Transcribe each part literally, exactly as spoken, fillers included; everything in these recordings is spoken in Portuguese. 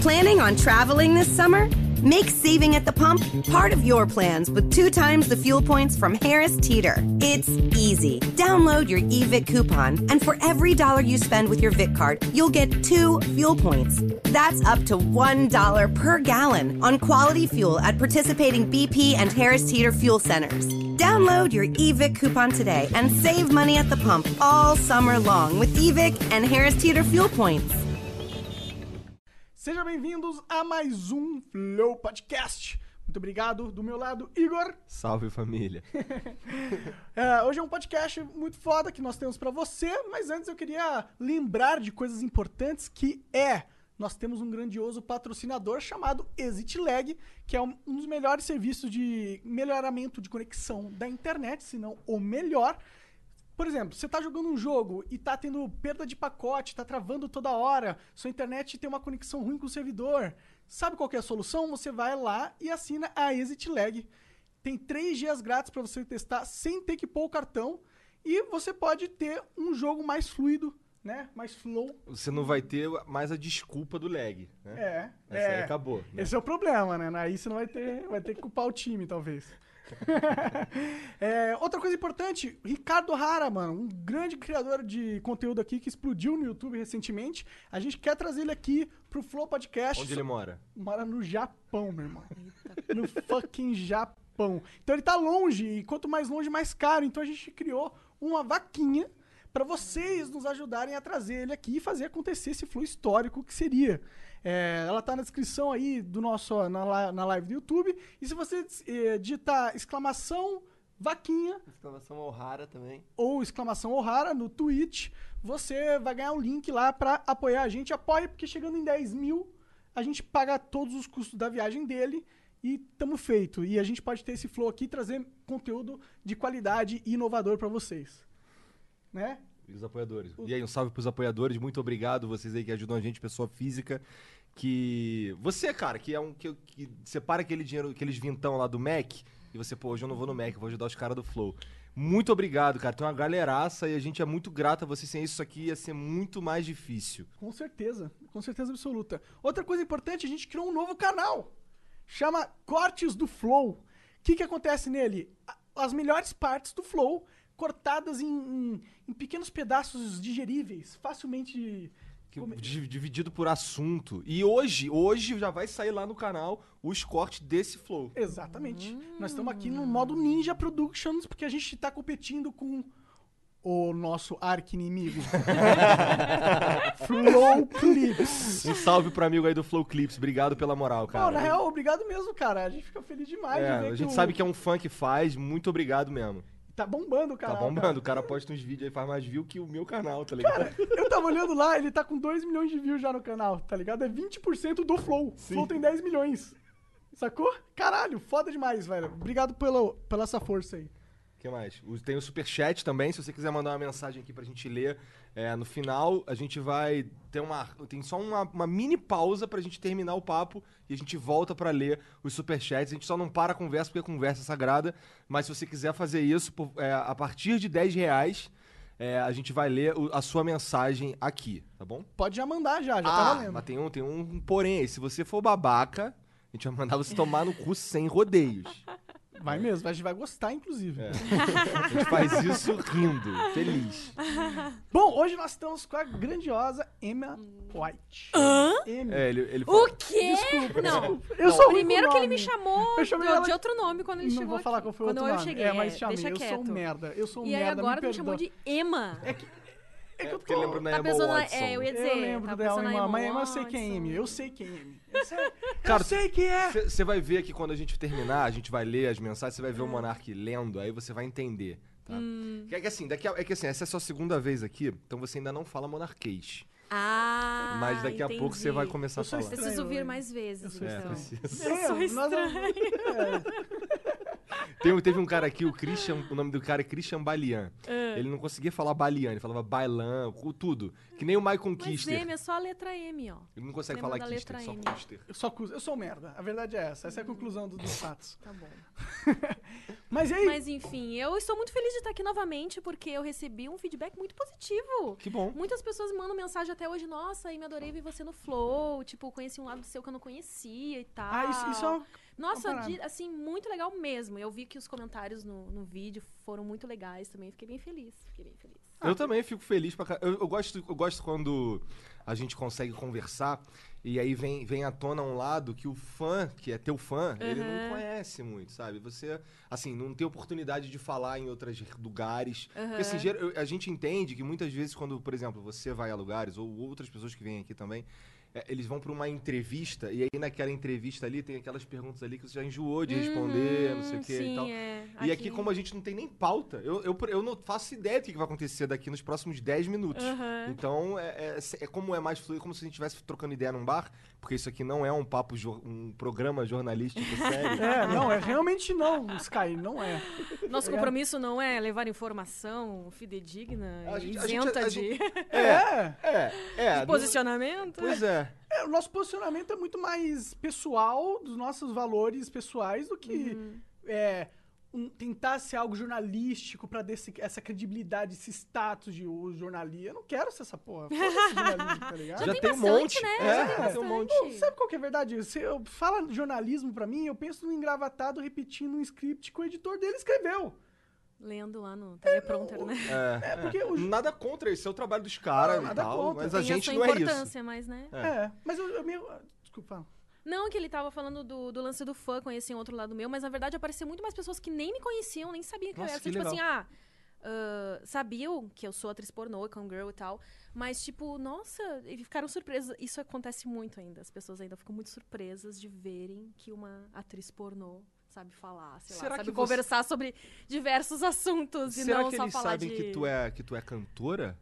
Planning on traveling this summer? Make saving at the pump part of your plans with two times the fuel points from Harris Teeter. It's easy. Download your eVic coupon, and for every dollar you spend with your Vic card, you'll get two fuel points. That's up to one dollar per gallon on quality fuel at participating B P and Harris Teeter fuel centers. Download your eVic coupon today and save money at the pump all summer long with eVic and Harris Teeter fuel points. Sejam bem-vindos a mais um Flow Podcast. Muito obrigado. Do meu lado, Igor. Salve, família. é, hoje é um podcast muito foda que nós temos pra você, mas antes eu queria lembrar de coisas importantes que é... Nós temos um grandioso patrocinador chamado ExitLag, que é um dos melhores serviços de melhoramento de conexão da internet, se não o melhor. Por exemplo, você está jogando um jogo e está tendo perda de pacote, está travando toda hora, sua internet tem uma conexão ruim com o servidor. Sabe qual que é a solução? Você vai lá e assina a ExitLag. Tem três dias grátis para você testar sem ter que pôr o cartão e você pode ter um jogo mais fluido, né? Mais flow. Você não vai ter mais a desculpa do lag, né? É. Essa é. aí acabou. Né? Esse é o problema, né? Aí você não vai ter, vai ter que culpar o time, talvez. é, outra coisa importante, Ricardo Hara, mano, um grande criador de conteúdo aqui que explodiu no YouTube recentemente. A gente quer trazer ele aqui pro Flow Podcast. Onde ele mora? Mora no Japão, meu irmão. No fucking Japão. Então ele tá longe, e quanto mais longe, mais caro. Então a gente criou uma vaquinha para vocês nos ajudarem a trazer ele aqui e fazer acontecer esse flow histórico que seria. É, ela tá na descrição aí do nosso, na, na live do YouTube. E se você é, digitar exclamação vaquinha... Exclamação Ohara também. Ou exclamação Ohara no Twitch, você vai ganhar um link lá para apoiar a gente. Apoie, porque chegando em dez mil, a gente paga todos os custos da viagem dele e tamo feito. E a gente pode ter esse flow aqui e trazer conteúdo de qualidade e inovador para vocês. Né? E os apoiadores. E aí, um salve pros apoiadores. Muito obrigado, vocês aí que ajudam a gente, pessoa física. Que... Você, cara, que é um... Que, que separa aquele dinheiro, aqueles vintão lá do Mac. E você, pô, hoje eu não vou no Mac, eu vou ajudar os caras do Flow. Muito obrigado, cara. Tem uma galeraça e a gente é muito grato a você. Sem isso aqui ia ser muito mais difícil. Com certeza. Com certeza absoluta. Outra coisa importante, a gente criou um novo canal. Chama Cortes do Flow. O que que acontece nele? As melhores partes do Flow cortadas em, em, em pequenos pedaços digeríveis, facilmente... Que, dividido por assunto. E hoje, hoje já vai sair lá no canal os cortes desse Flow. Exatamente. Hum. Nós estamos aqui no modo Ninja Productions, porque a gente está competindo com o nosso arqui-inimigo. Flow Clips. Um salve pro amigo aí do Flow Clips. Obrigado pela moral, cara. Não, na real, obrigado mesmo, cara. A gente fica feliz demais é, de ver a gente que sabe o... que é um fã que faz. Muito obrigado mesmo. Tá bombando o canal. Tá bombando. Cara. O cara posta uns vídeos aí, faz mais view que o meu canal, tá ligado? Cara, eu tava olhando lá, ele tá com dois milhões de views já no canal, tá ligado? É vinte por cento do Flow. Sim. Flow tem dez milhões. Sacou? Caralho, foda demais, velho. Obrigado pelo, pela essa força aí. O que mais? Tem o Superchat também, se você quiser mandar uma mensagem aqui pra gente ler. É, no final, a gente vai ter uma... Tem só uma, uma mini pausa pra gente terminar o papo e a gente volta pra ler os Superchats. A gente só não para a conversa porque a conversa é sagrada, mas se você quiser fazer isso, por, é, a partir de dez reais, é, a gente vai ler o, a sua mensagem aqui, tá bom? Pode já mandar já, já ah, tá valendo. Mas tem um, tem um porém aí, se você for babaca, a gente vai mandar você tomar no cu sem rodeios. Vai mesmo, a gente vai gostar, inclusive. É. A gente faz isso rindo, feliz. Bom, hoje nós estamos com a grandiosa Emma White. Hã? Emma. É, ele, ele O quê? Desculpa, Não. desculpa. Eu sou Primeiro que ele me nome. chamou Eu chamei de, ela- de outro nome quando ele Não chegou vou falar aqui. qual foi o Quando outro eu nome. cheguei, É, mas é, chamei, deixa eu quieto. sou um merda. Eu sou um E aí merda, agora me me chamou perdoa. de Emma. É que, é que É eu porque tô... ele lembra da Tá Emma pensando na- Watson. é, eu ia dizer, Eu lembro tá dela, pensando na Emma, Emma mas eu sei quem é Watson. Amy. Eu sei quem é Amy. Eu sei, Cara, eu sei quem é. Você vai ver que quando a gente terminar, a gente vai ler as mensagens, você vai ver o Monark lendo, aí você vai entender, tá? Hum. Que É que assim, daqui a, é que assim, essa é a sua segunda vez aqui, então você ainda não fala monarquês. Ah, Mas daqui a entendi. pouco você vai começar Eu a sou falar. estranho. Preciso vir Eu mais vezes, sou É, então. precisa. Eu sou É, nós- estranho. É. Tem, teve um cara aqui, o Christian, o nome do cara é Christian Balian. É. Ele não conseguia falar Balian, ele falava Bailan, com tudo. Que nem o Michael Mas Kister. M é só a letra M, ó. Ele não consegue Lembra falar da Kister, letra só M. Kister. Eu, só, cu- eu sou um merda. A verdade é essa. Essa é a conclusão do- dos fatos. Tá bom. Mas e aí? Mas enfim, eu estou muito feliz de estar aqui novamente, porque eu recebi um feedback muito positivo. Que bom. Muitas pessoas me mandam mensagem até hoje, nossa, aí me adorei ver você no Flow, tipo, conheci um lado seu que eu não conhecia e tal. Ah, isso, isso é uma- Nossa, uma parada. de- assim, muito legal mesmo. Eu vi que os comentários no, no vídeo foram muito legais também, fiquei bem feliz, fiquei bem feliz. Eu também fico feliz pra caralho. Eu, eu, gosto, eu gosto quando a gente consegue conversar e aí vem, vem à tona um lado que o fã, que é teu fã, ele não Uhum. conhece muito, sabe? Você, assim, não tem oportunidade de falar em outros lugares. Uhum. Porque, assim, ger- eu- a gente entende que muitas vezes quando, por exemplo, você vai a lugares, ou outras pessoas que vêm aqui também, é, eles vão pra uma entrevista e aí naquela entrevista ali tem aquelas perguntas ali que você já enjoou de responder, não sei o que Sim, e tal. é. E aqui, como a gente não tem nem pauta, eu, eu, eu não faço ideia do que que vai acontecer daqui nos próximos dez minutos. Aham. Então, é, é, é como é mais fluido, como se a gente estivesse trocando ideia num bar, porque isso aqui não é um papo, jor- um programa jornalístico sério. É, não, é realmente não, Sky, não é. Nosso compromisso não é levar informação fidedigna A e gente- a gente- isenta a de, gente- É, É, é. não- posicionamento. Pois é. é, o nosso posicionamento é muito mais pessoal, dos nossos valores pessoais, do que Uhum. é, um- tentar ser algo jornalístico pra dar esse- essa credibilidade, esse status de o jornalista. Eu não quero ser essa porra. Foda-se jornalismo, tá ligado? Já, tem tem um bastante, monte. né? É, Já já tem tem um monte. bastante. Sabe qual que é a verdade? Você eu- fala jornalismo pra mim, eu penso num engravatado repetindo um script que o editor dele escreveu. Lendo lá no teleprompter, né? É, É, porque o- Nada contra, esse é o trabalho dos caras Não, e nada tal, contra. mas a Tem gente a não sua é isso. importância, mas, né? É. É, mas eu, eu meio... Desculpa, fala. Não, que ele tava falando do, do lance do fã, conheci um outro lado meu, mas na verdade apareceu muito mais pessoas que nem me conheciam, nem sabiam que Nossa, eu era. que Tipo legal. assim, ah, ah, sabiam que eu sou atriz pornô, cam girl e tal, mas tipo, nossa, e ficaram surpresas. Isso acontece muito ainda, as pessoas ainda ficam muito surpresas de verem que uma atriz pornô sabe falar, sei Será lá, sabe que você- conversar sobre diversos assuntos e Será não que só eles falar sabem de... que, tu é, que tu é cantora?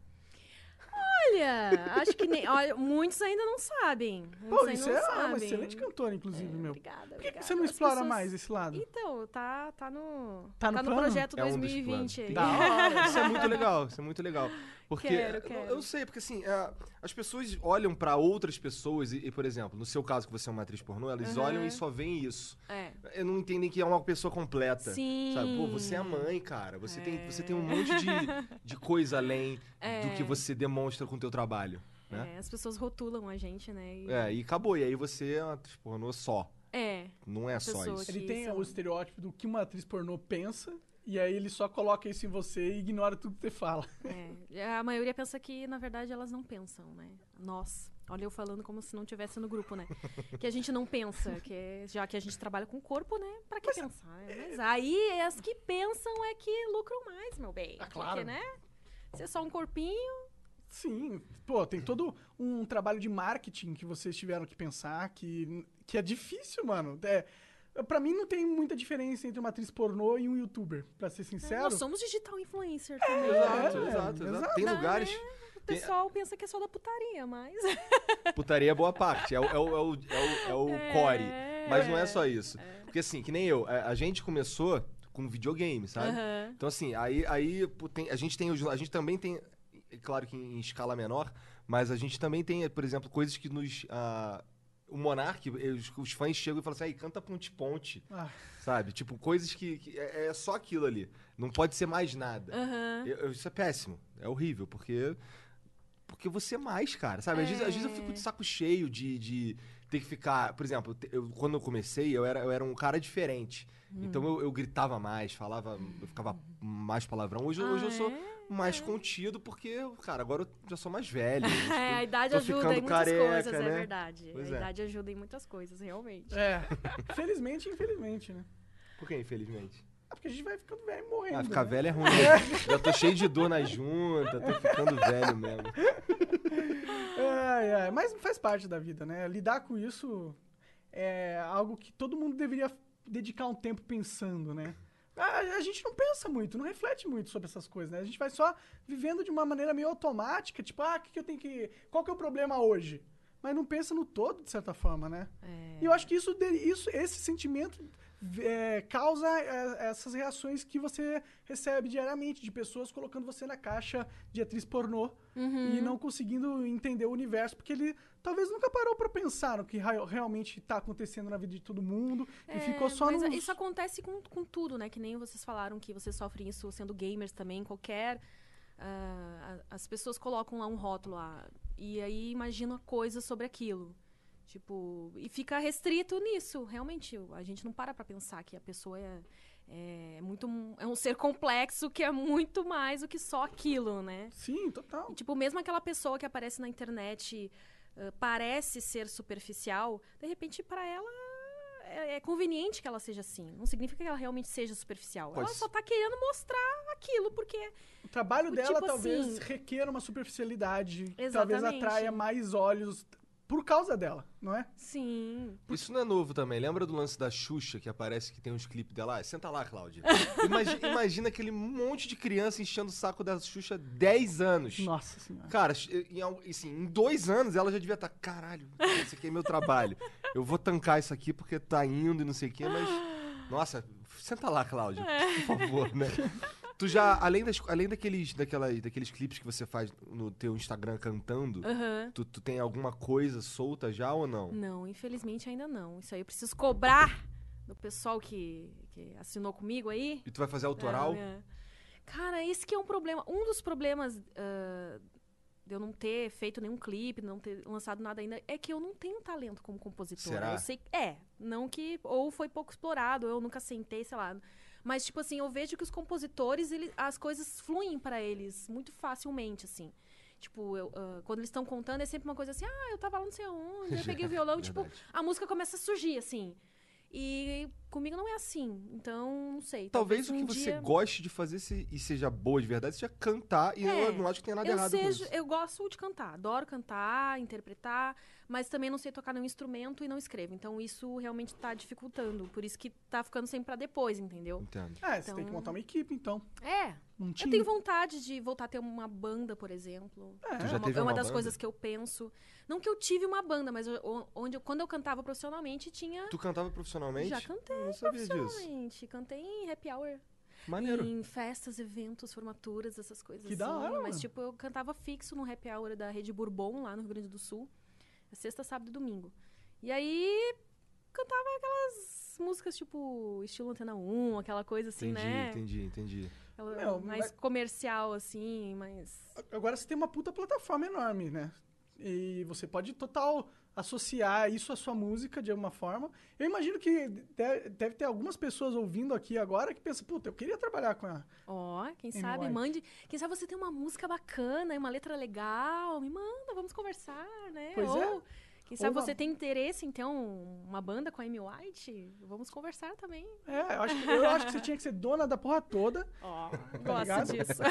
Olha, acho que nem... Olha, muitos ainda não sabem. Muitos Pô, ainda isso não é sabem. uma excelente cantora, inclusive, É, meu. Obrigada, Por que, que obrigada. você não As explora pessoas- mais esse lado? Então, tá, tá no. Tá no plano? projeto É um dos dois mil e vinte aí. planos. Da hora. Isso é muito legal, isso é muito legal. Porque Quero, eu- quero. eu não sei, porque assim, é, as pessoas olham pra outras pessoas e, e, por exemplo, no seu caso que você é uma atriz pornô, elas Uhum. olham e só veem isso. É. E não entendem que é uma pessoa completa. Sim. Sabe? Pô, você é a mãe, cara. Você, É. tem, você tem um monte de, de coisa além É. do que você demonstra com o teu trabalho. Né? É, as pessoas rotulam a gente, né? E- É, e acabou. E aí você é uma atriz pornô só. É. Não é só pessoa isso. que- Ele tem são- o estereótipo do que uma atriz pornô pensa, e aí ele só coloca isso em você e ignora tudo que você fala. É. A maioria pensa que, na verdade, elas não pensam, né? Nós. Olha eu falando como se não tivesse no grupo, né? Que a gente não pensa, que é- já que a gente trabalha com o corpo, né? Pra que pensar? É, Mas aí as que pensam é que lucram mais, meu bem. Ah, claro. Porque, né? Se é só um corpinho, Sim, pô, tem todo um trabalho de marketing que vocês tiveram que pensar, que, que é difícil, mano. É, pra mim não tem muita diferença entre uma atriz pornô e um youtuber, pra ser sincero. nós somos digital influencer também. Exato, É, exato, exato. exato. Tem Dá, lugares. O pessoal pensa que é só da putaria, mas... Putaria é boa parte. É o, é o, é o, é o, é o É, core. Mas não é é, só isso. Porque assim, que nem eu, a, a gente começou com videogame, sabe? Aham. Então assim, aí, aí pô, tem- a gente tem os- a gente também tem, é claro que em escala menor, mas a gente também tem, por exemplo, coisas que nos ah, o Monark, os, os fãs chegam e falam assim, aí canta Ponte Ponte, Ah, sabe? Tipo, coisas que, que é, é só aquilo ali. Não pode ser mais nada. Aham. Eu- eu- isso é péssimo. É horrível, porque. Porque você é mais, cara, sabe? Às, vezes, às vezes eu fico de saco cheio de, de ter que ficar. Por exemplo, te- eu- quando eu comecei, eu era, eu era um cara diferente. Então eu, eu gritava mais, falava. Eu ficava mais palavrão. Hoje, eu- hoje eu Ah, sou é? mais contido, porque, cara, agora eu já sou mais velho. É, a idade tô ajuda ficando em muitas careca, coisas, né? é verdade. Pois a é. idade ajuda em muitas coisas, realmente. é. Felizmente, infelizmente, né? Por que, infelizmente? É porque a gente vai ficando velho e morrendo. Ah, ficar né? velho é ruim. né? Já tô cheio de dor na junta, tô ficando velho mesmo. Ai, ai, mas faz parte da vida, né? Lidar com isso é algo que todo mundo deveria dedicar um tempo pensando, né? A, a gente não pensa muito, não reflete muito sobre essas coisas, né? A gente vai só vivendo de uma maneira meio automática, tipo, ah, o que, que eu tenho que. Qual que é o problema hoje? Mas não pensa no todo, de certa forma, né? É. E eu acho que isso, de- isso esse sentimento é, causa é, essas reações que você recebe diariamente de pessoas colocando você na caixa de atriz pornô Uhum. e não conseguindo entender o universo, porque ele talvez nunca parou pra pensar no que ra- realmente tá acontecendo na vida de todo mundo e É, ficou só mas nos... isso acontece com, com tudo, né? Que nem vocês falaram que vocês sofrem isso sendo gamers também, qualquer... ah, a- as pessoas colocam lá um rótulo lá, e aí imaginam coisas sobre aquilo. Tipo, e fica restrito nisso. Realmente, a gente não para pra pensar que a pessoa é, é muito... É um ser complexo que é muito mais do que só aquilo, né? Sim, total. E, tipo, mesmo aquela pessoa que aparece na internet ah, parece ser superficial, de repente, pra ela, é, é conveniente que ela seja assim. Não significa que ela realmente seja superficial. Pode Ela ser. só tá querendo mostrar aquilo, porque... O trabalho Tipo dela assim- talvez requer uma superficialidade, que talvez Exatamente. atraia mais olhos por causa dela, não é? Sim. Isso não é novo também. Lembra do lance da Xuxa, que aparece que tem uns clipes dela? Ah, senta lá, Cláudia. Imagi- imagina aquele monte de criança enchendo o saco da Xuxa há dez anos. Nossa senhora. Cara, em, al- assim, em dois anos ela já devia estar, caralho, esse aqui é meu trabalho. Eu vou tancar isso aqui porque tá indo e não sei o quê, mas... Nossa, senta lá, Cláudia, por favor, né? Tu já, além, das, além daqueles, daquela, daqueles clipes que você faz no teu Instagram cantando, Aham. tu, tu tem alguma coisa solta já ou não? Não, infelizmente ainda não. Isso aí eu preciso cobrar do pessoal que, que assinou comigo aí. E tu vai fazer autoral? Ah, é. Cara, esse que é um problema. Um dos problemas ah, de eu não ter feito nenhum clipe, não ter lançado nada ainda, é que eu não tenho talento como compositora. Será? Eu sei, é, não que ou foi pouco explorado, ou eu nunca sentei, sei lá. Mas tipo assim, eu vejo que os compositores, ele, as coisas fluem pra eles muito facilmente, assim. Tipo, eu, ah, quando eles estão contando, é sempre uma coisa assim, ah, eu tava lá não sei onde, eu peguei o violão, tipo, Verdade. a música começa a surgir, assim. E comigo não é assim, então não sei. Talvez o que um você dia... goste de fazer se- e seja boa de verdade seja cantar, e É, eu não acho que tenha nada eu errado seja, com isso. eu gosto de cantar, adoro cantar, interpretar, mas também não sei tocar nenhum instrumento e não escrevo. Então isso realmente tá dificultando, por isso que tá ficando sempre pra depois, entendeu? Entendo. É, você tem que Então- montar uma equipe, então. É, Um eu time. tenho vontade de voltar a ter uma banda, por exemplo. É. Tu já é uma, teve é uma uma das banda? coisas que eu penso. Não que eu tive uma banda, mas eu- o- onde eu- quando eu cantava profissionalmente tinha. Tu cantava profissionalmente? Já cantei Eu não sabia disso. profissionalmente. Cantei em happy hour. Maneiro. Em festas, eventos, formaturas, essas coisas Que assim. da hora, Mas, mano. tipo, eu cantava fixo no happy hour da Rede Bourbon, lá no Rio Grande do Sul. Sexta, sábado e domingo. E aí, cantava aquelas músicas, tipo, estilo Antena um, aquela coisa assim, Entendi, né? entendi, entendi. Aquela Meu, mais mas- comercial, assim, mais... Agora você tem uma puta plataforma enorme, né? E você pode total associar isso à sua música de alguma forma. Eu imagino que de- deve ter algumas pessoas ouvindo aqui agora que pensam, puta, eu queria trabalhar com a... Ó, quem Amy sabe, White. mande... Quem sabe você tem uma música bacana e uma letra legal, me manda, vamos conversar, né? Pois Ou, é. quem sabe Ou uma- você tem interesse em ter um- uma banda com a Amy White? Vamos conversar também. É, eu acho, que- eu acho que você tinha que ser dona da porra toda. Ó, Tá ligado? gosto disso.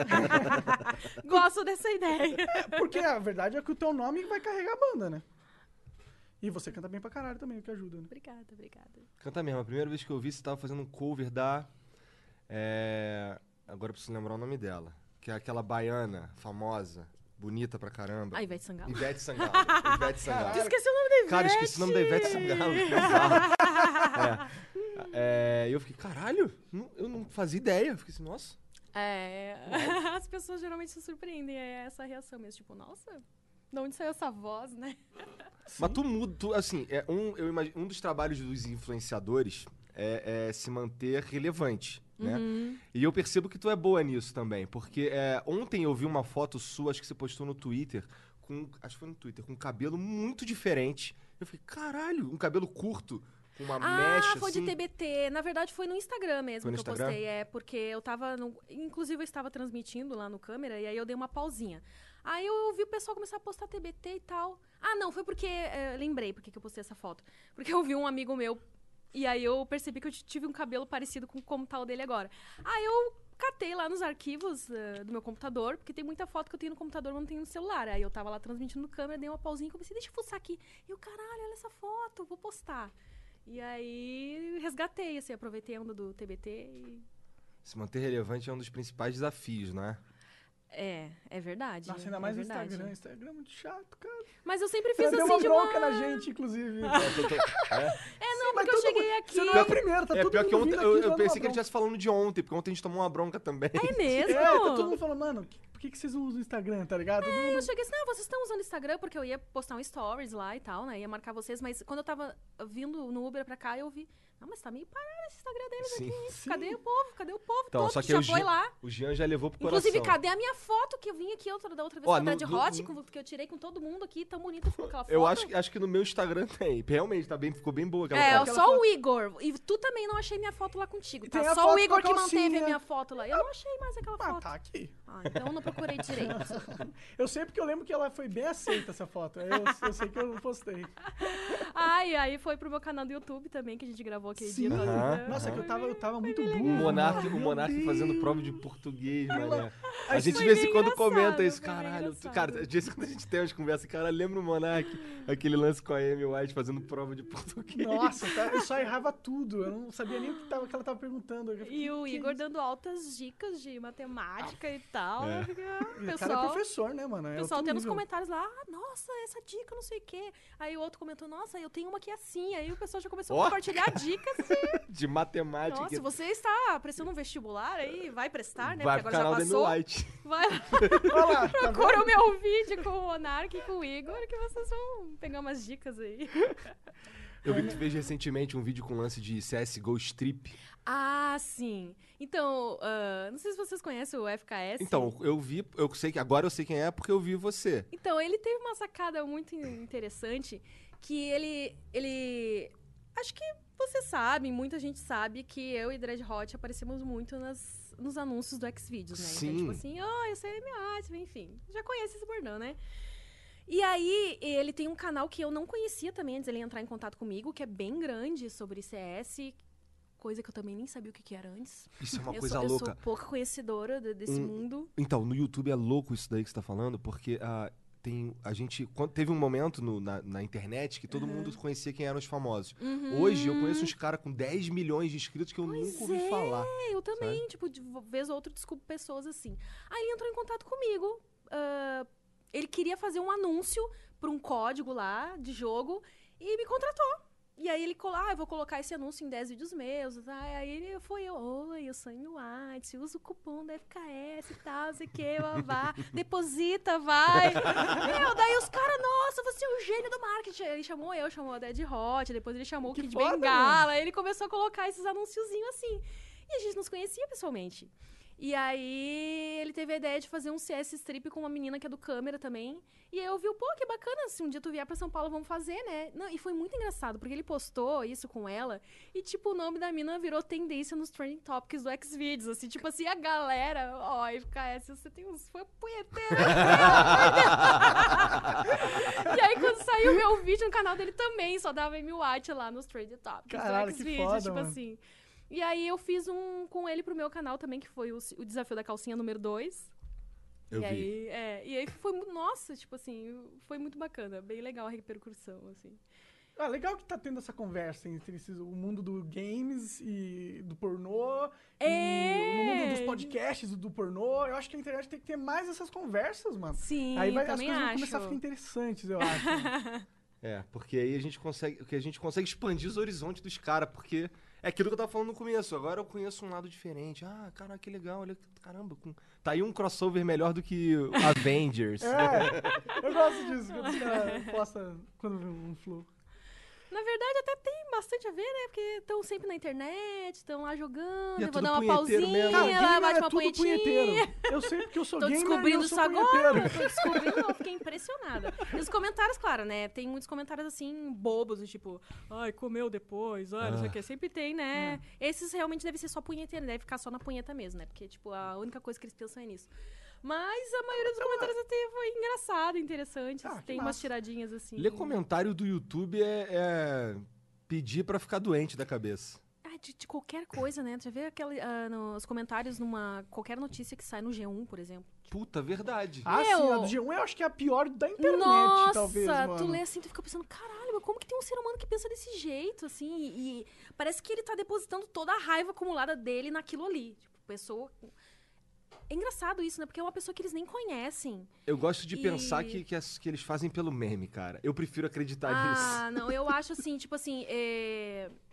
Gosto dessa ideia. Porque a verdade é que o teu nome vai carregar a banda, né? E você canta bem pra caralho também, o que ajuda, né? Obrigada, obrigada. Canta mesmo. A primeira vez que eu vi, você tava fazendo um cover da... é, Agora eu preciso lembrar o nome dela. Que é aquela baiana famosa, bonita pra caramba. A Ivete Sangalo. Ivete Sangalo. Ivete Sangalo. Tu esqueceu o nome da Ivete? Cara, esqueci o nome da Ivete Sangalo. que bizarro. É. É, e eu fiquei, caralho, não- eu não fazia ideia. Eu fiquei assim, nossa. É, as pessoas geralmente se surpreendem, é essa reação mesmo, tipo, nossa, de onde saiu essa voz, né? Mas tu muda, tu, assim, é um, eu imagino, um dos trabalhos dos influenciadores é, é se manter relevante, né? Uhum. E eu percebo que tu é boa nisso também, porque é, ontem eu vi uma foto sua, acho que você postou no Twitter, com, acho que foi no Twitter, com um cabelo muito diferente. Eu fiquei, caralho, um cabelo curto, com uma Ah, mecha foi assim. de T B T. Na verdade, foi no Instagram mesmo Foi no que Instagram? eu postei. É, porque eu tava. No... Inclusive, eu estava transmitindo lá no câmera e aí eu dei uma pausinha. Aí eu ouvi o pessoal começar a postar T B T e tal. Ah, não, foi porque. É, lembrei porque que eu postei essa foto. Porque eu vi um amigo meu e aí eu percebi que eu tive um cabelo parecido com como tá o dele agora. Aí eu catei lá nos arquivos eh, do meu computador, porque tem muita foto que eu tenho no computador, mas não tenho no celular. Aí eu tava lá transmitindo no câmera, dei uma pausinha e comecei, deixa eu fuçar aqui. E eu, caralho, olha essa foto, vou postar. E aí resgatei, assim, aproveitei a onda do T B T e... Se manter relevante é um dos principais desafios, né? É, é verdade. Nossa, ainda é mais no verdade. Instagram. Instagram é muito chato, cara. Mas eu sempre Você fiz deu assim uma de bronca uma... na gente, inclusive. É, não, porque eu todo cheguei mundo- aqui. Você não é a primeira, tá É todo pior que mundo ontem, vindo eu, aqui eu dando uma pensei que ele bronca. estivesse falando de ontem, porque ontem a gente tomou uma bronca também. É mesmo? É, tá todo mundo falando, mano, que- por que, que vocês não usam o Instagram, tá ligado? Todo É, mundo- eu cheguei assim, não, vocês estão usando Instagram, porque eu ia postar um stories lá e tal, né? Ia marcar vocês, mas quando eu tava vindo no Uber pra cá, eu vi, não, mas tá meio parado esse Instagram deles Sim. aqui. Sim. Cadê o povo? Cadê o povo Então, todo só que que já o foi Jean, lá? o Jean já levou pro Inclusive, coração. cadê a minha foto que eu vim aqui outra, da outra vez Ó, com a no- Dread no- Hot, no- com- que eu tirei com todo mundo aqui, tão bonita ficou aquela foto. Eu acho, que- acho que no meu Instagram tem. Realmente, tá bem, ficou bem boa aquela É, foto. só o Igor. E tu também não achei minha foto lá contigo, E tá? tem a Só foto o Igor com a que manteve calcinha. a minha foto lá. Eu não achei mais aquela Ah, foto. tá aqui. Ah, então eu não procurei direito. Eu sei porque eu lembro que ela foi bem aceita, essa foto. Aí Eu, eu sei que eu não postei. Ah, e aí foi pro meu canal do YouTube também, que a gente gravou aquele Sim. dia. Aham. Nossa, que eu tava, eu tava muito O burro. Monark, mano. o Meu Monark Deus. fazendo prova de português, mané. A Aí gente foi de vez em bem quando engraçado, comenta isso, foi bem caralho. engraçado. Cara, de vez em quando a gente tem umas conversas, cara, lembra o Monark, aquele lance com a Amy White fazendo prova de português. Nossa, tá- eu só errava tudo. Eu não sabia nem o que, tava, que ela tava perguntando. Eu fiquei, E o "Que Igor isso?" dando altas dicas de matemática e tal. É. né? Fica- E O o cara é pessoal, professor, né, mano? É o pessoal outro tem nos nível. comentários lá, ah, nossa, essa dica, não sei o quê. Aí o outro comentou, nossa, eu tenho uma que é assim. Aí o pessoal já começou Ó. a compartilhar dicas. De matemática. Nossa, se você está prestando um vestibular aí, vai prestar, né? Vai Porque pro agora canal já da passou. Amy White. Vai lá, Olha lá, tá procura vendo? o meu vídeo com o Monark e com o Igor, que vocês vão pegar umas dicas aí. Eu vi que tu fez recentemente um vídeo com lance de C S G O Strip. Ah, sim. Então, ah, não sei se vocês conhecem o F K S. Então, eu vi, eu sei que agora eu sei quem é porque eu vi você. Então, ele teve uma sacada muito interessante que ele. ele. Acho que você sabe, muita gente sabe que eu e Dread Hot aparecemos muito nas, nos anúncios do Xvideos, né? Sim. Então, tipo assim, oh, eu sei minha arte, enfim. Já conhece esse bordão, né? E aí, ele tem um canal que eu não conhecia também antes ele entrar em contato comigo, que é bem grande sobre C S, coisa que eu também nem sabia o que, que era antes. Isso é uma eu coisa sou, eu louca. sou pouco conhecedora de- desse Hum, mundo. Então, no YouTube é louco isso daí que você tá falando, porque ah, tem, a gente. Quando, teve um momento no- na, na internet que todo mundo conhecia quem eram os famosos. Uhum. Hoje eu conheço uns caras com dez milhões de inscritos que eu Pois nunca ouvi é, falar. eu também, tipo, de vez ou outra desculpo pessoas assim. Aí ele entrou em contato comigo. ah, ele queria fazer um anúncio para um código lá de jogo e me contratou. E aí ele colou, ah, eu vou colocar esse anúncio em dez vídeos meus. Tá? Aí ele foi, eu, oi, eu sou Amy White, usa o cupom da F K S e tal, não sei o que, vá, deposita, vai. Meu, daí os caras, nossa, você é o gênio do marketing. Ele chamou eu, chamou a Dead Hot, depois ele chamou Que o Kid foda, Bengala, aí ele começou a colocar esses anunciozinhos assim. E a gente não se conhecia pessoalmente. E aí ele teve a ideia de fazer um C S strip com uma menina que é do câmera também. E aí eu vi, pô, que bacana, se um dia tu vier pra São Paulo, vamos fazer, né? Não, e foi muito engraçado, porque ele postou isso com ela e, tipo, o nome da mina virou tendência nos trending topics do Xvideos, assim, tipo assim, a galera, ó, F K S, você tem uns fãs punheteiros. E aí quando saiu o meu vídeo no canal dele também, só dava Amy White lá nos trending topics Caralho, do que Xvideos, foda, tipo mano. assim. E aí eu fiz um com ele pro meu canal também, que foi o, o Desafio da Calcinha número dois. Eu e vi. Aí, é, e aí foi, mu- nossa, tipo assim, foi muito bacana, bem legal a repercussão, assim. Ah, legal que tá tendo essa conversa entre esses, o mundo do games e do pornô. É! E no mundo dos podcasts e do pornô. Eu acho que a internet tem que ter mais essas conversas, mano. Sim, Aí vai, as também coisas vão acho. começar a ficar interessantes, eu acho. mano. É, porque aí a gente consegue, que a gente consegue expandir os horizontes dos caras, porque é aquilo que eu tava falando no começo. Agora eu conheço um lado diferente. Ah, cara, que legal, olha, caramba, com- tá aí um crossover melhor do que o Avengers. É, eu gosto disso, quando os caras postam quando vê um flow. Na verdade, até tem bastante a ver, né? Porque estão sempre na internet, estão lá jogando, E é eu vou tudo dar uma punheteiro pausinha, mesmo. Cara, ela gamer bate é uma tudo punhetinha. punheteiro. Eu sei porque eu sou Tô gamer descobrindo e eu isso sou agora, punheteiro. tô descobrindo, eu fiquei impressionada. E os comentários, claro, né? Tem muitos comentários assim, bobos, do tipo, ai, comeu depois, ai, não sei o Ah. que. Sempre tem, né? Esses realmente devem ser só punheteiro, deve ficar só na punheta mesmo, né? Porque, tipo, a única coisa que eles pensam é nisso. Mas a maioria dos comentários até foi engraçado, interessante. Ah, que tem umas massa. tiradinhas assim. Ler comentário do YouTube é, é pedir pra ficar doente da cabeça. Ah, de, de qualquer coisa, né? Já vê aquele, ah, nos comentários numa qualquer notícia que sai no G um, por exemplo. Puta, verdade. Ah, Meu! sim, a do G um eu acho que é a pior da internet, Nossa, talvez, mano. tu lê assim, tu fica pensando, caralho, mas como que tem um ser humano que pensa desse jeito, assim? E, e parece que ele tá depositando toda a raiva acumulada dele naquilo ali. Tipo, pessoa... É engraçado isso, né? Porque é uma pessoa que eles nem conhecem. Eu gosto de E- pensar que, que, as- que eles fazem pelo meme, cara. Eu prefiro acreditar nisso. Ah, não, eu acho assim, tipo assim, é,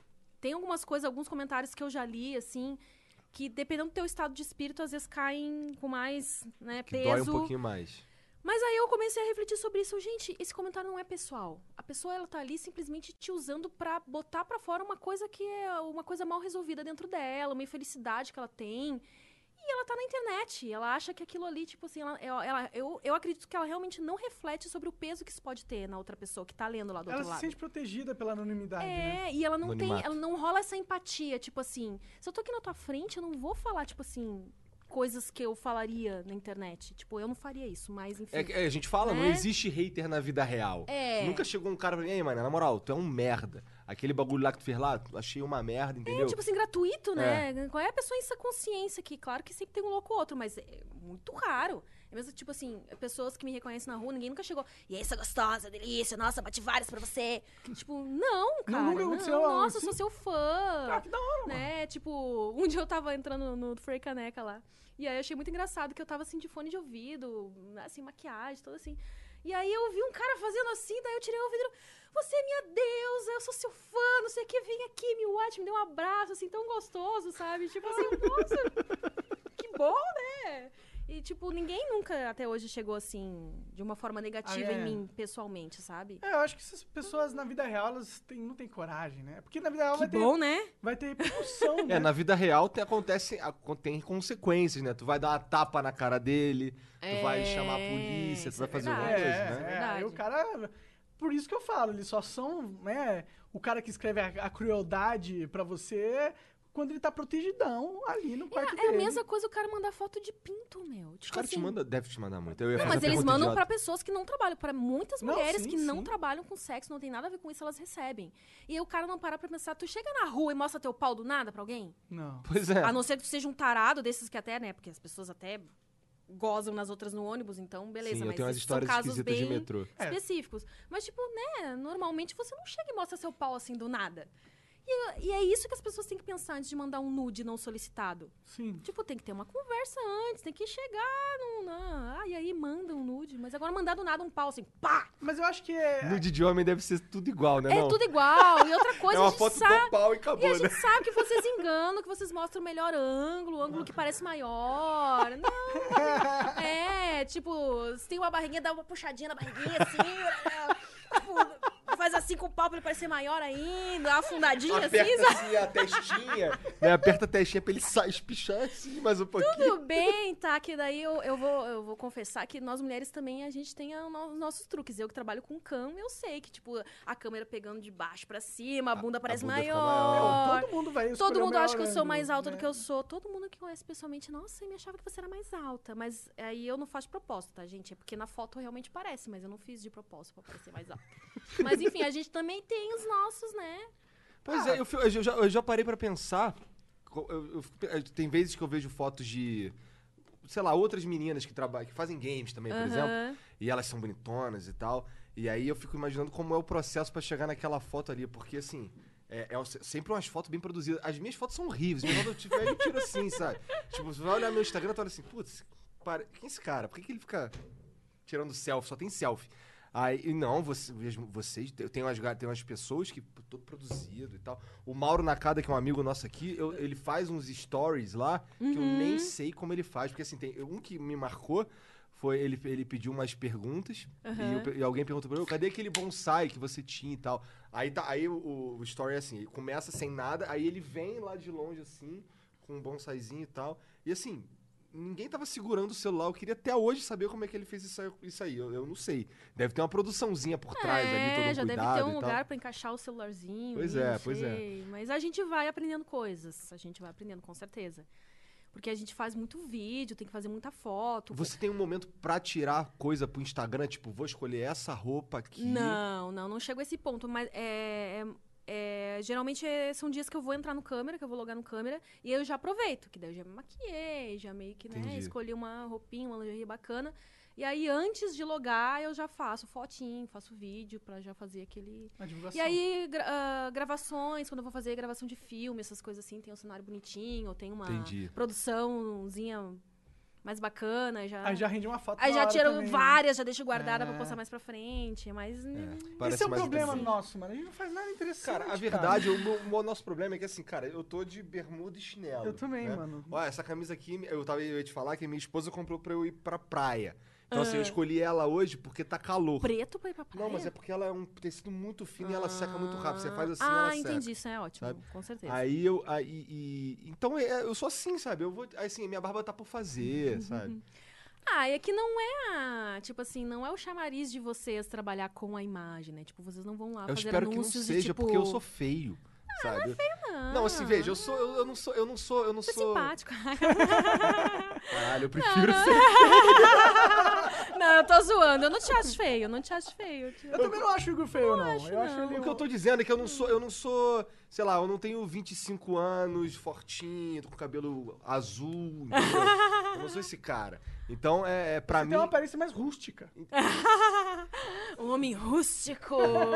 tem algumas coisas, alguns comentários que eu já li, assim, que dependendo do teu estado de espírito, às vezes caem com mais, né, Que peso. dói um pouquinho mais. Mas aí eu comecei a refletir sobre isso. Gente, esse comentário não é pessoal. A pessoa, ela tá ali simplesmente te usando pra botar pra fora uma coisa que é uma coisa mal resolvida dentro dela, uma infelicidade que ela tem. E ela tá na internet. Ela acha que aquilo ali, tipo assim, ela, ela, ela- eu, eu acredito que ela realmente não reflete sobre o peso que isso pode ter na outra pessoa que tá lendo lá do Ela outro se lado. sente protegida pela anonimidade, né? É, e ela não tem, Anonimato. ela não rola essa empatia, tipo assim, se eu tô aqui na tua frente, eu não vou falar, tipo assim, coisas que eu falaria na internet. Tipo, eu não faria isso, mas enfim. É, que- é, a gente fala, não Né? existe hater na vida real. É. Nunca chegou um cara pra mim, ei, mano, na moral, tu é um merda. Aquele bagulho lá que tu fez lá, achei uma merda, entendeu? É, tipo assim, gratuito, né? Qual é a pessoa em essa consciência aqui? Claro que sempre tem um louco ou outro, mas é muito raro. É mesmo, tipo assim, pessoas que me reconhecem na rua, ninguém nunca chegou. E aí, sua gostosa, delícia, nossa, bate várias pra você. Tipo, não, cara. nunca Não, aconteceu algo nossa, eu assim? sou seu fã. Ah, que da hora, mano. Né? Tipo, um dia eu tava entrando no Frei Caneca lá. E aí eu achei muito engraçado que eu tava assim de fone de ouvido, assim, maquiagem, toda assim. E aí eu vi um cara fazendo assim, daí eu tirei o vidro. Você é minha deusa, eu sou seu fã, não sei o que, vem aqui, me watch, me deu um abraço, assim, tão gostoso, sabe? Tipo assim, nossa, que bom, né? E, tipo, ninguém nunca até hoje chegou, assim, de uma forma negativa Ah, é. em mim, pessoalmente, sabe? É, eu acho que essas pessoas na vida real, elas têm- não têm coragem, né? Porque na vida real Que vai ter, bom, né? vai ter repercussão, né? É, na vida real tem, acontece, acon- tem consequências, né? Tu vai dar uma tapa na cara dele, tu vai É, chamar a polícia, tu isso vai é fazer verdade. alguma É, coisa, né? é, Verdade. aí o cara... Por isso que eu falo, eles só são, né, o cara que escreve a, a crueldade pra você quando ele tá protegidão ali no quarto É dele. a mesma coisa o cara mandar foto de pinto, meu. Os Tipo caras te assim, mandam, deve te mandar muito. Eu ia Não, fazer mas a eles pergunta mandam idiota. pra pessoas que não trabalham. Pra muitas Não, mulheres sim, que não sim. trabalham com sexo, não tem nada a ver com isso, elas recebem. E aí o cara não parar pra pensar, tu chega na rua e mostra teu pau do nada pra alguém? Não. Pois é. A não ser que tu seja um tarado desses que até, né? Porque as pessoas até gozam nas outras no ônibus, então beleza. Sim, eu mas tenho umas esses são histórias casos esquisitas de bem metrô. É. específicos. Mas, tipo, né? Normalmente você não chega e mostra seu pau assim do nada. E, e é isso que as pessoas têm que pensar antes de mandar um nude não solicitado. Sim. Tipo, tem que ter uma conversa antes, tem que chegar no... Na, ah, e aí manda um nude. Mas agora mandar do nada um pau assim, pá! Mas eu acho que é... Nude de homem deve ser tudo igual, né? É não? tudo igual. E outra coisa, é uma a gente foto sabe... do pau e E acabou, a né? gente sabe que vocês enganam, que vocês mostram o melhor ângulo, o ângulo que parece maior. Não. É, tipo, se tem uma barriguinha, dá uma puxadinha na barriguinha, assim. Tipo, faz assim com o pau pra ele parecer maior ainda, uma afundadinha assim, Aperta sabe? assim a testinha, né? Aperta a testinha pra ele sa- espichar assim mais um pouquinho. Tudo bem, tá? Que daí eu, eu, vou, eu vou confessar que nós mulheres também, a gente tem a no- os nossos truques. Eu que trabalho com cam, eu sei que, tipo, a câmera pegando de baixo pra cima, a bunda parece bunda fica maior. maior. Todo mundo vai Todo escolher o mundo acha melhor que eu sou ângulo, mais alta né? do que eu sou. Todo mundo que conhece pessoalmente, nossa, eu me achava que você era mais alta. Mas aí eu não faço de propósito, tá, gente? É porque na foto realmente parece, mas eu não fiz de propósito pra parecer mais alta. Mas enfim, a gente também tem os nossos, né? Pois Ah. é, eu, fi- eu já, eu já parei pra pensar. co- eu- eu fico pe- tem vezes que eu vejo fotos de, sei lá, outras meninas que trabalham, que fazem games também, por Aham. exemplo. E elas são bonitonas e tal. E aí eu fico imaginando como é o processo pra chegar naquela foto ali. Porque assim, é, é se- sempre umas fotos bem produzidas. As minhas fotos são horríveis. Mas quando eu tiver, eu tiro assim, sabe? Tipo, você vai olhar meu Instagram e tu olha assim, putz, para- quem é esse cara? Por que, que ele fica tirando selfie? Só tem selfie. Aí, e não, você, vocês, eu tenho umas, ga- tem umas pessoas que, pô, todo produzido e tal. O Mauro Nakada, que é um amigo nosso aqui, eu- ele faz uns stories lá que eu nem sei como ele faz. Porque assim, tem um que me marcou, foi ele, ele pediu umas perguntas e, eu pe- e alguém perguntou pra ele, cadê aquele bonsai que você tinha e tal? Aí, tá, aí o, o story é assim, ele começa sem nada, aí ele vem lá de longe assim, com um bonsaizinho e tal. E assim, ninguém tava segurando o celular. Eu queria até hoje saber como é que ele fez isso aí. Isso aí. Eu, eu não sei. Deve ter uma produçãozinha por trás ali, todo um É, já deve cuidado ter um e tal. lugar pra encaixar o celularzinho. Pois ali, é, não pois é. sei. Mas a gente vai aprendendo coisas. A gente vai aprendendo, com certeza. Porque a gente faz muito vídeo, tem que fazer muita foto. Você tem um momento pra tirar coisa pro Instagram? Tipo, vou escolher essa roupa aqui. Não, não, não chego a esse ponto. Mas é, é- é, geralmente é- são dias que eu vou entrar no câmera, que eu vou logar no câmera, e aí eu já aproveito, que daí eu já me maquiei, já meio que, né, Entendi. escolhi uma roupinha, uma lingerie bacana. E aí, antes de logar, eu já faço fotinho, faço vídeo pra já fazer aquele... A divulgação. E aí, gra- ah, gravações, quando eu vou fazer gravação de filme, essas coisas assim, tem um cenário bonitinho, ou tem uma Entendi. produçãozinha mais bacana, já... Aí já rende uma foto Aí na já hora tiro também, né? várias, já deixo guardada É. pra postar mais pra frente, mas... hum, Parece Esse é o mais problema interessante. nosso, mano. A gente não faz nada interessante, Cara, a verdade, o, meu- o nosso problema é que assim, cara, eu tô de bermuda e chinelo. Eu também, né? mano. Olha, essa camisa aqui, eu tava eu ia te falar que minha esposa comprou pra eu ir pra praia. Então, assim, eu Ah. escolhi ela hoje porque tá calor. Preto pra ir pra praia? Não, mas é porque ela é um tecido muito fino e ela seca muito rápido. Você faz assim, ela Ah, seca. entendi, isso é ótimo, sabe? com certeza. Aí eu. Aí, e- então é, eu sou assim, sabe? Eu vou. Assim, minha barba tá por fazer, sabe? Ah, é que não é a... Tipo assim, não é o chamariz de vocês trabalhar com a imagem, né? Tipo, vocês não vão lá Eu fazer espero que não anúncios seja, de, tipo... porque eu sou feio. Sabe? Não, é feio, não. não, assim, veja, eu sou. Eu, eu não sou. Eu não sou. Eu não Você é sou. simpático. Caralho, eu prefiro ser. Não, eu tô zoando. Eu não te acho feio, eu não te acho feio. Eu te- Eu também não acho o Igor feio, não. acho, eu acho não. ele... O que eu tô dizendo é que eu não sou, eu não sou, sei lá, eu não tenho vinte e cinco anos, fortinho, tô com cabelo azul, entendeu? Eu não sou esse cara. Então, é, é pra Você mim... tem uma aparência mais rústica. Um homem rústico.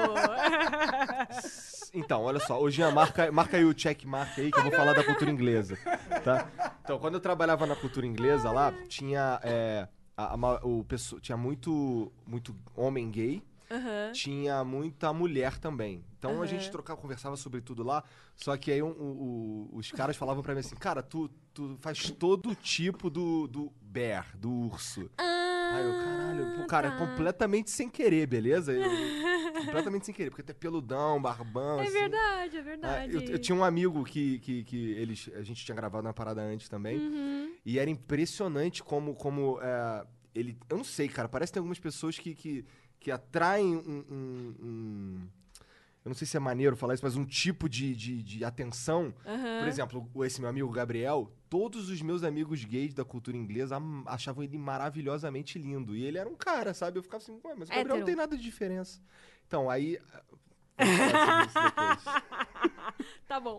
Então, olha só, o Jean, marca, marca aí o checkmark aí que eu vou falar da cultura inglesa, tá? Então, quando eu trabalhava na cultura inglesa lá, tinha, é, a, a ma- o pessoa, tinha muito, muito homem gay, Aham. tinha muita mulher também. Então a Aham. gente trocava, conversava sobre tudo lá. Só que aí um- um- o- os caras falavam pra mim assim, cara, tu, tu faz todo tipo do, do bear, do urso. Aí eu, caralho, pô, cara, tá. completamente sem querer, beleza? Eu- completamente sem querer, porque até peludão, barbão, É assim. verdade, é Ah, verdade. eu, eu tinha um amigo que, que, que eles, a gente tinha gravado uma parada antes também. Uhum. E era impressionante como, como é, ele... Eu não sei, cara. Parece que tem algumas pessoas que, que, que atraem um, um- um- Eu não sei se é maneiro falar isso, mas um tipo de, de, de atenção. Aham. Por exemplo, o- esse meu amigo Gabriel, todos os meus amigos gays da cultura inglesa am- achavam ele maravilhosamente lindo. E ele era um cara, sabe? Eu ficava assim, ué, mas o Gabriel Hétero. não tem nada de diferença. Então, aí... Vamos falar sobre isso depois. Tá bom.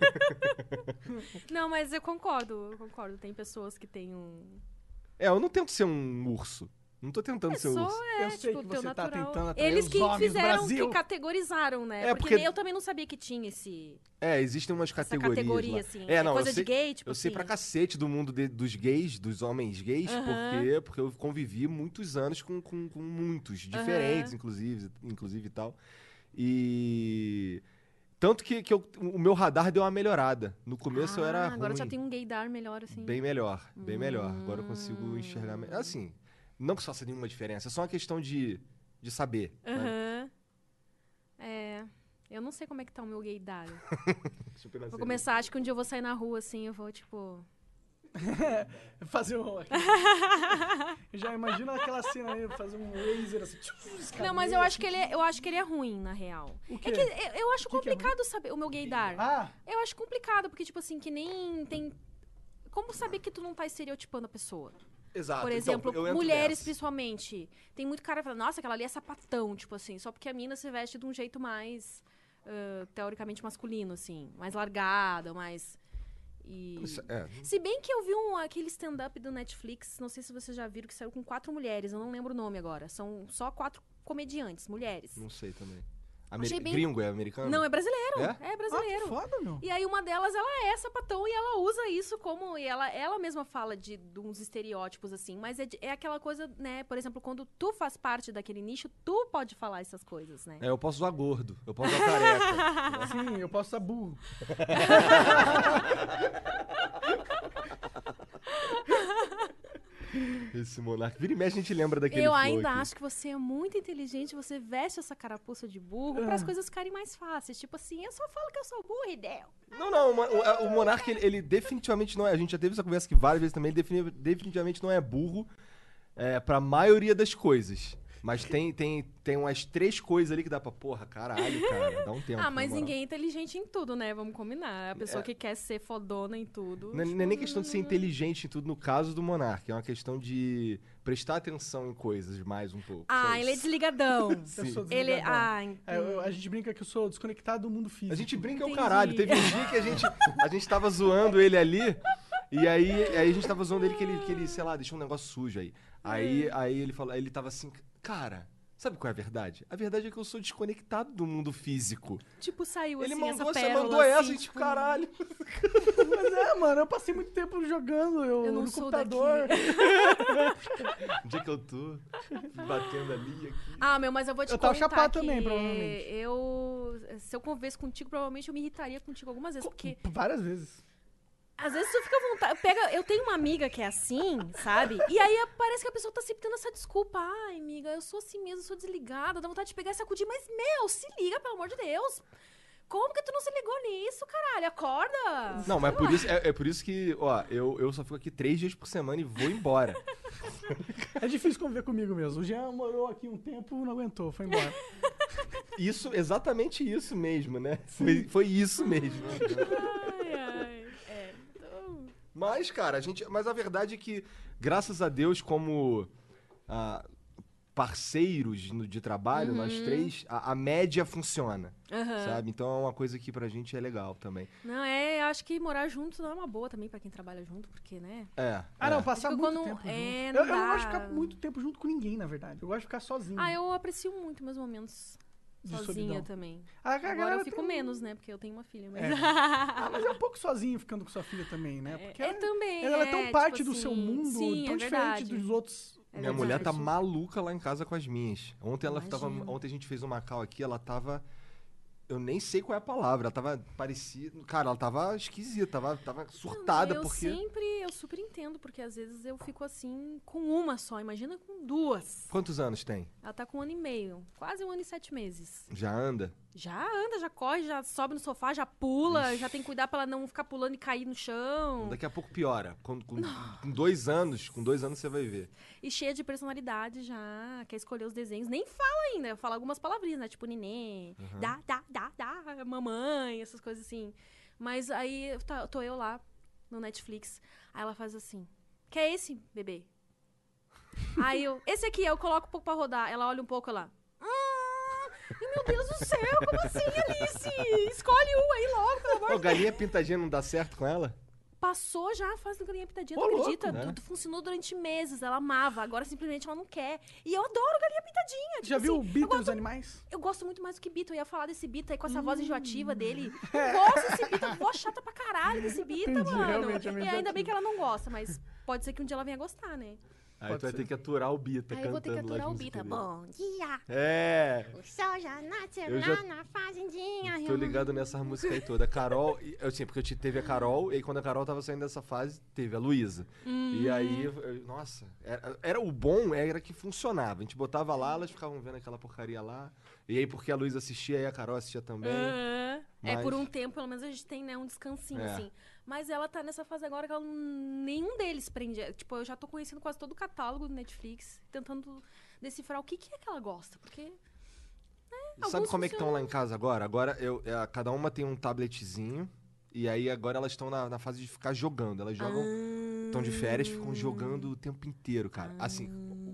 Não, mas eu concordo, eu concordo. Tem pessoas que têm um... É, eu não tento ser um urso. Não tô tentando É ser um só, urso. é, Eu sei tipo, que teu você tá natural. tentando atrair Eles os que homens do fizeram, Brasil. que categorizaram, né? É, porque, porque- eu também não sabia que tinha esse, É, existem umas essa categorias categoria, lá. assim. É, não, coisa eu sei, de gay, tipo eu sei assim. pra cacete do mundo de- dos gays, dos homens gays, Aham. por quê? Porque eu convivi muitos anos com, com, com muitos, diferentes, inclusive, inclusive e tal. E... Tanto que, que eu- o meu radar deu uma melhorada. No começo eu era Ah, agora ruim. já tem um gaydar melhor, assim. Bem melhor, bem melhor. Agora eu consigo enxergar... Hum. me- Assim, não que faça nenhuma diferença, é só uma questão de, de saber. né? Aham. É... Eu não sei como é que tá o meu gaydar. Deixa eu pegar Vou cerveja. começar, acho que um dia eu vou sair na rua, assim, eu vou, tipo... Fazer um... Já imagina aquela cena aí, fazer um laser assim... Não, mas eu acho que ele é, eu acho que ele é ruim, na real. O quê? É que eu, eu acho O que que é complicado saber o meu gaydar. Ah, Eu acho complicado, porque, tipo assim, que nem tem... Como saber que tu não tá estereotipando a pessoa? Exato. Por então, exemplo, eu entro mulheres nessa. principalmente. Tem muito cara que fala, nossa, aquela ali é sapatão, tipo assim, só porque a mina se veste de um jeito mais, ah, teoricamente, masculino, assim. Mais largada, mais... E... Isso- é, Se bem que eu vi um, aquele stand-up do Netflix, não sei se vocês já viram, que saiu com quatro mulheres, eu não lembro o nome agora. São só quatro comediantes, mulheres. não sei também. Ameri- Achei bem- Gringo é americano? Não, é brasileiro. É? É, ah, que brasileiro. foda, meu. E aí uma delas, ela é sapatão e ela usa isso como... E ela, ela mesma fala de, de uns estereótipos, assim. Mas é, de- é aquela coisa, né? Por exemplo, quando tu faz parte daquele nicho, tu pode falar essas coisas, né? É, eu posso usar gordo, eu posso usar careca. Sim, eu posso estar burro. Esse monarca. Vira e mexe, a gente lembra daquele Eu flow ainda aqui. acho que você é muito inteligente, você veste essa carapuça de burro para as Ah. coisas ficarem mais fáceis. Tipo assim, eu só falo que eu sou burro e deu. Não, não, o, Mo- o, o monarca, ele, ele definitivamente não é... A gente já teve essa conversa aqui várias vezes também, ele defini- definitivamente não é burro é, pra maioria das coisas. Mas tem, tem, tem umas três coisas ali que dá pra... Porra, caralho, cara, dá um tempo. Ah, mas na moral. ninguém é inteligente em tudo, né? Vamos combinar. A pessoa que quer ser fodona em tudo. Não é, tipo, não é nem questão de ser inteligente em tudo no caso do monarca, é uma questão de prestar atenção em coisas mais um pouco. Ah, só ele é isso. desligadão. Eu sou ele. desligadão. Ah, É, eu- a gente brinca que eu sou desconectado do mundo físico. A gente brinca o Entendi. caralho. Teve um dia que a gente, a gente tava zoando ele ali. E aí, aí a gente tava zoando ele que ele, que ele, sei lá, deixou um negócio sujo aí. Aí, aí ele falou, aí ele tava assim, cara, Sabe qual é a verdade? A verdade é que eu sou desconectado do mundo físico. Tipo, saiu Ele assim, mandou, essa você pérola, mandou essa, assim, gente, tipo, caralho. Mas é, mano, eu passei muito tempo jogando eu, Eu não no sou computador. daqui. Onde é que eu tô? Batendo ali, aqui. Ah, meu, mas eu vou te Eu tava contar chapado que também, provavelmente. eu... Se eu converso contigo, provavelmente eu me irritaria contigo algumas vezes, porque... Várias vezes. Às vezes tu fica à vontade. Pega, eu tenho uma amiga que é assim, sabe? E aí parece que a pessoa tá sempre tendo essa desculpa. Ai, amiga, eu sou assim mesmo, eu sou desligada, dá vontade de pegar e sacudir. Mas, meu, se liga, pelo amor de Deus. Como que tu não se ligou nisso, caralho? Acorda! Não, mas por isso, é, é por isso que, ó, eu, eu só fico aqui três dias por semana e vou embora. É difícil conviver comigo mesmo. O Jean morou aqui um tempo, não aguentou, foi embora. Isso, exatamente isso mesmo, né? Foi, foi isso mesmo. Ai, ai. É, então... Mas, cara, a gente. Mas a verdade é que, graças a Deus, como ah, parceiros no- de trabalho, nós três, a, a média funciona. Aham. Sabe? Então é uma coisa que pra gente é legal também. Não, é, acho que morar junto não é uma boa também pra quem trabalha junto, porque, né? É. Ah, é. não, passar Porque muito quando- tempo é, junto. não Eu, eu não dá. gosto de ficar muito tempo junto com ninguém, na verdade. Eu gosto de ficar sozinho. Ah, eu aprecio muito meus momentos De sozinha solidão. também. A, a Agora galera eu fico tem- menos, né? Porque eu tenho uma filha, mas... É. Ah, mas é um pouco sozinho ficando com sua filha também, né? Porque é, também, ela é tão é, parte tipo do seu assim, mundo, sim, tão é diferente verdade. dos outros. É Minha verdade. mulher tá pessoas. maluca lá em casa com as minhas. Ontem ela tava. Imagino. Ontem a gente fez uma call aqui, ela tava. Eu nem sei qual é a palavra. Ela tava parecida. Cara, ela tava esquisita, tava, tava surtada, eu porque. sempre, eu super entendo, porque às vezes eu fico assim com uma só, imagina com duas. Quantos anos tem? Ela tá com um ano e meio, quase um ano e sete meses. Já anda? Já anda, já corre, já sobe no sofá, já pula, já tem que cuidar pra ela não ficar pulando e cair no chão. Daqui a pouco piora. Com, com, com dois anos, com dois anos você vai ver. E cheia de personalidade já, quer escolher os desenhos, nem fala ainda, fala algumas palavrinhas, né? Tipo nenê, dá, dá, dá, dá, mamãe, essas coisas assim. Mas aí tá, tô eu lá no Netflix, aí ela faz assim, quer esse, bebê? Aí eu, esse aqui, eu coloco um pouco pra rodar, ela olha um pouco, ela... Hum, meu Deus do céu, como assim, Alice? Escolhe um aí logo, pelo amor Ô, de galinha pintadinha não dá certo com ela? Passou já a fase do galinha pintadinha, Ô, tu louco, acredita? né? Tudo funcionou durante meses, ela amava, agora simplesmente ela não quer. E eu adoro galinha pintadinha. Tipo Já viu o assim, Beatles eu gosto, dos Animais? eu gosto muito mais do que Bita, eu ia falar desse Bita aí com essa voz enjoativa Hum. dele. Eu gosto desse Bita, voz chata pra caralho desse Bita, Entendi, mano. realmente é meio E ainda bem enjoativo. que ela não gosta, mas pode ser que um dia ela venha gostar, né? Aí Pode tu vai ser. ter que aturar o Bita aí eu vou ter que cantando lá aturar as o Bita. músicas dele. Bom dia, É, o sol já nasceu Eu lá já na fazendinha. tô ligado nessa música aí toda. A Carol, e- eu sei, porque eu te- teve a Carol, e aí quando a Carol tava saindo dessa fase, teve a Luísa. E aí, eu- nossa, era, era o bom, era que funcionava. A gente botava lá, elas ficavam vendo aquela porcaria lá. E aí, porque a Luísa assistia, aí a Carol assistia também. Aham. É, Mas- por um tempo, pelo menos a gente tem, né, um descansinho, É. assim. Mas ela tá nessa fase agora que ela, não- nenhum deles prende. Tipo, eu já tô conhecendo quase todo o catálogo do Netflix, tentando decifrar o que, que é que ela gosta. Porque. Né, Sabe alguns como é que estão lá funcionam. em casa agora? Agora, eu, é, cada uma tem um tabletzinho. E aí, agora elas estão na, na fase de ficar jogando. Elas jogam, estão de férias, ficam jogando o tempo inteiro, cara. Assim,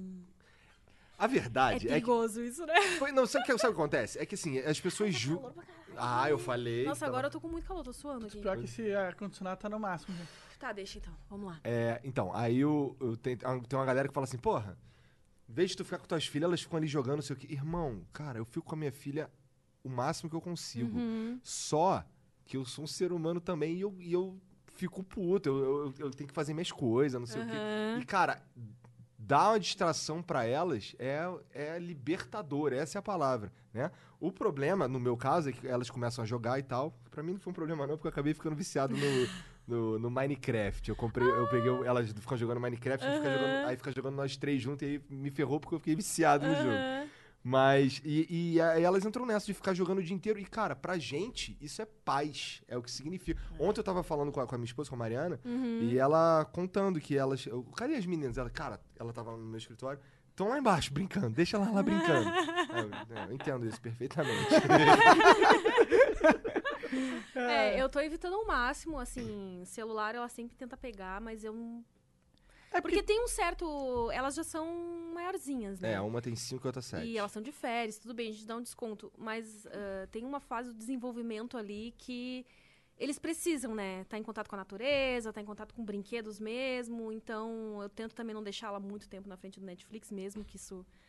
a É verdade é, que... perigoso isso, né? Foi- Não, sabe o que, sabe o que acontece? É que assim, as pessoas julgam... Ah, eu falei... Nossa, tava- agora eu tô com muito calor, tô suando aqui. Pior que esse ar-condicionado tá no máximo. Né? Tá, deixa então, vamos lá. É, então, aí eu, eu tenho, tem uma galera que fala assim, porra, em vez de tu ficar com tuas filhas, elas ficam ali jogando, não sei o quê. Irmão, cara, eu fico com a minha filha o máximo que eu consigo. Uhum. Só que eu sou um ser humano também e eu, e eu fico puto, eu, eu, eu tenho que fazer minhas coisas, não sei o quê. Aham. E, cara, dar uma distração pra elas é, é libertador, essa é a palavra, né? O problema, no meu caso, é que elas começam a jogar e tal. Pra mim não foi um problema não, porque eu acabei ficando viciado no, no, no Minecraft. Eu comprei, eu peguei, o- elas ficam jogando Minecraft, eu fico Aham. jogando- aí fica jogando nós três juntos e aí me ferrou porque eu fiquei viciado no jogo. Aham. Mas, e, e aí elas entram nessa de ficar jogando o dia inteiro. E, cara, pra gente, isso é paz. É o que significa. Ontem eu tava falando com a, com a minha esposa, com a Mariana, Uhum. e ela contando que elas. Eu, cadê as meninas? Ela, cara, ela tava no meu escritório. Estão lá embaixo, brincando. Deixa ela lá brincando. Aí eu, eu entendo isso perfeitamente. É, eu tô evitando ao máximo, assim, celular ela sempre tenta pegar, mas eu não... É Porque tem um certo... Elas já são maiorzinhas, né? É, uma tem cinco e outra sete. E elas são de férias, tudo bem, a gente dá um desconto. Mas ah, tem uma fase do desenvolvimento ali que eles precisam, né? Tá em contato com a natureza, tá em contato com brinquedos mesmo. Então, eu tento também não deixar ela muito tempo na frente do Netflix mesmo, que isso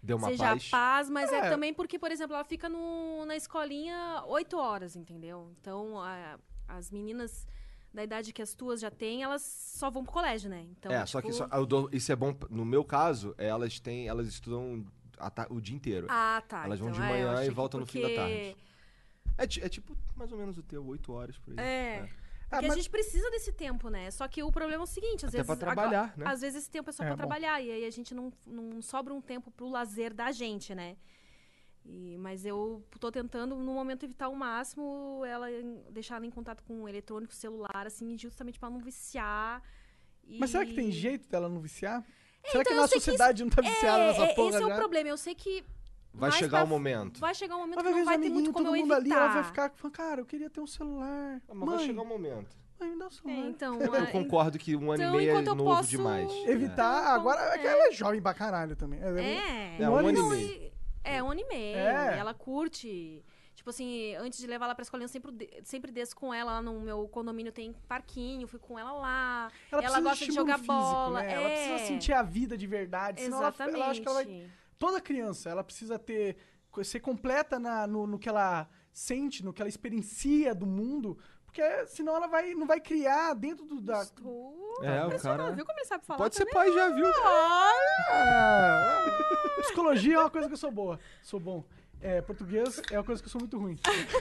Deu uma seja paz. paz, mas é. É. também porque, por exemplo, ela fica no, na escolinha oito horas, entendeu? Então, a- as meninas da idade que as tuas já têm, elas só vão pro colégio, né? Então, é, só que tipo- isso, eu dou- isso é bom. No meu caso, elas têm. Elas estudam a ta- o dia inteiro. Ah, tá. Elas vão então, de é, eu manhã achei e que voltam no fim da porque- tarde. É, ti- é tipo mais ou menos o teu, oito horas por aí. É. Ah, Porque mas- a gente precisa desse tempo, né? Só que o problema é o seguinte, às Até vezes... pra trabalhar, agora- né? Às vezes esse tempo é só É, pra bom. trabalhar, e aí a gente não, não sobra um tempo pro lazer da gente, né? E, mas eu tô tentando, no momento, evitar ao máximo ela em- deixar ela em contato com o eletrônico, celular, assim, justamente pra não viciar. e- Mas será que tem jeito dela não viciar? será que então a eu nossa sei que sociedade não tá viciada É, nessa é, porra esse é já? o problema. Eu sei que Vai mais chegar pra o momento. vai chegar um momento Mas que vai ver não os vai ter muito amiguinhos, como todo eu mundo ali, evitar. ela vai ficar falando, cara, eu queria ter um celular. Ah, mas Mãe, vai chegar um momento. mãe, me dá um É, celular. então, Eu a- concordo que um ano então, e meio é enquanto eu novo posso- demais. Evitar, Então, agora é que é. ela é jovem pra caralho também. Ela É, É, um ano e não, meio. e- É, um ano e meio. É. E ela curte. Tipo assim, antes de levar ela pra escolinha, eu sempre, de- sempre desço com ela. Lá no meu condomínio tem parquinho, fui com ela lá. Ela, precisa gosta de estímulo jogar físico, bola. né? É. Ela precisa sentir a vida de verdade. Senão ela, Exatamente. ela acha que ela vai. Toda criança, ela precisa ter. Ser completa na, no, no que ela sente, no que ela experiencia do mundo. Porque senão ela vai, não vai criar dentro do. Da... Estou É, o impressionada, cara- viu como ele sabe falar Pode ser também? pai já, viu? Ah, psicologia é uma coisa que eu sou boa. Sou bom. É, português é uma coisa que eu sou muito ruim.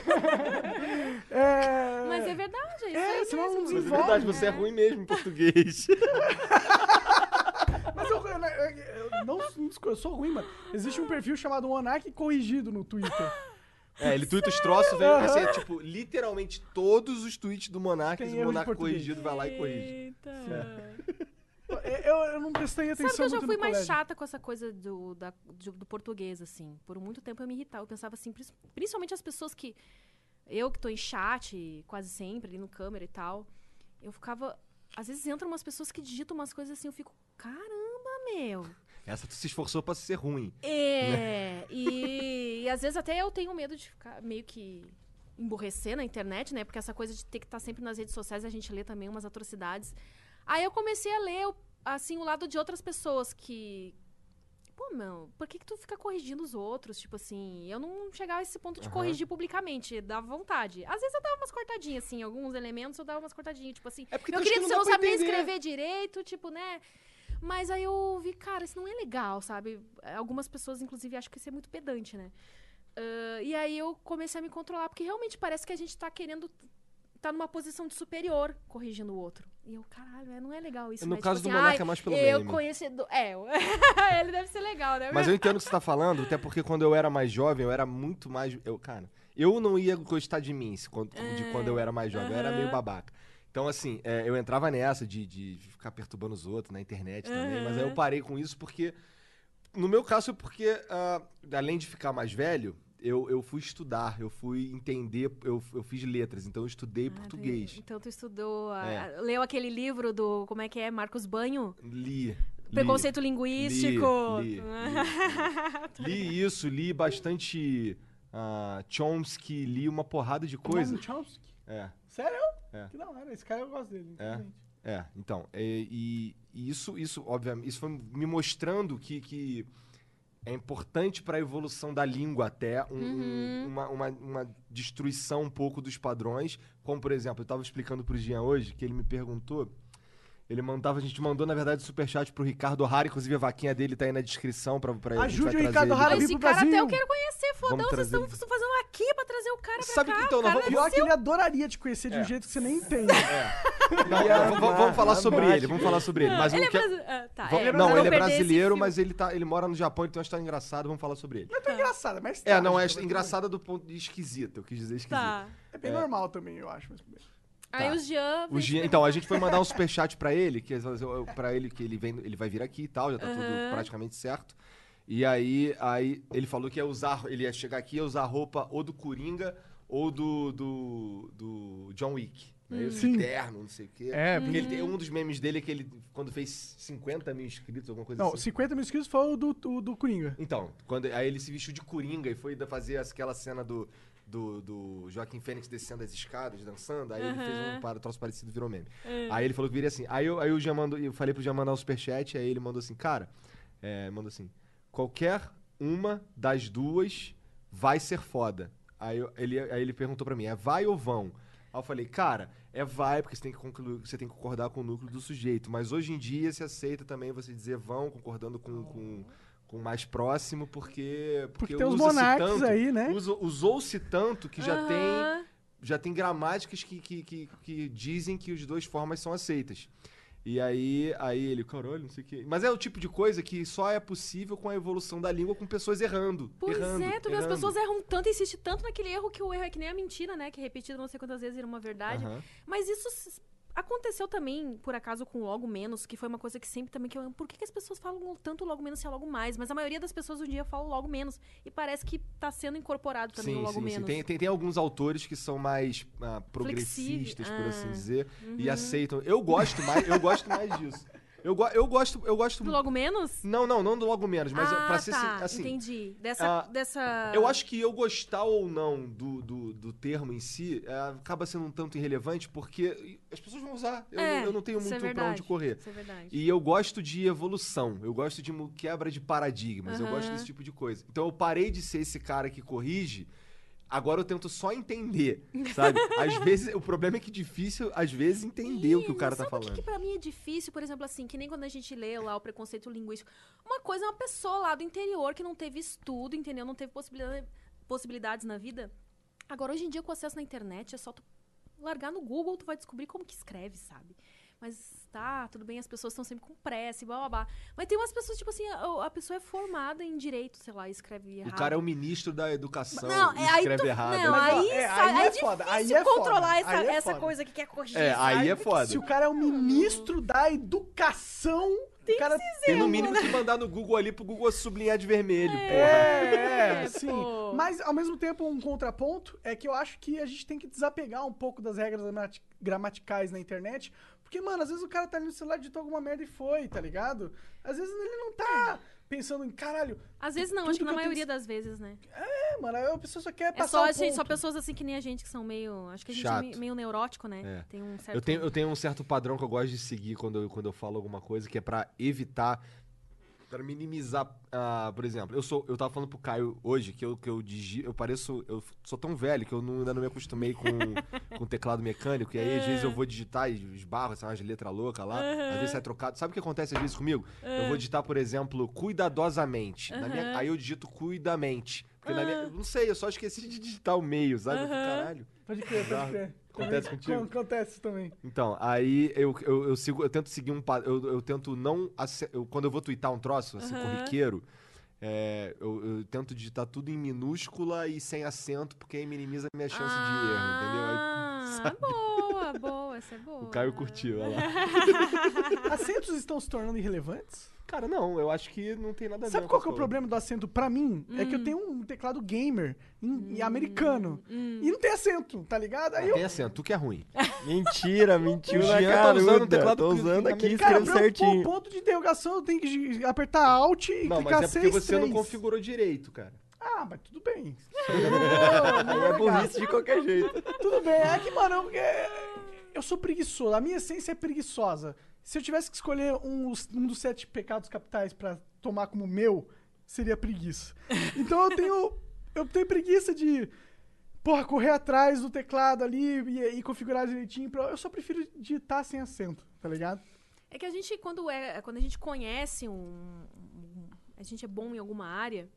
é... Mas é verdade, é isso É, aí senão não mesmo. Mas é desenvolve. verdade, você é ruim mesmo em português. Mas eu, eu, eu- eu não, eu sou ruim, mano. Existe um perfil chamado Monark Corrigido no Twitter. É, ele tuita os troços, vem, assim, é tipo, literalmente todos os tweets do Monark, Tem o erro de Monark português. corrigido vai lá e corrige. Eita. Eu, eu não prestei atenção Sabe que eu já muito fui no mais colégio. chata com essa coisa do, da- do, do português, assim. Por muito tempo eu me irritava. Eu pensava assim, pris- principalmente as pessoas que... Eu que tô em chat quase sempre, ali no câmera e tal. Eu ficava... Às vezes entram umas pessoas que digitam umas coisas assim, eu fico... Caramba, meu! Essa tu se esforçou pra ser ruim. É, e, e às vezes até eu tenho medo de ficar meio que emburrecer na internet, né? Porque essa coisa de ter que estar sempre nas redes sociais, a gente lê também umas atrocidades. Aí eu comecei a ler, assim, o lado de outras pessoas que... Pô, meu, por que que tu fica corrigindo os outros? Tipo assim, eu não chegava a esse ponto de Aham. corrigir publicamente, dava vontade. Às vezes eu dava umas cortadinhas, assim, alguns elementos eu dava umas cortadinhas, tipo assim... É porque Meu tem uns querido, que você não não dá pra sabe nem entender. escrever direito, tipo, né? Mas aí eu vi, cara, isso não é legal, sabe? Algumas pessoas, inclusive, acham que isso é muito pedante, né? Ah, e aí eu comecei a me controlar, porque realmente parece que a gente tá querendo... Tá numa posição de superior, corrigindo o outro. E eu, caralho, é, não é legal isso, No né? caso tipo do assim, Monarca ai, é mais pelo eu meme. conhecedor... É, ele deve ser legal, né? Mas eu entendo o que você tá falando, até porque quando eu era mais jovem, eu era muito mais... Eu, cara, eu não ia gostar de mim se- quando- de quando eu era mais jovem, eu era meio Aham. babaca. Então, assim, é, eu entrava nessa de, de ficar perturbando os outros na internet também, mas aí eu Aham. parei com isso porque... No meu caso, é porque, ah, além de ficar mais velho, eu, eu fui estudar, eu fui entender, eu, eu fiz letras, então eu estudei Ah, português. tu- Então tu estudou... a- É. a- leu aquele livro do... Como é que é? Marcos Banho? Li. li. Preconceito linguístico. Li, li, li. Li isso, li bastante ah, Chomsky, li uma porrada de coisa. Noam Chomsky? É, Sério? É. Que da hora, esse cara eu gosto dele. infelizmente. é. Então, e, e- e isso, isso, obviamente, isso foi me mostrando que, que é importante para a evolução da língua até um- um- Uhum. uma, uma, uma destruição um pouco dos padrões. Como, por exemplo, eu estava explicando pro Jean hoje, que ele me perguntou... Ele mandava, a gente mandou, na verdade, superchat pro Ricardo O'Hara, inclusive a vaquinha dele tá aí na descrição pra, pra a gente Ajude vai o Ricardo trazer ele. O'Hara a Mas vir esse pro cara até Brasil. eu quero conhecer, fodão. Vamos Vocês trazer estão fazendo aqui pra trazer o cara pra Sabe cá. que então, o nós cara vamos- Pior que ele adoraria te conhecer de um É. jeito que você nem tem. Não, vamos, vamos- vamos falar sobre ele, vamos falar sobre ele. Mas Ele o é que brasileiro. Ah, tá, Vamos- é, não, pra ele é perder esse brasileiro, fio. mas ele, tá, ele mora no Japão, então é uma história engraçada, vamos falar sobre ele. Não é tão engraçado, mas É, não, é trágico, mas engraçada do ponto de esquisito, eu quis dizer esquisito. Tá. É bem É. normal também, eu acho. Mas... tudo bem. Aí Tá. o Jean... O veio Jean- te então, a gente foi mandar um superchat pra ele, que para ele que ele vem, ele vai vir aqui e tal, já tá tudo Aham. praticamente certo. E aí, aí ele falou que ia usar, ele ia chegar aqui e ia usar a roupa ou do Coringa ou do do, do John Wick. Né? Esse Sim. terno, não sei o quê. É, Porque ele tem, um dos memes dele é que ele, quando fez cinquenta mil inscritos, alguma coisa Não, assim. cinquenta mil inscritos foi o do, do, do Coringa. Então, quando, aí ele se vestiu de Coringa e foi da- fazer aquela cena do, do, do Joaquim Fênix descendo as escadas, dançando. Aí ele fez um para, troço parecido, virou meme. Aí ele falou que viria assim. Aí eu, aí eu já mando, eu falei pro Jean mandar um superchat, aí ele mandou assim, cara, é, mandou assim, qualquer uma das duas vai ser foda. Aí, eu- ele, aí ele perguntou pra mim, é vai ou vão? Aí eu falei, cara, é vai, porque você tem que, concluir, você tem que concordar com o núcleo do sujeito. Mas hoje em dia se aceita também você dizer vão, concordando com, com, com o mais próximo, porque... Porque tem os usa-se monarcas tanto- aí, né? usa- Usou-se tanto que já tem... Aham. Já tem gramáticas que, que, que, que dizem que as duas formas são aceitas. E aí, aí ele, caralho, não sei o quê. Mas é o tipo de coisa que só é possível com a evolução da língua, com pessoas errando. Pois errando, é, tu vê, as errando. pessoas erram tanto, insistem tanto naquele erro que o erro é que nem a mentira, né? Que é repetido não sei quantas vezes vira uma verdade. Aham. Mas isso s- aconteceu também, por acaso, com logo menos, que foi uma coisa que sempre também que eu... Por que, que as pessoas falam tanto logo menos se é logo mais? Mas a maioria das pessoas hoje em dia falam logo menos. E parece que tá sendo incorporado também o Sim, logo sim, sim. menos. Tem, tem, tem alguns autores que são mais ah, progressistas, por Ah, assim dizer, e uhum. aceitam. Eu gosto mais, eu gosto mais disso. Eu, go- eu gosto, eu gosto. Do logo menos? Não, não, não do logo menos, mas ah, pra ser tá, assim. entendi. Dessa... ah, dessa... Eu acho que eu gostar ou não do, do, do termo em si é, acaba sendo um tanto irrelevante, porque as pessoas vão usar. Eu, É, não, eu não tenho isso é muito pra verdade, onde correr. Isso é verdade. E eu gosto de evolução, eu gosto de mu- quebra de paradigmas, eu gosto Aham. desse tipo de coisa. Então eu parei de ser esse cara que corrige, agora eu tento só entender, sabe? Às vezes, o problema é que é difícil, às vezes, entender o que o cara tá sabe falando. o que, que pra mim é difícil, por exemplo, assim, que nem quando a gente lê lá o preconceito linguístico. Uma coisa é uma pessoa lá do interior que não teve estudo, entendeu? Não teve possibilidade, possibilidades na vida. Agora, hoje em dia, com acesso na internet, é só tu largar no Google, tu vai descobrir como que escreve, sabe? Mas tá, tudo bem, as pessoas estão sempre com pressa e blá blá blá. Mas tem umas pessoas, tipo assim, a, a pessoa é formada em direito, sei lá, e escreve errado. O cara é o ministro da educação Não, e é, aí escreve tu, errado. Não, Mas, ó, aí, é, sa- aí é é foda, difícil aí é foda, controlar essa, aí é essa foda. coisa que quer corrigir. É, aí sabe? é foda. Se o cara é o ministro da educação, o cara Tem no mínimo que mandar no Google ali pro Google sublinhar de vermelho, porra. É, é, É, sim. pô. Mas, ao mesmo tempo, um contraponto é que eu acho que a gente tem que desapegar um pouco das regras gramati- gramaticais na internet. Porque, mano, às vezes o cara tá ali no celular, digitou alguma merda e foi, tá ligado? Às vezes ele não tá pensando em, caralho, Às vezes não, tudo acho que que na eu tenho maioria que- das vezes, né? é, mano, a pessoa só quer É passar só, o assim, ponto. só pessoas assim que nem a gente, que são meio... Acho que a gente Chato. é meio, meio neurótico, né? É. Tem um certo... Eu tenho, eu tenho um certo padrão que eu gosto de seguir quando eu, quando eu falo alguma coisa, que é pra evitar, pra minimizar, ah, por exemplo, eu sou, eu tava falando pro Caio hoje que eu, que eu digito, eu pareço, eu sou tão velho que eu não- ainda não me acostumei com, com teclado mecânico, e aí às vezes eu vou digitar e esbarro, sai umas letras loucas lá, às vezes sai trocado. Sabe o que acontece às vezes comigo? Eu vou digitar, por exemplo, cuidadosamente, na minha- aí eu digito cuidamente, porque na minha, eu não sei, eu só esqueci de digitar o meio, sabe? Eu fico, caralho. Pode crer, pode crer. Acontece Também- contigo? Acontece também. Então, aí eu, eu, eu sigo, eu tento seguir um pa- eu, eu tento não ace- eu- quando eu vou twittar um troço assim corriqueiro, é, eu, eu tento digitar tudo em minúscula e sem acento, porque aí minimiza a minha chance de erro, entendeu? Aí, Ah, boa, boa, essa é boa. o Caio curtiu, olha lá. Acentos estão se tornando irrelevantes? Cara, não, eu acho que não tem nada a ver. Sabe com qual a que é o sua- problema do acento pra mim? É que eu tenho um teclado gamer em, em americano. E não tem acento, tá ligado? Aí Não eu, tem acento, tu que é ruim. Mentira, mentiu O na Jean tá cara. usando o teclado Tô que- usando que aqui, cara, escreve pra eu pôr certinho. ponto de interrogação, eu tenho que gi- apertar Alt e Não, clicar mas é porque seis, você não três. configurou direito, cara. Ah, mas tudo bem. Aí é burrice de qualquer jeito. Tudo bem, é que, mano, eu, é- eu sou preguiçoso. A minha essência é preguiçosa. Se eu tivesse que escolher um, um dos sete pecados capitais pra tomar como meu, seria preguiça. Então eu tenho, eu tenho preguiça de, porra, correr atrás do teclado ali e, e configurar direitinho. Pra, eu só prefiro digitar sem acento, tá ligado? É que a gente, quando, é, quando a gente conhece um, um- a gente é bom em alguma área,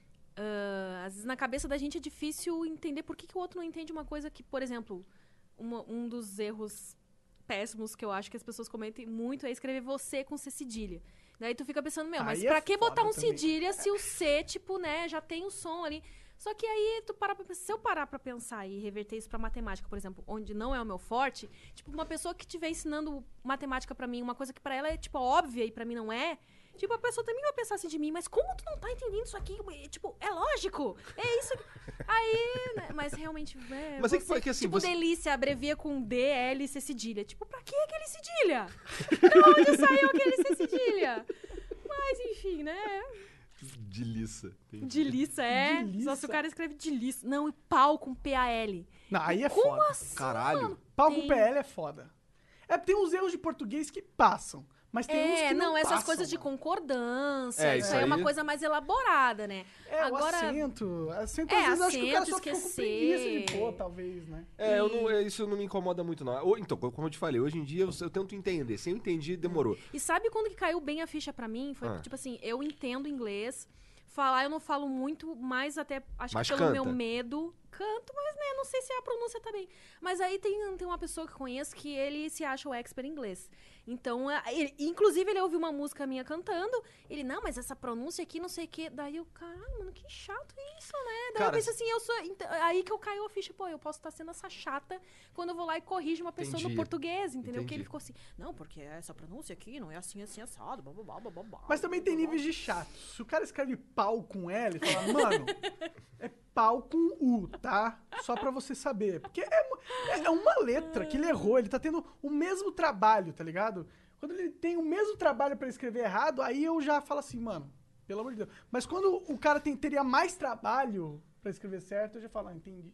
ah, às vezes na cabeça da gente é difícil entender por que, que o outro não entende uma coisa que, por exemplo, uma- um dos erros péssimos que eu acho que as pessoas cometem muito é escrever você com C cedilha. Daí tu fica pensando, meu, mas Aí é pra que botar foda um também. cedilha se o C, tipo, né, já tem o som ali. Só que aí tu para pra, se eu parar pra pensar e reverter isso pra matemática, por exemplo, onde não é o meu forte, tipo, uma pessoa que estiver ensinando matemática pra mim, uma coisa que pra ela é, tipo, óbvia e pra mim não é, tipo, a pessoa também vai pensar assim de mim, mas como tu não tá entendendo isso aqui? Tipo, é lógico, é isso que... Aí, né, mas realmente, é, Mas é que você, foi que, assim, tipo, você- delícia, abrevia com D, L, C cedilha. Tipo, pra que aquele cedilha? De onde saiu aquele C cedilha? Mas, enfim, né? Delícia. entendi. Delícia, é. Delícia. Só se o cara escreve delícia. Não, e pau com P A L. Não, aí é Como foda. assim, Caralho. mano? Pau com Tem. P L é foda. É, tem uns erros de português que passam. Mas tem uns É, que não, não, essas passam, coisas de mano. concordância, É, isso, isso aí é uma aí- coisa mais elaborada, né? É, Agora, o acento. Acento, É, às vezes, eu acho que o cara acento, só fica com esquecer. preguiça de pôr, talvez, né? É, eu não, isso não me incomoda muito, não. Ou, então, como eu te falei, hoje em dia eu, eu tento entender. Se eu entendi, demorou. E sabe quando que caiu bem a ficha pra mim? Foi, Ah. tipo assim, eu entendo inglês, falar eu não falo muito, mas até, acho Mas que pelo canta. meu medo, canto, mas né, não sei se a pronúncia tá bem. Mas aí tem, tem uma pessoa que eu conheço que ele se acha o expert em inglês. Então, a- ele- inclusive ele ouviu uma música minha cantando, ele, não, mas essa pronúncia aqui, não sei o quê. Daí eu, caralho, mano, que chato isso, né? Daí Cara, eu pensei assim, eu sou... ent- Aí que eu caio a ficha, pô, eu posso estar sendo essa chata quando eu vou lá e corrijo uma pessoa Entendi. no português, entendeu? Entendi. Que ele ficou assim, não, porque essa pronúncia aqui não é assim, assim, assado, blá, blá, blá, blá, blá, blá, Mas também tem blá, blá. níveis de chato. Se o cara escreve pau com L, fala, mano, é pau com U, tá? Só pra você saber. Porque é, mu- é uma letra que ele errou, ele tá tendo o mesmo trabalho, tá ligado? Quando ele tem o mesmo trabalho pra escrever errado, aí eu já falo assim, mano, pelo amor de Deus. Mas quando o cara tem- teria mais trabalho pra escrever certo, eu já falo, ah, entendi.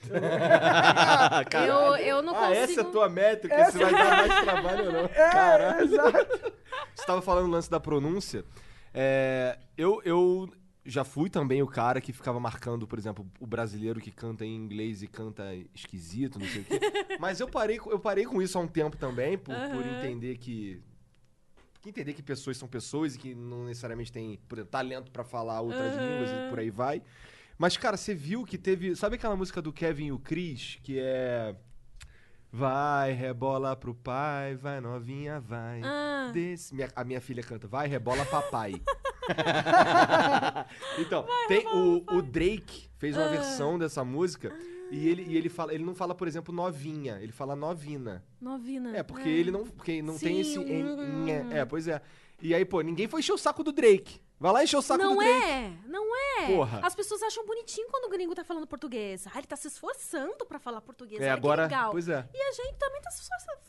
Eu, eu não ah, consigo... essa é a tua métrica, se vai dar mais trabalho ou não. É, exato. Você tava falando no lance da pronúncia. É, eu, eu já fui também o cara que ficava marcando, por exemplo, o brasileiro que canta em inglês e canta esquisito, não sei o quê. Mas eu parei, com- eu parei com isso há um tempo também, por, por Aham. entender que... que entender que pessoas são pessoas e que não necessariamente têm, por exemplo, talento pra falar outras Aham. línguas e por aí vai. Mas, cara, você viu que teve... Sabe aquela música do Kevin e o Chris, que é... Vai, rebola pro pai, vai novinha, vai. Ah. Desse... Minha- a minha filha canta, vai, rebola papai. Então, tem o, o Drake fez uma Ah. versão dessa música e ele, e ele fala, ele não fala, por exemplo, novinha, ele fala novina. Novina. É, porque ele não, porque não tem Sim, esse hum. en- en- é, pois é. E aí, pô, ninguém foi encher o saco do Drake. Vai lá encher o saco Não do Drake. é, não é. Porra. As pessoas acham bonitinho quando o gringo tá falando português. Ah, ele tá se esforçando pra falar português. É, Olha agora, que legal. pois é. E a gente também tá se esforçando,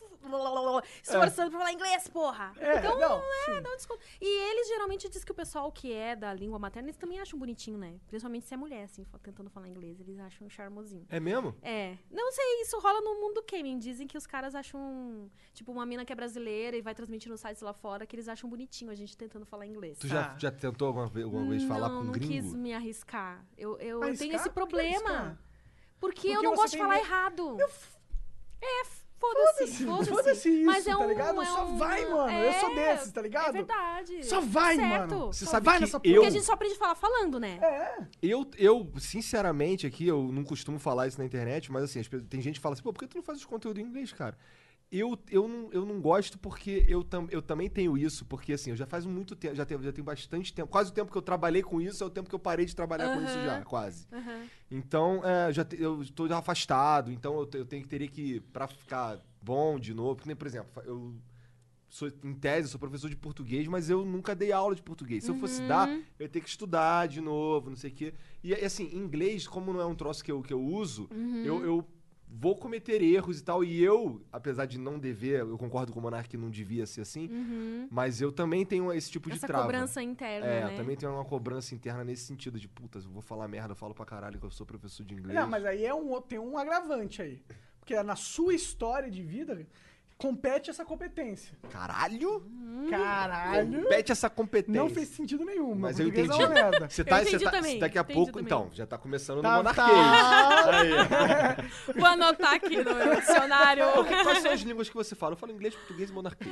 se esforçando pra falar inglês, porra. É, então, não, é, sim. dá um desconto. E eles geralmente dizem que o pessoal que é da língua materna, eles também acham bonitinho, né? Principalmente se é mulher, assim, fa- tentando falar inglês. Eles acham um charmosinho. É mesmo? É. Não sei, isso rola no mundo do gaming. Dizem que os caras acham, tipo, uma mina que é brasileira e vai transmitir nos sites lá fora, que eles acham bonitinho a gente tentando falar inglês. Tu já, Ah. já tentou alguma vez, alguma vez falar não, com um não gringo? quis me arriscar. Eu, eu, eu Arriscar? tenho esse Por que problema. arriscar? Porque, Porque eu não você gosto de tem falar medo- errado. É, Foda-se, foda-se. Foda-se foda-se isso, Mas é tá um, ligado? é Só um- vai, mano. Eu sou é, desses, tá ligado? É verdade. Só vai, certo. mano. Você Só sabe vai que nessa eu- porra. Porque a gente só aprende a falar falando, né? É. Eu, eu, sinceramente, aqui, eu não costumo falar isso na internet, mas assim, as pe- tem gente que fala assim, pô, por que tu não faz os conteúdos em inglês, cara? Eu, eu, não, eu não gosto porque eu, tam, eu também tenho isso, porque assim, eu já faz muito tempo, já tenho, já tenho bastante tempo, quase o tempo que eu trabalhei com isso é o tempo que eu parei de trabalhar com isso Aham. já, quase. Aham. Então, é, já te- eu estou afastado, então eu, te- eu tenho que teria que, pra ficar bom de novo, porque, nem, por exemplo, fa- eu sou, em tese, eu sou professor de português, mas eu nunca dei aula de português. Se eu fosse dar, eu ia ter que estudar de novo, não sei o quê. E, assim, inglês, como não é um troço que eu, que eu uso, eu, eu vou cometer erros e tal, e eu, apesar de não dever, eu concordo com o Monark que não devia ser assim, mas eu também tenho esse tipo de Essa trava. cobrança interna, É, né? eu também tenho uma cobrança interna nesse sentido de, puta, eu vou falar merda, eu falo pra caralho que eu sou professor de inglês. Não, mas aí é um, outro- tem um agravante aí. Porque na sua história de vida, compete essa competência. Caralho? Caralho. Compete essa competência. Não fez sentido nenhum. Mas meu eu português entendi. É uma merda. Você tá, Eu você entendi tá- também, daqui a entendi pouco, também. então, já tá começando Tá, no monarquês. tá. Aí. Vou anotar aqui no dicionário. Pô, que- quais são as línguas que você fala? Eu falo inglês, português e monarquês.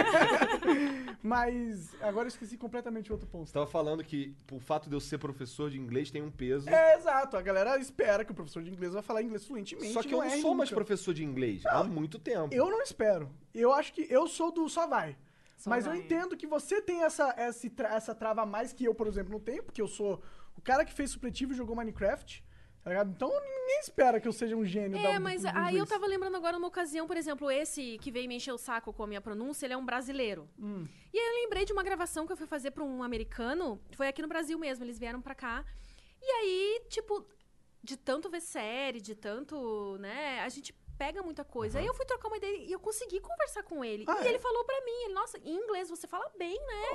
Mas agora eu esqueci completamente o outro ponto. Você tava falando que o fato de eu ser professor de inglês tem um peso. É, exato. A galera espera que o professor de inglês vai falar inglês fluentemente. Só que eu não é sou mais nunca. professor de inglês há muito tempo. Eu não espero. Eu acho que eu sou do só vai. Só Mas vai. eu entendo que você tem essa, essa, tra- essa trava a mais que eu, por exemplo, não tenho, porque eu sou o cara que fez supletivo e jogou Minecraft, tá ligado? Então ninguém espera que eu seja um gênio da É, mas do aí eu inglês. tava lembrando agora uma ocasião, por exemplo, esse que veio me encher o saco com a minha pronúncia, ele é um brasileiro. Hum. E aí eu lembrei de uma gravação que eu fui fazer pra um americano, foi aqui no Brasil mesmo, eles vieram pra cá. E aí, tipo, de tanto ver série, de tanto, né, a gente pega muita coisa. Aí eu fui trocar uma ideia e eu consegui conversar com ele. Ah, e é? ele falou pra mim, ele, nossa, em inglês você fala bem, né? Oh.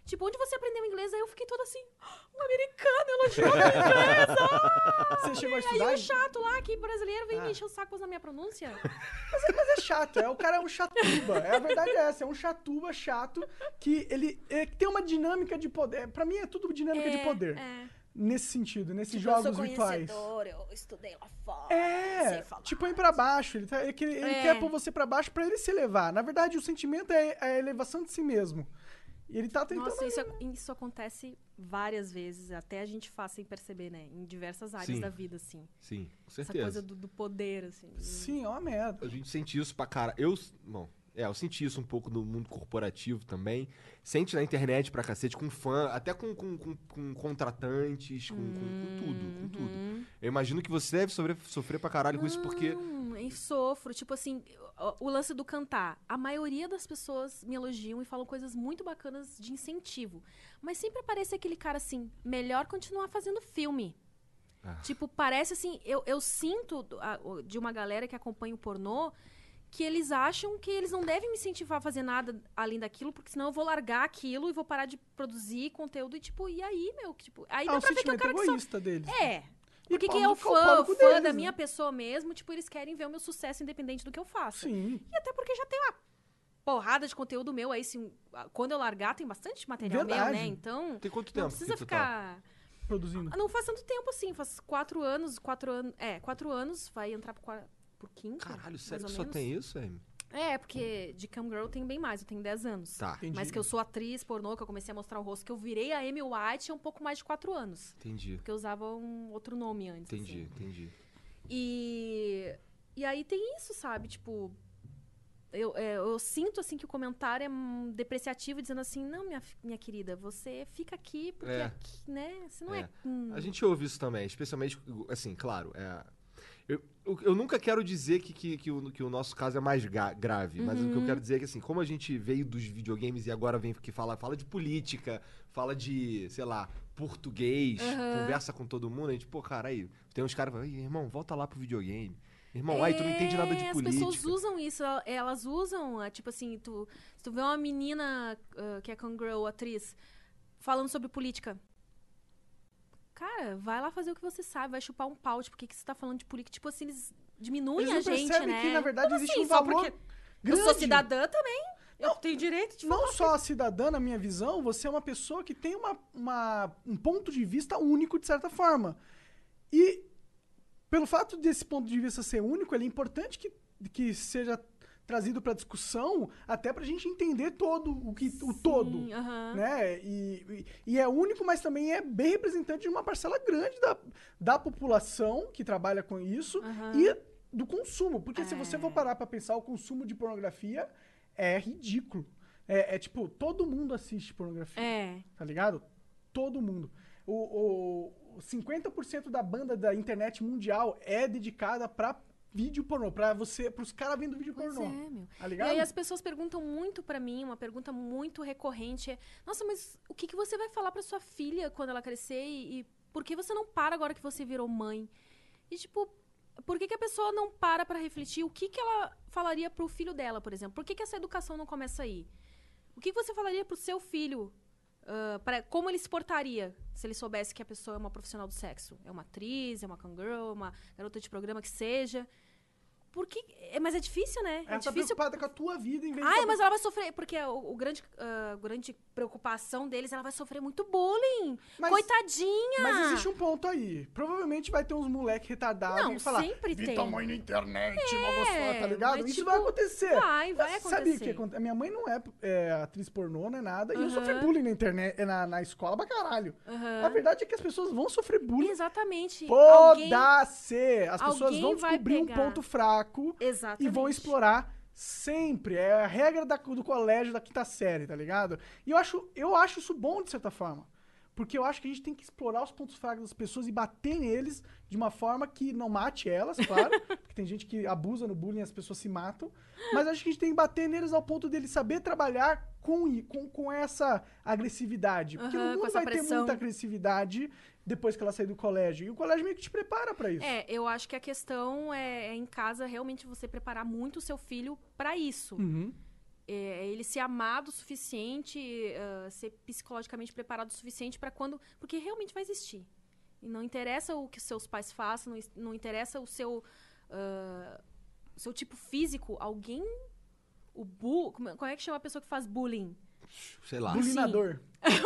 Tipo, onde você aprendeu inglês? Aí eu fiquei toda assim, um americano elogiou meu inglês! Ah! Você chegou a Aí estudar? o chato lá, que brasileiro, vem me encher o saco por causa da minha pronúncia. Mas é, mas é chato, é, o cara é um chatuba. É, a verdade é essa, é um chatuba chato que ele é, que tem uma dinâmica de poder. Pra mim é tudo dinâmica de poder. É. Nesse sentido, nesses Tipo, jogos eu sou virtuais. eu estudei lá fora. É, sei falar. tipo, ir pra baixo. Ele, tá, ele, quer- ele É. quer pôr você pra baixo pra ele se elevar. Na verdade, o sentimento é a elevação de si mesmo. E ele tá tentando... Nossa, isso, ac- isso acontece várias vezes, até a gente faz sem perceber, né? Em diversas áreas Sim. da vida, assim. Sim, com Essa certeza. coisa do, do poder, assim. Sim, é uma merda. A gente sente isso pra cara. Eu, bom, é, eu senti isso um pouco no mundo corporativo também. Sente na internet pra cacete, com fã, até com, com, com, com contratantes, com, com, com tudo, com tudo. Eu imagino que você deve sofrer, sofrer pra caralho com isso, porque... Não, eu sofro. Tipo assim, o, o lance do cantar. A maioria das pessoas me elogiam e falam coisas muito bacanas de incentivo. Mas sempre aparece aquele cara assim, melhor continuar fazendo filme. Ah. Tipo, parece assim, eu, eu sinto do- a- o- de uma galera que acompanha o pornô que eles acham que eles não devem me incentivar a fazer nada além daquilo, porque senão eu vou largar aquilo e vou parar de produzir conteúdo e tipo, e aí, meu? Tipo, aí É dá um pra ver que é o sentimento cara que só... egoísta deles. É. E Porque pau quem é no o cu- pau fã, no cu fã deles, da né? minha pessoa mesmo, tipo, eles querem ver o meu sucesso independente do que eu faça. Sim. E até porque já tem uma porrada de conteúdo meu aí, se, quando eu largar, tem bastante material Verdade. meu, né? Então, Tem quanto tempo não precisa que tu tá? ficar... Produzindo. Não faz tanto tempo assim, faz quatro anos, quatro anos... É, quatro anos, vai entrar por, qua- por quinto, Caralho, mais sério ou que só menos. tem isso, Amy? É, porque de Cam Girl tem bem mais, eu tenho dez anos. Tá, Entendi. Mas que eu sou atriz pornô, que eu comecei a mostrar o rosto, que eu virei a Amy White há um pouco mais de quatro anos. entendi. Porque eu usava um outro nome antes. Entendi, assim. entendi. E, e aí tem isso, sabe? Tipo, eu, é, eu sinto assim que o comentário é hum, depreciativo, dizendo assim, não, minha, fi- minha querida, você fica aqui porque É. aqui, né? Você não é. É. hum, A gente ouve isso também, especialmente, assim, claro, é, eu, eu, eu nunca quero dizer que, que, que, o, que o nosso caso é mais ga- grave, mas o que eu quero dizer é que, assim, como a gente veio dos videogames e agora vem que fala, fala de política, fala de, sei lá, português, conversa com todo mundo, a gente, pô, cara, aí, tem uns caras que falam, "Ih, irmão, volta lá pro videogame. Irmão, aí tu não entende nada de É, política." As pessoas usam isso, el- elas usam, ah, tipo assim, tu, se tu vê uma menina ah, que é Girl, atriz, falando sobre política. Cara, vai lá fazer o que você sabe, vai chupar um pau, tipo, por que que você tá falando de política? Tipo assim, eles diminuem Eles a não gente, percebem né? que, na verdade, Como existe assim? um Só valor porque grande. eu sou cidadã também, eu tenho direito de Não falar. só cidadã, na minha visão, você é uma pessoa que tem uma, uma- um ponto de vista único, de certa forma. E, pelo fato desse ponto de vista ser único, ele é importante que, que seja trazido para discussão, até pra gente entender todo o, que, o todo. Sim, aham. Né? E, e, e é único, mas também é bem representante de uma parcela grande da, da população que trabalha com isso Aham. e do consumo. Porque se você É. for parar pra pensar, o consumo de pornografia é ridículo. É, é tipo, todo mundo assiste pornografia, É. tá ligado? Todo mundo. O, o cinquenta por cento da banda da internet mundial é dedicada pra vídeo pornô, pra você, pros caras vendo vídeo Pois pornô. é, meu. Tá E ligado? aí as pessoas perguntam muito pra mim, uma pergunta muito recorrente é: nossa, mas o que, que você vai falar pra sua filha quando ela crescer e, e por que você não para agora que você virou mãe? E tipo, por que, que a pessoa não para pra refletir o que, que ela falaria pro filho dela, por exemplo? Por que, que essa educação não começa aí? O que, que você falaria pro seu filho? ah, pra, como ele se portaria se ele soubesse que a pessoa é uma profissional do sexo? É uma atriz, é uma cangirl, uma garota de programa que seja? Porque, é, mas é difícil, né? Ela É tá difícil. preocupada com a tua vida em vez de... Ai, tá mas ela vai sofrer, porque o, o grande, ah, grande preocupação deles, ela vai sofrer muito bullying. Mas- Coitadinha! Mas existe um ponto aí. Provavelmente vai ter uns moleque retardados Não, e falar, sempre vi tem. tua mãe na internet, mal gostosa, tá ligado? mas, Isso tipo, vai acontecer. vai, vai Mas Sabe o acontecer. que acontece? A minha mãe não é, é atriz pornô, não é nada. E eu Aham. sofri bullying na internet, na, na escola pra caralho. Aham. A verdade é que as pessoas vão sofrer bullying. Exatamente. Alguém- Foda-se! As pessoas alguém vão vai descobrir um pegar. ponto fraco Exatamente. e vão explorar sempre. É a regra da- do colégio da quinta série, tá ligado? E eu acho, eu acho isso bom, de certa forma. Porque eu acho que a gente tem que explorar os pontos fracos das pessoas e bater neles de uma forma que não mate elas, claro. Porque tem gente que abusa no bullying e as pessoas se matam. Mas acho que a gente tem que bater neles ao ponto deles saber trabalhar com, i- com, com essa agressividade. Porque Aham, no com mundo essa vai ter pressão. muita agressividade depois que ela sair do colégio. E o colégio meio que te prepara pra isso. É, eu acho que a questão é, é em casa realmente você preparar muito o seu filho pra isso. Uhum. é ele ser amado o suficiente, uh, ser psicologicamente preparado o suficiente para quando... Porque realmente vai existir. E não interessa o que seus pais façam, não, não interessa o seu, uh, o seu tipo físico. Alguém... O bu... Como, como é que chama a pessoa que faz bullying? Sei lá. Bulinador.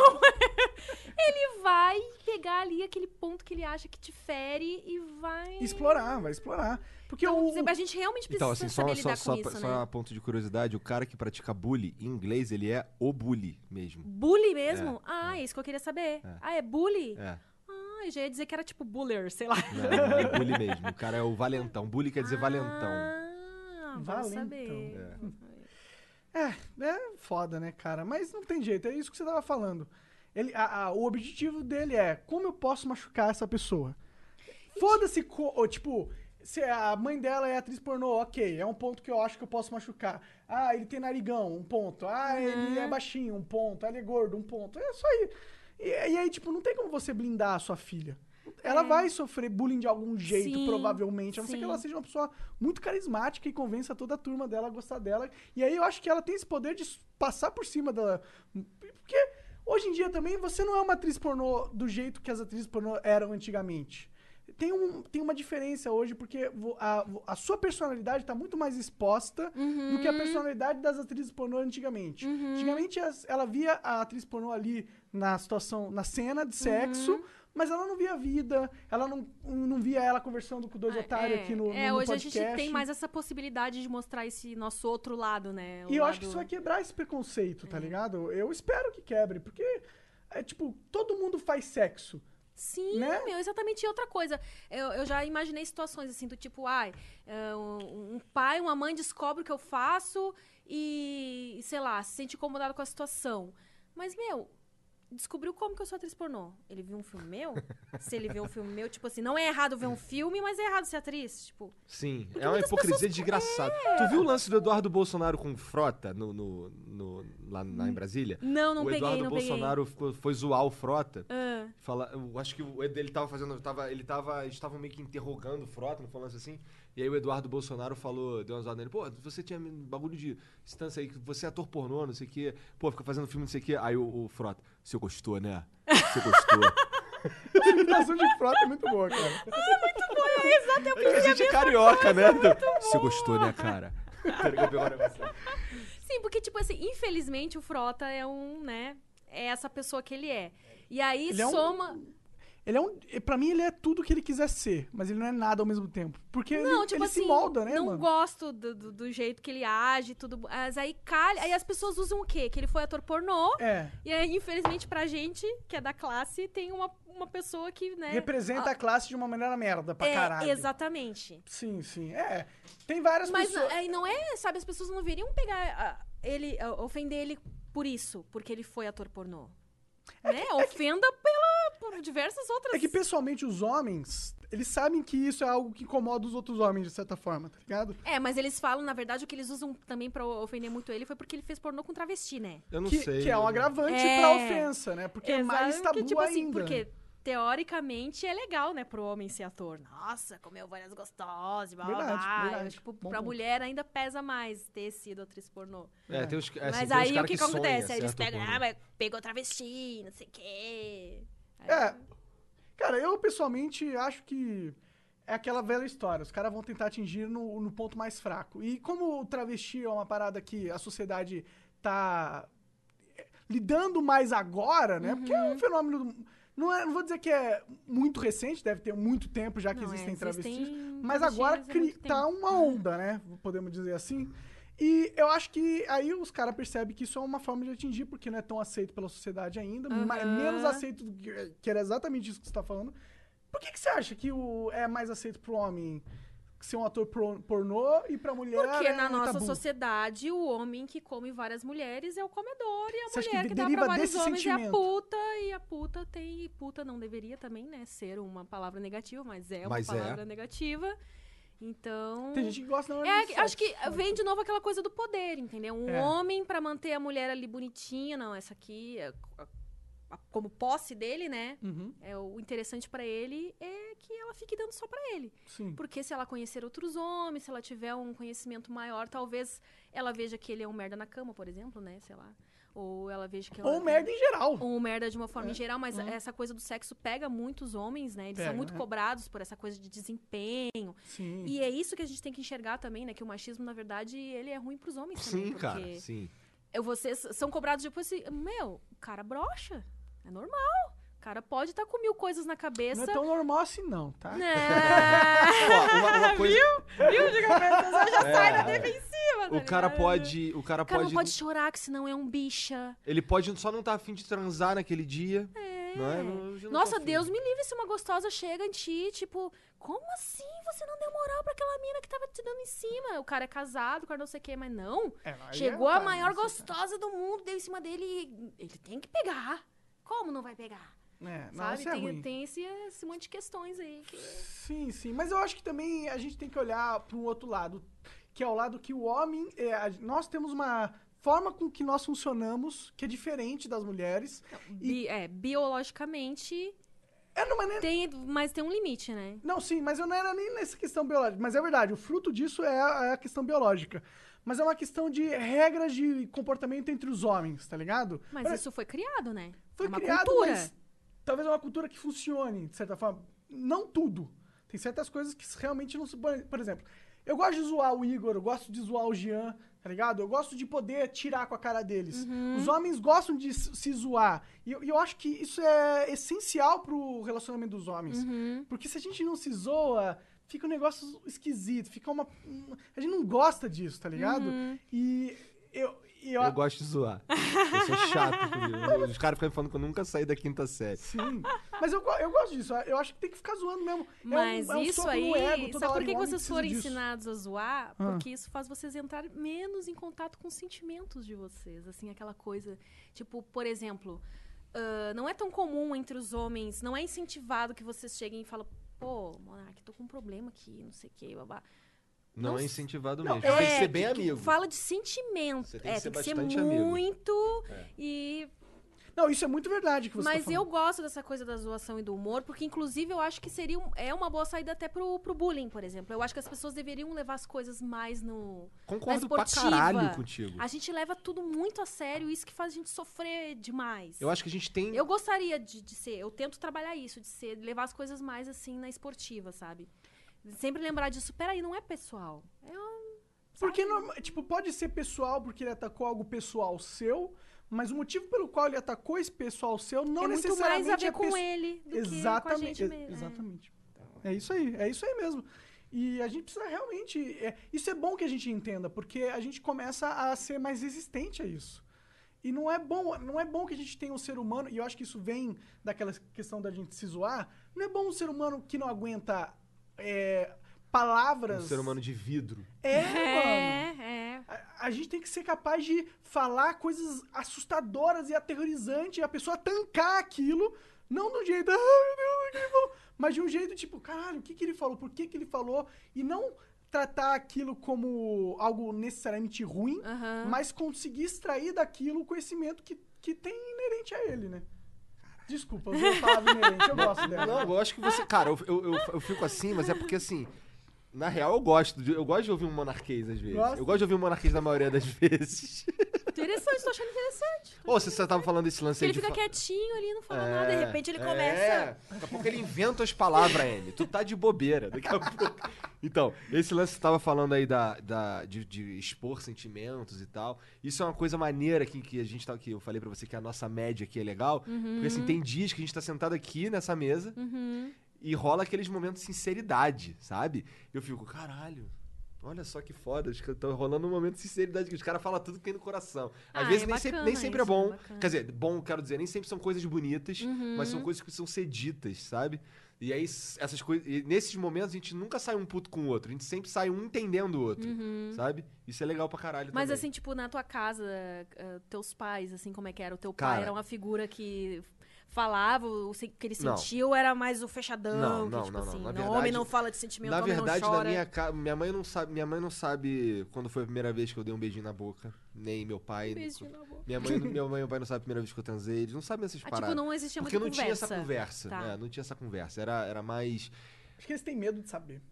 Ele vai pegar ali aquele ponto que ele acha que te fere e vai... Explorar, vai explorar. Porque Então, o... a gente realmente precisa Então, assim, só, saber só, lidar só, com pra- isso, só né? a ponto de curiosidade, o cara que pratica bully, em inglês, ele é o bully mesmo. Bully mesmo? É, ah, é. é isso que eu queria saber. É. Ah, é bully? É. Ah, eu já ia dizer que era tipo buller, sei lá. Não, não, é bully mesmo. O cara é o valentão. Bully quer dizer valentão. Ah, vou Valentão. saber. É, é foda, né, cara? Mas não tem jeito, é isso que você tava falando. Ele, a- a- o objetivo dele é, como eu posso machucar essa pessoa? Foda-se, co- ou, tipo, se a mãe dela é atriz pornô, ok, é um ponto que eu acho que eu posso machucar. Ah, ele tem narigão, um ponto. Ah, ele é baixinho, um ponto. Ah, ele é gordo, um ponto. É só aí. E, e aí, tipo, não tem como você blindar a sua filha. Ela É. vai sofrer bullying de algum jeito, Sim, provavelmente. A não ser que sim. ela seja uma pessoa muito carismática e convença toda a turma dela a gostar dela. E aí eu acho que ela tem esse poder de passar por cima dela. Porque hoje em dia também você não é uma atriz pornô do jeito que as atrizes pornô eram antigamente. Tem, um, tem uma diferença hoje, porque vo- a, a sua personalidade está muito mais exposta do que a personalidade das atrizes pornô antigamente. Antigamente as- ela via a atriz pornô ali na situação, na cena de sexo, mas ela não via a vida, ela não, não via ela conversando com dois otários é, aqui no, no, é, no hoje podcast. a gente tem mais essa possibilidade de mostrar esse nosso outro lado, né? O E eu lado... acho que isso vai quebrar esse preconceito, tá ligado? Eu espero que quebre, porque é tipo, todo mundo faz sexo. Sim, né? meu, exatamente. E outra coisa, eu, eu já imaginei situações assim, do tipo, ai, é, um, um pai, uma mãe descobre o que eu faço e, sei lá, se sente incomodado com a situação. Mas, meu, descobriu como que eu sou atriz pornô. Ele viu um filme meu? Se ele viu um filme meu, tipo assim, não é errado ver um filme, mas é errado ser atriz. Tipo, Sim, Porque é uma muitas hipocrisia pessoas- desgraçada. Tu viu o lance do Eduardo Bolsonaro com Frota no, no, no- lá, lá em Brasília? não, não o peguei, Eduardo não Bolsonaro ficou- foi zoar o Frota. peguei. Ah, Fala, eu acho que o, ele tava fazendo. Tava, ele tava. Eles estavam meio que interrogando o Frota, não foi um lance assim. E aí o Eduardo Bolsonaro falou, deu uma zoada nele, pô, você tinha bagulho de instância aí, que você é ator pornô, não sei o quê. Pô, fica fazendo filme, não sei o quê. Aí o, o Frota, você gostou, né? Você gostou. A imitação de frota é muito boa, cara. A gente é carioca, né? Você gostou, né, cara? Peraí que eu pego o negócio. sim, porque, tipo assim, infelizmente o Frota é um, né, é essa pessoa que ele é. E aí Ele é um- soma... Ele é um. Pra mim, ele é tudo que ele quiser ser, mas ele não é nada ao mesmo tempo. Porque Não, ele, tipo ele assim, se molda, né, não mano? gosto do, do, do jeito que ele age, tudo. Mas aí calha. Aí as pessoas usam o quê? Que ele foi ator pornô. É. E aí, infelizmente, pra gente, que é da classe, tem uma, uma pessoa que, né. Representa a classe de uma maneira merda pra é, caralho. exatamente. Sim, sim. É. Tem várias Mas pessoas. aí não é, sabe, as pessoas não deveriam pegar ah, ele, ah, ofender ele por isso, porque ele foi ator pornô. né? Ofenda pela, por diversas outras. É que pessoalmente os homens, eles sabem que isso é algo que incomoda os outros homens, de certa forma, tá ligado? É, mas eles falam, na verdade, o que eles usam também pra ofender muito ele foi porque ele fez pornô com travesti, né? Eu não Que, sei. que é um eu- agravante É. pra ofensa, né? Porque é mais Exato, tabu porque, tipo assim, ainda. porque teoricamente é legal, né, pro homem ser ator. Nossa, comeu várias gostosas, blá, blá, Verdade, blá. verdade. Tipo, Bom pra ponto. mulher ainda pesa mais ter sido atriz pornô. É, tem os, assim, Mas tem uns aí cara o que, que sonha acontece? ser Aí eles ator pegam, pornô. ah, mas pegou travesti, não sei o quê. Aí- É. Cara, eu pessoalmente acho que é aquela velha história. Os caras vão tentar atingir no, no ponto mais fraco. E como o travesti é uma parada que a sociedade tá é, lidando mais agora, né? Porque é um fenômeno. do- Não, é, não vou dizer que é muito recente, deve ter muito tempo já que Não, é, existem travestis. existem Mas travestis agora há cri- muito tá tempo. uma onda, né? Podemos dizer assim. E eu acho que aí os caras percebem que isso é uma forma de atingir, porque não é tão aceito pela sociedade ainda, ma- é Aham. menos aceito do que, que era exatamente isso que você tá falando. Por que, que você acha que o, é mais aceito pro homem ser um ator pro- pornô e pra mulher Porque é na nossa tabu? sociedade, o homem que come várias mulheres é o comedor, e a Você acha mulher que que, dá deriva pra vários desse homens é a sentimento? puta, e a puta tem... E puta não deveria também, né, ser uma palavra negativa, mas é uma Mas é. palavra negativa. Então... Tem gente que gosta não É, de acho que sexo, vem de novo aquela coisa do poder, entendeu? Um É. homem pra manter a mulher ali bonitinha, não, essa aqui é- como posse dele, né? Uhum. É, o interessante pra ele é que ela fique dando só pra ele. Sim. Porque se ela conhecer outros homens, se ela tiver um conhecimento maior, talvez ela veja que ele é um merda na cama, por exemplo, né? Sei lá. Ou ela veja que ela... Ou merda em geral. Ou merda de uma forma É. em geral, mas Uhum. essa coisa do sexo pega muitos homens, né? Eles Pega, são muito é. cobrados por essa coisa de desempenho. Sim. E é isso que a gente tem que enxergar também, né? Que o machismo, na verdade, ele é ruim pros homens também. Sim, porque cara, sim. eu- vocês são cobrados depois assim, meu, o cara brocha. É normal. O cara pode estar com mil coisas na cabeça. Não é tão normal assim não, tá? Né? Ó, uma, uma coisa... Viu? Diga pra pessoa, já É. sai da defensiva, tá O cara ligado? pode... O cara O cara pode... não pode chorar, que senão é um bicha. Ele pode só não estar afim de transar naquele dia. É. Não é? Não- eu já não tô Nossa, afim. Deus me livre se uma gostosa chega em ti, tipo, como assim você não deu moral pra aquela mina que tava te dando em cima? O cara é casado, o cara não sei o quê, mas não. É, aí Chegou é, a tá, maior não sei, gostosa do mundo, deu em cima dele e ele tem que pegar. Como não vai pegar? É, não, Sabe? isso é Tem, ruim. tem esse, esse monte de questões aí. Que... Sim, sim. Mas eu acho que também a gente tem que olhar para um outro lado, que é o lado que o homem... É, a- nós temos uma forma com que nós funcionamos que é diferente das mulheres. Bi- é, biologicamente, É numa maneira... tem, mas tem um limite, né? Não, sim, mas eu não era nem nessa questão biológica. Mas é verdade, o fruto disso é a, é a questão biológica. Mas é uma questão de regras de comportamento entre os homens, tá ligado? Mas Olha, isso foi criado, né? foi é uma criado, cultura. mas talvez é uma cultura que funcione, de certa forma. Não tudo. Tem certas coisas que realmente não se... Por exemplo, eu gosto de zoar o Igor, eu gosto de zoar o Jean, tá ligado? Eu gosto de poder tirar com a cara deles. Uhum. Os homens gostam de se se zoar. E eu, e eu acho que isso é essencial pro relacionamento dos homens. Uhum. Porque se a gente não se zoa, fica um negócio esquisito, fica uma... um- A gente não gosta disso, tá ligado? Uhum. E eu... E eu, Eu gosto de zoar. Eu sou chato comigo. Os caras ficam me falando que eu nunca saí da quinta série. Sim. Mas eu, go- eu gosto disso. Eu acho que tem que ficar zoando mesmo. É um- Mas é um isso soco no aí, ego, toda sabe hora, por que e o que homem vocês precisa foram disso. ensinados a zoar? Ah. Porque isso faz vocês entrar menos em contato com os sentimentos de vocês. Assim, aquela coisa. Tipo, por exemplo, ah, não é tão comum entre os homens, não é incentivado que vocês cheguem e falem, pô, Monark, tô com um problema aqui, não sei o quê, babá. Não Nossa. é incentivado Não, mesmo. é, Tem que ser bem que- que amigo. Fala de sentimento. Você tem que é, ser tem que ser bastante amigo. muito. É. E Não, isso é muito verdade que você Mas tá eu falando. gosto dessa coisa da zoação e do humor, porque inclusive eu acho que seria um- é uma boa saída até pro, pro bullying, por exemplo. Eu acho que as pessoas deveriam levar as coisas mais no. Concordo na pra esportiva. caralho contigo. A gente leva tudo muito a sério, isso que faz a gente sofrer demais. Eu acho que a gente tem... Eu gostaria de, de ser, eu tento trabalhar isso, de ser, de levar as coisas mais assim na esportiva, sabe? Sempre lembrar disso, peraí, não é pessoal. É um, Porque, norma- tipo, pode ser pessoal porque ele atacou algo pessoal seu, mas o motivo pelo qual ele atacou esse pessoal seu não é muito necessariamente mais a ver é com pesso- ele do Exatamente. que com a gente ex- mesmo. É. Exatamente. É isso aí, é isso aí mesmo. E a gente precisa realmente... é- isso é bom que a gente entenda, porque a gente começa a ser mais resistente a isso. E não é bom, não é bom que a gente tenha um ser humano, e eu acho que isso vem daquela questão da gente se zoar, não é bom um ser humano que não aguenta é, palavras... Um ser humano de vidro. É, mano. É, é. A, a gente tem que ser capaz de falar coisas assustadoras e aterrorizantes e a pessoa tancar aquilo, não do jeito, ah, meu Deus, o que ele falou, mas de um jeito tipo, caralho, o que, que ele falou, por que, que ele falou, e não tratar aquilo como algo necessariamente ruim, Aham. mas conseguir extrair daquilo o conhecimento que, que tem inerente a ele, né? Desculpa, eu usei a palavra inerente, eu gosto dela. Não, eu acho que você... Cara, eu, eu, eu, eu fico assim, mas é porque assim... Na real, eu gosto. De, eu gosto de ouvir um monarquês às vezes. Gosta? Eu gosto de ouvir um monarquês na maioria das vezes. Interessante, tô achando interessante. Ô, você você tava falando desse lance Porque aí ele de fica fa- quietinho ali, não fala É, nada, de repente ele é. começa. Daqui a pouco ele inventa as palavras, Anne. Tu tá de bobeira. Daqui a pouco. Então, esse lance que você tava falando aí da, da, de, de expor sentimentos e tal. Isso é uma coisa maneira que, que a gente tá aqui. Eu falei pra você que a nossa média aqui é legal. Porque assim, tem dias que a gente tá sentado aqui nessa mesa Uhum. e rola aqueles momentos de sinceridade, sabe? Eu fico, caralho. Olha só que foda, acho que tá rolando um momento de sinceridade, que os caras falam tudo que tem no coração. Às Ah, vezes é nem, sempre, bacana nem sempre é isso, é bom. bacana. Quer dizer, bom, quero dizer, nem sempre são coisas bonitas, Uhum. mas são coisas que são seditas, sabe? E aí, s- essas coisas. E nesses momentos a gente nunca sai um puto com o outro, a gente sempre sai um entendendo o outro, sabe? Isso é legal pra caralho Uhum. Mas também. assim, tipo, na tua casa, ah, teus pais, assim, como é que era? O teu Cara. pai era uma figura que falava, o se- que ele Não. sentiu era mais o fechadão, Não, que, não, tipo não, não. assim, Na o verdade- homem não fala de sentimento, Na o homem verdade, não na chora. minha casa, minha mãe não sabe, minha mãe não sabe quando foi a primeira vez que eu dei um beijinho na boca, nem meu pai. Beijinho na boca. Minha mãe, minha mãe e meu pai não sabem a primeira vez que eu transei, eles não sabem essas Ah, paradas. tipo, não existia Porque muita não tinha essa conversa. conversa, Tá. né? Não tinha essa conversa, era, era mais... Acho que eles têm medo de saber.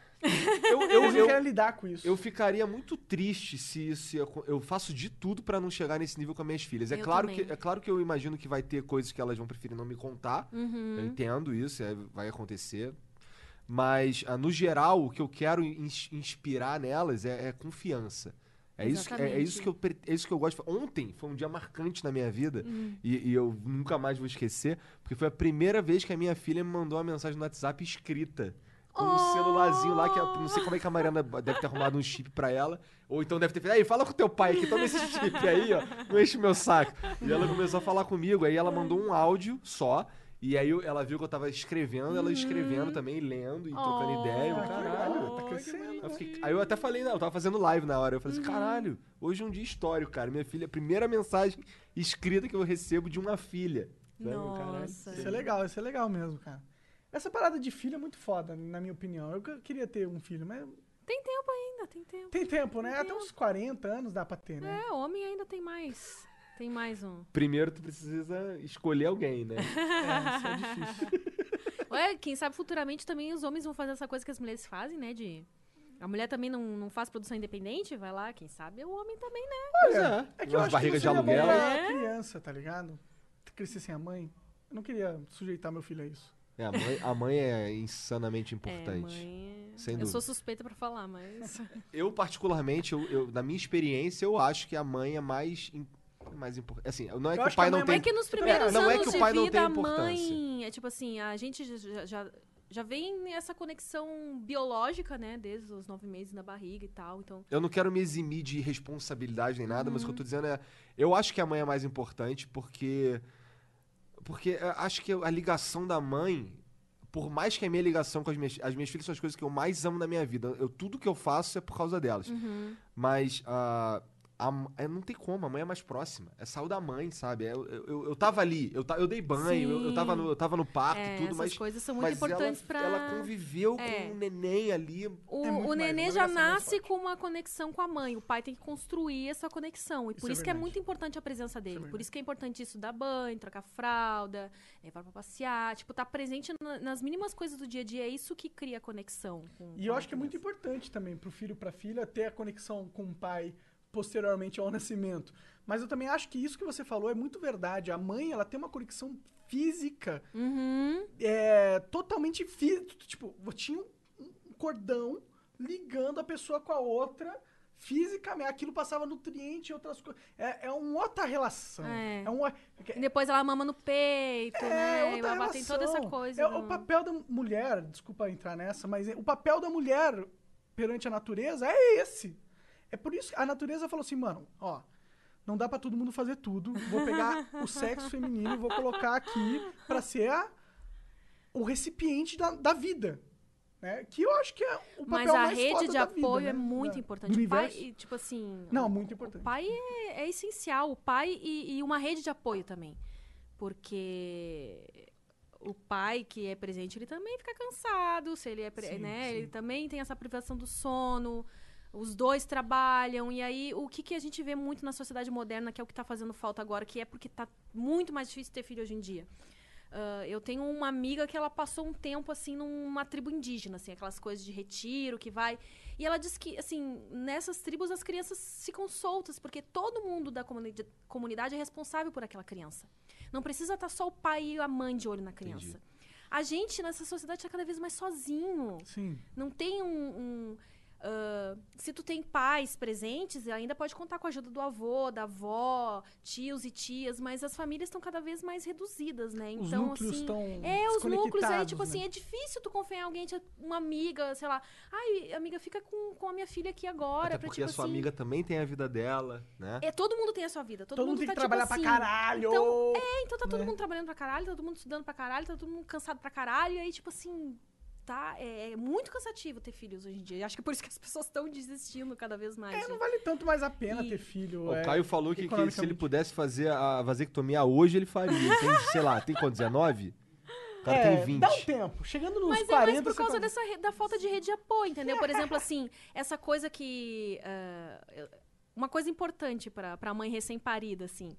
Eu, eu, Eles não eu, querem lidar com isso. eu ficaria muito triste se isso ia, eu faço de tudo pra não chegar nesse nível com as minhas filhas. É Eu claro, também. que, é claro que eu imagino que vai ter coisas que elas vão preferir não me contar. Uhum. Eu entendo isso, é, vai acontecer. Mas, ah, no geral, o que eu quero ins- inspirar nelas é, é confiança. É isso, que- é, é Exatamente. isso que eu, pre- é isso que eu gosto. Ontem foi um dia marcante na minha vida Uhum. e, e eu nunca mais vou esquecer, porque foi a primeira vez que a minha filha me mandou uma mensagem no WhatsApp escrita. Com um Oh! celularzinho lá, que eu não sei como é que a Mariana deve ter arrumado um chip pra ela. Ou então deve ter feito, aí, fala com teu pai aqui, toma esse chip aí, ó. Não enche meu saco. E ela começou a falar comigo, aí ela mandou um áudio só. E aí eu- ela viu que eu tava escrevendo, ela escrevendo também, lendo e trocando Oh, ideia. Eu, que caralho. legal, tá que crescendo. Aí eu, fiquei- aí eu até falei, não, eu tava fazendo live na hora. Eu falei assim, Uhum. caralho, hoje é um dia histórico, cara. Minha filha, a primeira mensagem escrita que eu recebo de uma filha. Sabe? Caralho. Nossa. Isso é legal, isso é legal mesmo, cara. Essa parada de filho é muito foda, na minha opinião. Eu que- queria ter um filho, mas Tem tempo ainda, tem tempo. tem tempo, né? Tem Até tempo. uns quarenta anos dá pra ter, né? É, homem ainda tem mais. Tem mais um. Primeiro tu precisa escolher alguém, né? É, isso é difícil. Ué, quem sabe futuramente também os homens vão fazer essa coisa que as mulheres fazem, né? De. A mulher também não, não faz produção independente, vai lá, quem sabe o homem também, né? Pois é. É que eu Umas acho barrigas que de não seria bom aluguel. pra É. criança, tá ligado? Crescer sem a mãe. Eu não queria sujeitar meu filho a isso. É, a mãe, a mãe é insanamente É, importante. mãe. Sem eu dúvida. sou suspeita pra falar, mas. Eu, particularmente, eu, eu- na minha experiência, eu acho que a mãe é mais, im- mais importante. Assim, não é Eu que o acho pai que a não mãe é tem... É que nos também primeiros acho. Não é anos que o de pai não vida, tem a importância. mãe. É tipo assim, a gente já, já, já vem essa conexão biológica, né? Desde os nove meses na barriga e tal. Então. Eu não quero me eximir de responsabilidade nem nada, mas o que eu Uhum. tô dizendo é... Eu acho que a mãe é mais importante porque... Porque eu acho que a ligação da mãe... Por mais que a minha ligação com as minhas... As minhas filhas são as coisas que eu mais amo na minha vida. Eu, tudo que eu faço é por causa delas. Uhum. Mas ah, a, é, não tem como, a mãe é mais próxima. É saiu da mãe, sabe? É, Eu, eu, eu, eu tava ali, eu, ta- eu dei banho, eu, eu, tava no, eu tava no parto É, e tudo, essas mas, coisas são muito mas importantes ela, pra. ela conviveu É. com um neném ali. O, É muito o mais, nenê uma já ligação mais nasce forte. com uma conexão com a mãe. O pai tem que construir essa conexão. E Isso por é isso que é verdade. muito importante a presença dele. verdade. Por isso que é importante isso dar banho, trocar fralda, levar pra passear. Tipo, tá presente na- nas mínimas coisas do dia a dia. É isso que cria conexão. Com, E com eu a acho que é muito criança. importante também pro filho e pra filha ter a conexão com o pai posteriormente ao nascimento. Mas eu também acho que isso que você falou é muito verdade. A mãe, ela tem uma conexão física, Uhum. é, totalmente física. Tipo, tinha um, um cordão ligando a pessoa com a outra fisicamente. Aquilo passava nutriente e outras coisas. É, é uma outra relação. É. É uma... E depois ela mama no peito, É, né? E outra ela tem toda essa relação. coisa. É, do- O papel da mulher, desculpa entrar nessa, mas é- o papel da mulher perante a natureza é esse. É por isso que a natureza falou assim, mano, ó, não dá pra todo mundo fazer tudo. Vou pegar o sexo feminino e vou colocar aqui pra ser a- o recipiente da, da vida. Né? Que eu acho que é o papel Mas a mais rede foda de da vida, apoio né? é muito Da- importante. Do O pai, universo. e, tipo assim. Não, o- muito O importante. pai é, é essencial. O pai e, e uma rede de apoio também. Porque o pai que é presente, ele também fica cansado. Se ele é, pre- Sim, né? sim. Ele também tem essa privação do sono. Os dois trabalham. E aí, o que, que a gente vê muito na sociedade moderna, que é o que está fazendo falta agora, que é porque está muito mais difícil ter filho hoje em dia. Ah, eu tenho uma amiga que ela passou um tempo, assim, numa tribo indígena, assim, aquelas coisas de retiro que vai... E ela disse que, assim, nessas tribos as crianças ficam soltas, porque todo mundo da comuni- comunidade é responsável por aquela criança. Não precisa estar só o pai e a mãe de olho na criança. A gente, nessa sociedade, está cada vez mais sozinho. Sim. Não tem um... um, ah, se tu tem pais presentes, ainda pode contar com a ajuda do avô, da avó, tios e tias, mas as famílias estão cada vez mais reduzidas, né? Os Então, núcleos assim, estão é, os núcleos aí, tipo desconectados, assim, né? é difícil tu confiar em alguém, tipo, uma amiga, sei lá. Ai, amiga, fica com, com a minha filha aqui agora. Até pra, porque tipo a sua assim, amiga também tem a vida dela, né? É, todo mundo tem a sua vida. Todo, Todo mundo tem tá, que trabalhar tipo pra assim, caralho. Então, é, então tá todo né? mundo trabalhando pra caralho, tá todo mundo estudando pra caralho, tá todo mundo cansado pra caralho, e aí, tipo assim, tá, é, é muito cansativo ter filhos hoje em dia. Acho que é por isso que as pessoas estão desistindo cada vez mais. É, de- não vale tanto mais a pena E- ter filho. O é, Caio falou que, que se ele economicamente. pudesse fazer a vasectomia hoje, ele faria. Ele tem, sei lá, tem quanto? dezenove? O cara É, tem vinte. dá um tempo. Chegando nos Mas é quarenta... mais por você causa fala, dessa, re- da falta de rede de apoio, entendeu? Por exemplo, assim, essa coisa que... ah, eu- uma coisa importante para a mãe recém-parida, assim.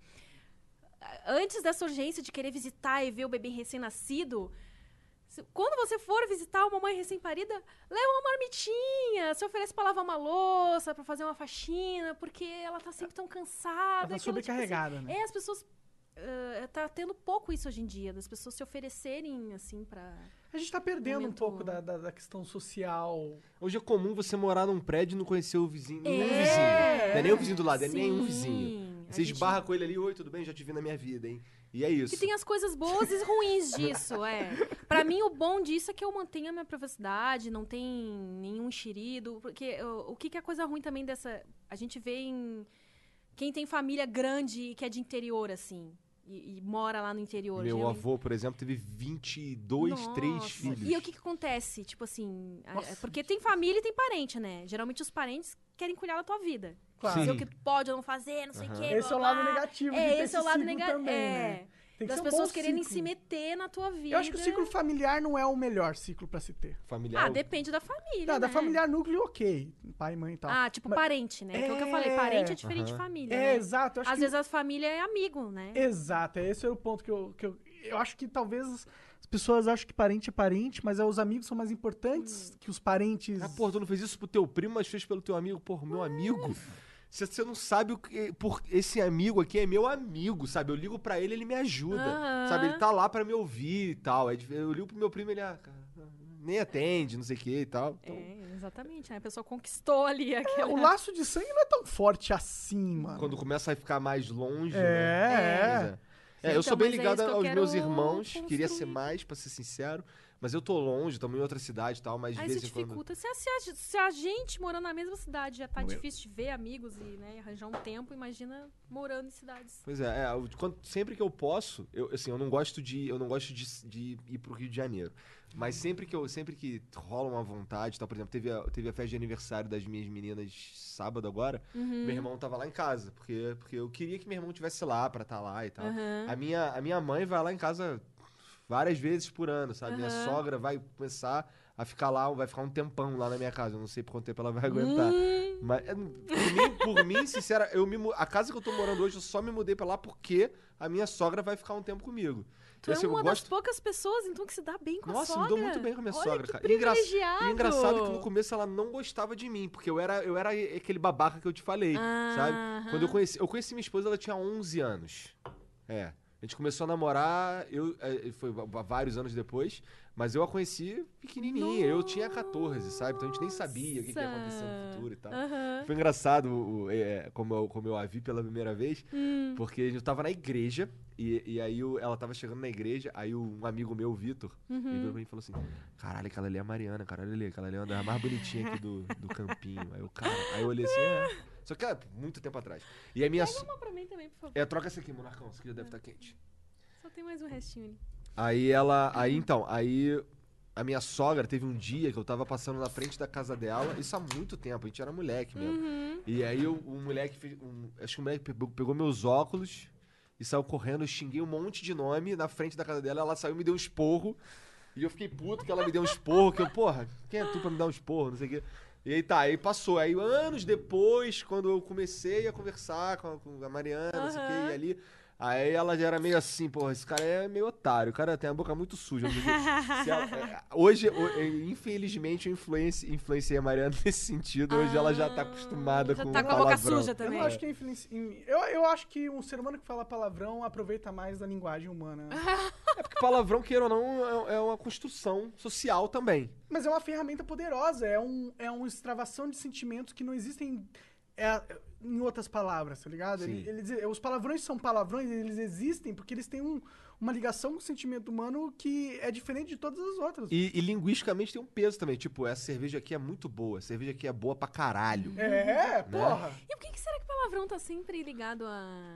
Antes dessa urgência de querer visitar e ver o bebê recém-nascido, se- quando você for visitar uma mãe recém-parida, leva uma marmitinha, se oferece para lavar uma louça, para fazer uma faxina, porque ela tá sempre tão cansada. Ela tá aquilo, tipo sobrecarregada, assim, né? É, as pessoas... ah, tá tendo pouco isso hoje em dia, das pessoas se oferecerem, assim, pra... A gente tá perdendo Momento- um pouco da, da, da questão social. Hoje é comum você morar num prédio e não conhecer o vizinho. Nenhum É, vizinho. Não é nem o vizinho do lado, é sim. nenhum vizinho. A Você gente- esbarra com ele ali, oi, tudo bem? Já te vi na minha vida, hein? E é isso. Que tem as coisas boas e ruins disso, é. Pra mim, o bom disso é que eu mantenho a minha privacidade, não tem nenhum enxerido. Porque o, o que, que é coisa ruim também dessa... A gente vê em... Quem tem família grande e que é de interior, assim, e, e mora lá no interior. Meu geralmente- avô, por exemplo, teve vinte e dois, três Nossa. filhos. E o que, que acontece? Tipo assim, a- Nossa. porque tem família e tem parente, né? Geralmente os parentes querem cuidar da tua vida. Claro. Dizer Sim. o que tu pode ou não fazer, não sei o Aham. quê. Esse é blá, o lado blá. negativo de É, ter esse esse é o lado ciclo negativo. também, É. né? Tem que Das ser um pessoas bom quererem ciclo. se meter na tua vida. Eu acho que o ciclo familiar não é o melhor ciclo pra se ter. Familiar. Ah, depende da família. Não, da né? familiar núcleo, ok. Pai, mãe e tal. Ah, tipo Mas- parente, né? Que é o que eu É. falei. Parente é diferente de Aham. família. É, né? exato. Eu acho Às que... vezes a família é amigo, né? Exato, é esse é o ponto que eu, que eu... Eu acho que talvez as pessoas acham que parente é parente, mas é, os amigos são mais importantes Hum. que os parentes... Ah, porra, tu não fez isso pro teu primo, mas fez pelo teu amigo. Porra, o meu amigo... Você você não sabe o que... Por, esse amigo aqui é meu amigo, sabe? Eu ligo pra ele, ele me ajuda. Aham. Sabe? Ele tá lá pra me ouvir e tal. Aí eu ligo pro meu primo, ele... Ah, cara, nem atende, não sei o que e tal. Então, É, exatamente. Né? A pessoa conquistou ali aquela... O laço de sangue não é tão forte assim, mano. quando começa a ficar mais longe, É, né? é. Pois é. É, eu Então, sou bem mas é ligado isso que eu aos quero meus irmãos, queria ser construir. mais, pra ser sincero, mas eu tô longe, estamos em outra cidade e tal, mas de Aí vez isso em quando... dificulta. Se a, se, a, se a gente morando na mesma cidade já tá Não, eu- difícil de ver amigos e né, arranjar um tempo, imagina morando em cidades. Pois é, é eu- quando- sempre que eu posso, eu, assim, eu não gosto de, eu não gosto de, de ir pro Rio de Janeiro, mas sempre que eu, sempre que rola uma vontade, tal, por exemplo, teve a, teve a festa de aniversário das minhas meninas sábado agora, Uhum. meu irmão tava lá em casa, porque, porque eu queria que meu irmão estivesse lá pra estar lá e tal. Aham. A minha, a minha mãe vai lá em casa várias vezes por ano, sabe? Minha Aham. sogra vai começar a ficar lá, vai ficar um tempão lá na minha casa. Eu não sei por quanto tempo ela vai aguentar. Hum. Mas, é, por mim, por mim, sincera, eu me, mu- a casa que eu tô morando hoje, eu só me mudei pra lá porque a minha sogra vai ficar um tempo comigo. Tu Assim, é eu uma das gosto- poucas pessoas, então, que se dá bem com a Nossa, sogra. me dou muito bem com a minha Olha, sogra, que cara. E engra- privilegiado. E engraçado que no começo ela não gostava de mim, porque eu era, eu era aquele babaca que eu te falei, sabe? Aham. Quando eu conheci, eu conheci minha esposa, ela tinha onze anos. É. A gente começou a namorar, eu, é, foi va- vários anos depois, mas eu a conheci pequenininha, eu tinha catorze, sabe? Então a gente nem sabia o que, que ia acontecer no futuro e tal. Aham. Foi engraçado o- o- é, como, eu, como eu a vi pela primeira vez, Hum. porque eu tava na igreja, e, e aí o- ela tava chegando na igreja, aí o- um amigo meu, o Vitor, ele Uhum. virou pra mim e falou assim, caralho, aquela ali é a Mariana, caralho, ali, aquela ali é uma das mais bonitinhas aqui do, do campinho. Aí eu, cara, aí eu olhei assim, é. Só que é muito tempo atrás. E a minha... Pega uma pra mim também, por favor. É, troca essa aqui, Monarcão, essa aqui já deve estar quente. Só tem mais um restinho ali. Aí ela. Aí então, aí a minha sogra teve um dia que eu tava passando na frente da casa dela, isso há muito tempo, a gente era moleque mesmo. Uhum. E aí o, o moleque fez. Um, acho que o moleque pegou, pegou meus óculos e saiu correndo, eu xinguei um monte de nome na frente da casa dela, ela saiu e me deu um esporro. E eu fiquei puto que ela me deu um esporro, que eu, porra, quem é tu pra me dar um esporro, não sei o quê. E aí tá, aí passou. Aí anos depois, quando eu comecei a conversar com a, com a Mariana, não sei o quê, Aham. e ali. Aí ela já era meio assim, porra, esse cara é meio otário, o cara tem a boca muito suja. não sei o quê. Se ela- é, hoje, o- é, infelizmente, eu influenci- influenciei a Mariana nesse sentido. Hoje ela já tá acostumada já com tá o com a boca palavrão. suja Eu também. não acho que é influência. em- Eu, eu acho que um ser humano que fala palavrão aproveita mais da linguagem humana. É porque palavrão, queira ou não, é, é uma construção social também. Mas é uma ferramenta poderosa, é um, é uma extravação de sentimentos que não existem é, em outras palavras, tá ligado? Sim. Ele- eles- os palavrões são palavrões, eles existem porque eles têm um- uma ligação com o sentimento humano que é diferente de todas as outras. E, e linguisticamente tem um peso também. Tipo, essa cerveja aqui é muito boa. Essa cerveja aqui é boa pra caralho. É, porra. E por que, que será que palavrão tá sempre ligado a,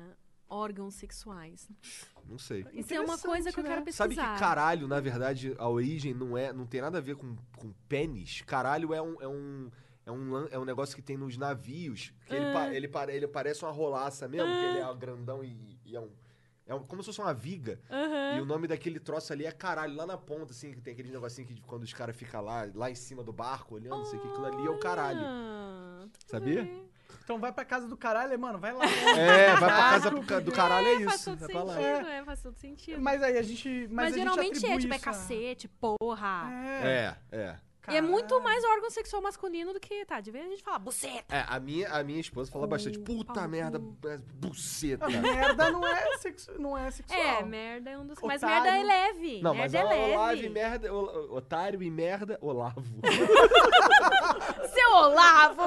órgãos sexuais? Não sei. Isso é uma coisa que eu né? quero pesquisar. Sabe que caralho, na verdade, a origem não é, não tem nada a ver com, com pênis. Caralho é um, é um, é um, lan- é um negócio que tem nos navios. Que ele, pa- ele, pare- ele parece uma rolaça mesmo, que ele é grandão e, e é um... É um- como se fosse uma viga. E o nome daquele troço ali é caralho, lá na ponta, assim, que tem aquele negocinho que quando os caras ficam lá, lá em cima do barco, olhando, não sei o que, aquilo ali é o caralho. Ah, tudo Sabia? bem. Então vai pra casa do caralho, mano, vai lá. É, vai pra casa do, ca- do caralho, é É, faz isso. todo Vai pra lá. sentido, é, faz todo sentido. Mas aí a gente. Mas, Mas a gente geralmente é, atribui tipo, é isso a- cacete, porra. É. É, é. E é muito caralho. mais órgão sexual masculino do que, tá, de vez a gente fala buceta. É, a minha, a minha esposa fala Cu, bastante, puta pau no merda, cu. é, buceta. A merda não é, sexu... não é sexual. É, merda é um dos... Mas Otário. merda é leve. Não, mas merda é leve. Olavo e merda, o- otário e merda, Olavo. Seu Olavo!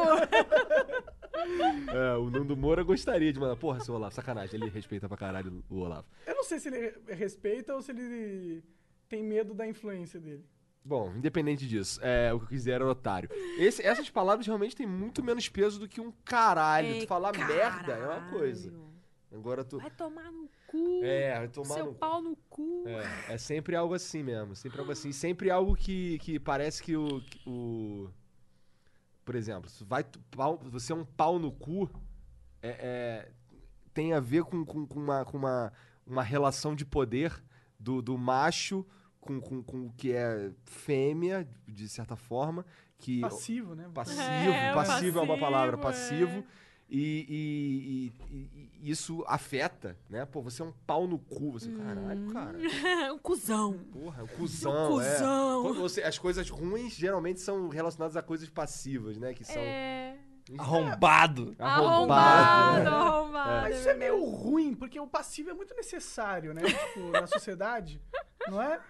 É, o Nando Moura gostaria de mandar, porra, seu Olavo, sacanagem, ele respeita pra caralho o Olavo. Eu não sei se ele respeita ou se ele tem medo da influência dele. Bom, independente disso, é, o que eu quiser era otário. Esse- essas palavras realmente têm muito menos peso do que um caralho. É, tu falar merda é uma coisa. caralho. Agora tu... Vai tomar no cu. É, vai tomar Seu no... pau no cu. É, é sempre algo assim mesmo, sempre algo assim. Sempre algo que, que parece que o, que o... Por exemplo, se vai, tu- pau- você é um pau no cu, é, é, tem a ver com, com, com uma, com uma, uma relação de poder do, do macho com, com, com o que é fêmea, de certa forma. Que, Passivo, né? Passivo, É, passivo é uma palavra, passivo, passivo. E, e- e- e- e isso afeta, né? Pô, você é um pau no cu. Você, caralho, cara. um cuzão. Porra, é um cuzão, Um cuzão. é. Quando você- as coisas ruins geralmente são relacionadas a coisas passivas, né? Que são É. Arrombado. Arrombado, arrombado. Mas isso é meio ruim, porque o passivo é muito necessário, né? Tipo, na sociedade, não é?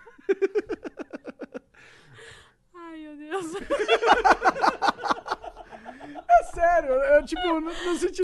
Ai, meu Deus. É sério, eu, tipo, no, no sentido...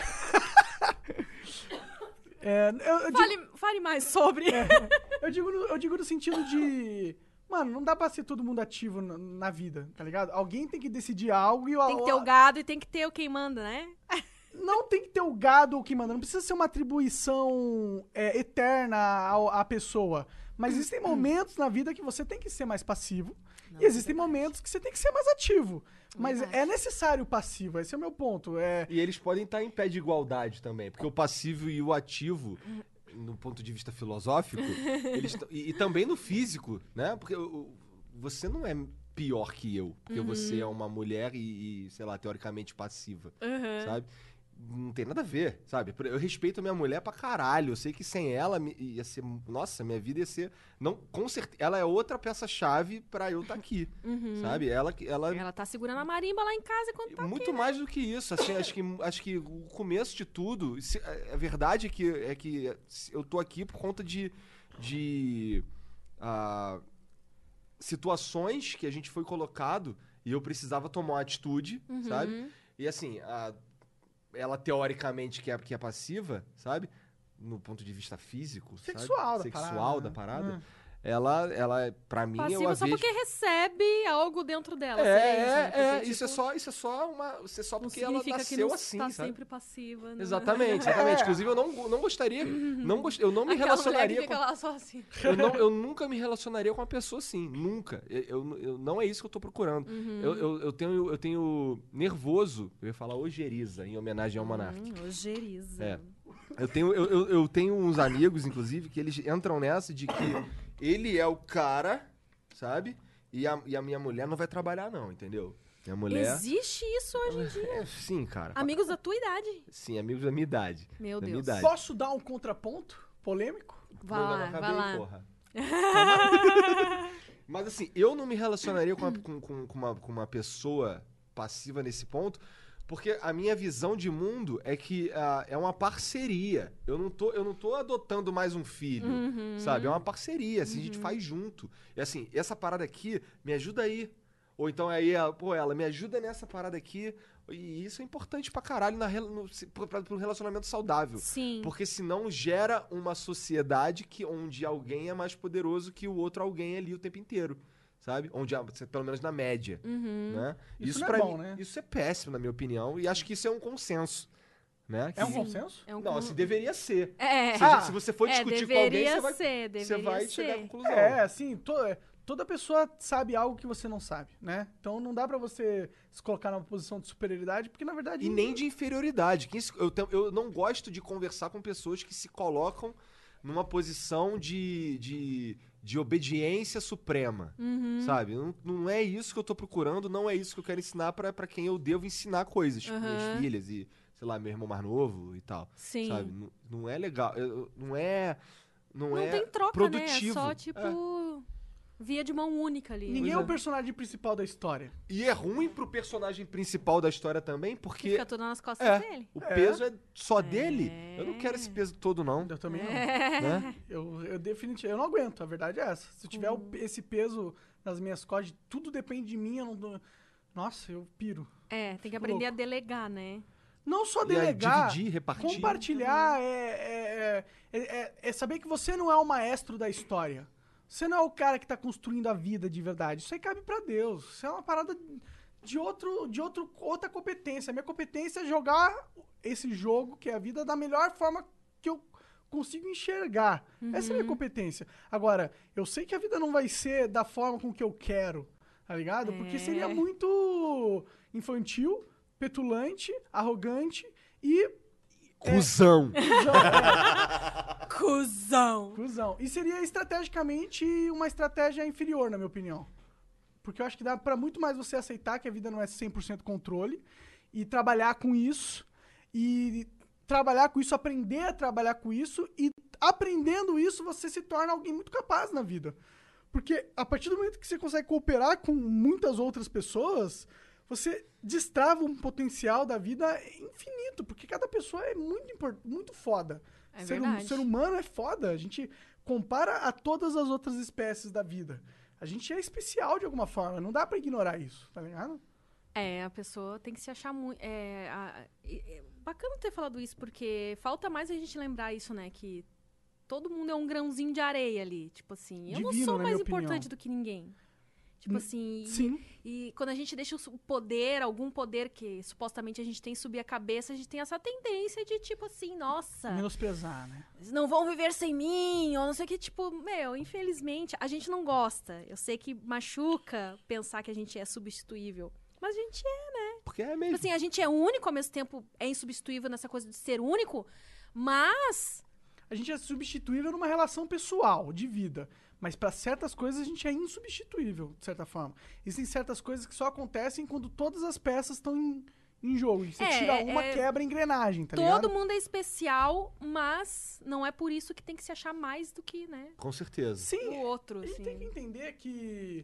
É, eu, eu digo, Fale, fale mais sobre. eu, digo no, eu digo no sentido de... Mano, não dá pra ser todo mundo ativo na, na vida, tá ligado? Alguém tem que decidir algo e... Tem que ter o gado e tem que ter o quem manda, né? Não tem que ter o gado ou quem manda. Não precisa ser uma atribuição é, eterna ao- à pessoa. Mas existem momentos na vida que você tem que ser mais passivo. Não, e existem é verdade. momentos que você tem que ser mais ativo. Mas Verdade. é necessário o passivo. Esse é o meu ponto. É, E eles podem estar em pé de igualdade também, porque o passivo e o ativo, no ponto de vista filosófico, eles tão- e, e também no físico, né? Porque o- o- você não é pior que eu, porque você é uma mulher e, e, sei lá, teoricamente passiva, Uhum. sabe? Não tem nada a ver, sabe? Eu respeito a minha mulher pra caralho. Eu sei que sem ela me- ia ser. Nossa, minha vida ia ser. Não, com certeza. Ela é outra peça-chave pra eu estar aqui, sabe? Ela, ela, Ela tá segurando a marimba lá em casa enquanto tá muito mais do que isso. Assim, acho, que, acho que o começo de tudo. se- a verdade é que, é que eu tô aqui por conta de. de ah, situações que a gente foi colocado e eu precisava tomar uma atitude, sabe? E assim, a- ela teoricamente que é, que é passiva, sabe? No ponto de vista físico, sabe? Sexual da Sexual parada, da né? parada. Ela, ela, pra mim, eu passiva a só vejo... porque recebe algo dentro dela. É, seria isso, é, né? Porque, é, tipo, isso é só, isso é só uma, isso é só não porque ela significa que nasceu não assim, tá sabe? sempre passiva. Né? Exatamente, exatamente. Inclusive eu não, não gostaria, não gost, eu não me Aquela mulher que relacionaria fica com, lá só assim. eu, não, eu nunca me relacionaria com uma pessoa assim, nunca. Eu, eu- eu- não é isso que eu tô procurando. Uhum. Eu, eu, eu tenho, eu tenho nervoso, eu ia falar ojeriza, em homenagem ao Monark. Hum, ojeriza. É. Eu tenho, eu, eu, eu tenho uns amigos, inclusive, que eles entram nessa de que ele é o cara, sabe? E a, e a minha mulher não vai trabalhar, não, entendeu? Minha mulher. Existe isso hoje em dia. É, sim, cara. Amigos da tua idade. Sim, amigos da minha idade. Meu da Deus. Minha idade. Posso dar um contraponto polêmico? Vai Não, lá, não, acabei, vai lá. porra. Mas assim, eu não me relacionaria com, a- com- com- com uma, com uma pessoa passiva nesse ponto, porque a minha visão de mundo é que ah, é uma parceria. Eu não, tô, eu não tô adotando mais um filho, sabe? É uma parceria, assim, a gente faz junto. E assim, essa parada aqui, me ajuda aí. Ou então aí, ela, pô, ela me ajuda nessa parada aqui. E isso é importante pra caralho na, rela- no, se- pra, pra, pro relacionamento saudável. Sim. Porque senão gera uma sociedade que, onde alguém é mais poderoso que o outro alguém ali o tempo inteiro. Sabe? Onde, a- pelo menos na média. Né? Isso Isso, não é pra bom, mim, né? isso é péssimo, na minha opinião. E acho que isso é um consenso. Né? É um Que- consenso? É um Não, con- assim, deveria ser. É, Se, Ah, se você for é, discutir com alguém, deveria você vai, ser, você deveria vai ser. chegar à conclusão. É, assim, to- é, toda pessoa sabe algo que você não sabe, né? Então não dá pra você se colocar numa posição de superioridade, porque na verdade... E nem de inferioridade. Quem se- eu, te- eu não gosto de conversar com pessoas que se colocam numa posição de, de, de obediência suprema, Uhum. sabe? Não, não é isso que eu tô procurando, não é isso que eu quero ensinar pra pra quem eu devo ensinar coisas. Tipo, minhas Aham. filhas e, sei lá, meu irmão mais novo e tal. Sim. Sabe? Não, não é legal. eu- eu- Não é... Não, Não é tem troca, produtivo. né? É só, tipo, via de mão única ali. Ninguém é Pois o é. personagem principal da história. E é ruim pro personagem principal da história também, Que porque fica tudo nas costas é, dele. o É. peso é só dele. Eu não quero esse peso todo, não. Eu também não. É. Né? Eu, eu definitivamente, eu não aguento, a verdade é essa. Se eu tiver o- esse peso nas minhas costas, tudo depende de mim, eu não dou... Nossa, eu piro. É, tem que Fico aprender a louco. delegar, né? Não só E aí, delegar, dividir, repartir. compartilhar, é, é, é, é- é saber que você não é o maestro da história. Você não é o cara que tá construindo a vida de verdade. Isso aí cabe pra Deus. Isso é uma parada de, outro, de outro, outra competência. A minha competência é jogar esse jogo, que é a vida, da melhor forma que eu consigo enxergar. Essa é a minha competência. Agora, eu sei que a vida não vai ser da forma com que eu quero, tá ligado? Porque É. seria muito infantil, petulante, arrogante e... Cusão. Cusão! Cusão. E seria estrategicamente uma estratégia inferior, na minha opinião. Porque eu acho que dá pra muito mais você aceitar que a vida não é cem por cento controle e trabalhar com isso. E trabalhar com isso, aprender a trabalhar com isso. E aprendendo isso, você se torna alguém muito capaz na vida. Porque a partir do momento que você consegue cooperar com muitas outras pessoas, você destrava um potencial da vida infinito. Porque cada pessoa é muito, import- muito foda. É ser, hum- verdade. ser humano é foda. A gente compara a todas as outras espécies da vida. A gente é especial de alguma forma. Não dá pra ignorar isso, tá ligado? É, a pessoa tem que se achar muito. É, a- e- é bacana ter falado isso, porque falta mais a gente lembrar isso, né? Que todo mundo é um grãozinho de areia ali. Tipo assim, eu não Divino, sou na mais minha importante opinião. do que ninguém. Tipo assim. e- Sim. E quando a gente deixa o su- o poder, algum poder que supostamente a gente tem subir a cabeça, a gente tem essa tendência de tipo assim, nossa, Menosprezar, né? eles não vão viver sem mim, ou não sei o que, tipo, meu, infelizmente, a gente não gosta. Eu sei que machuca pensar que a gente é substituível. Mas a gente é, Porque é tipo mesmo. assim, a gente é único, ao mesmo tempo é insubstituível nessa coisa de ser único, mas A gente é substituível numa relação pessoal, de vida. Mas pra certas coisas a gente é insubstituível, de certa forma. Existem certas coisas que só acontecem quando todas as peças estão em, em jogo. E você É, tira uma, é- quebra a engrenagem, tá todo ligado? mundo é especial, mas não é por isso que tem que se achar mais do que, né, Com certeza. Sim, o outro, a gente assim. tem que entender que...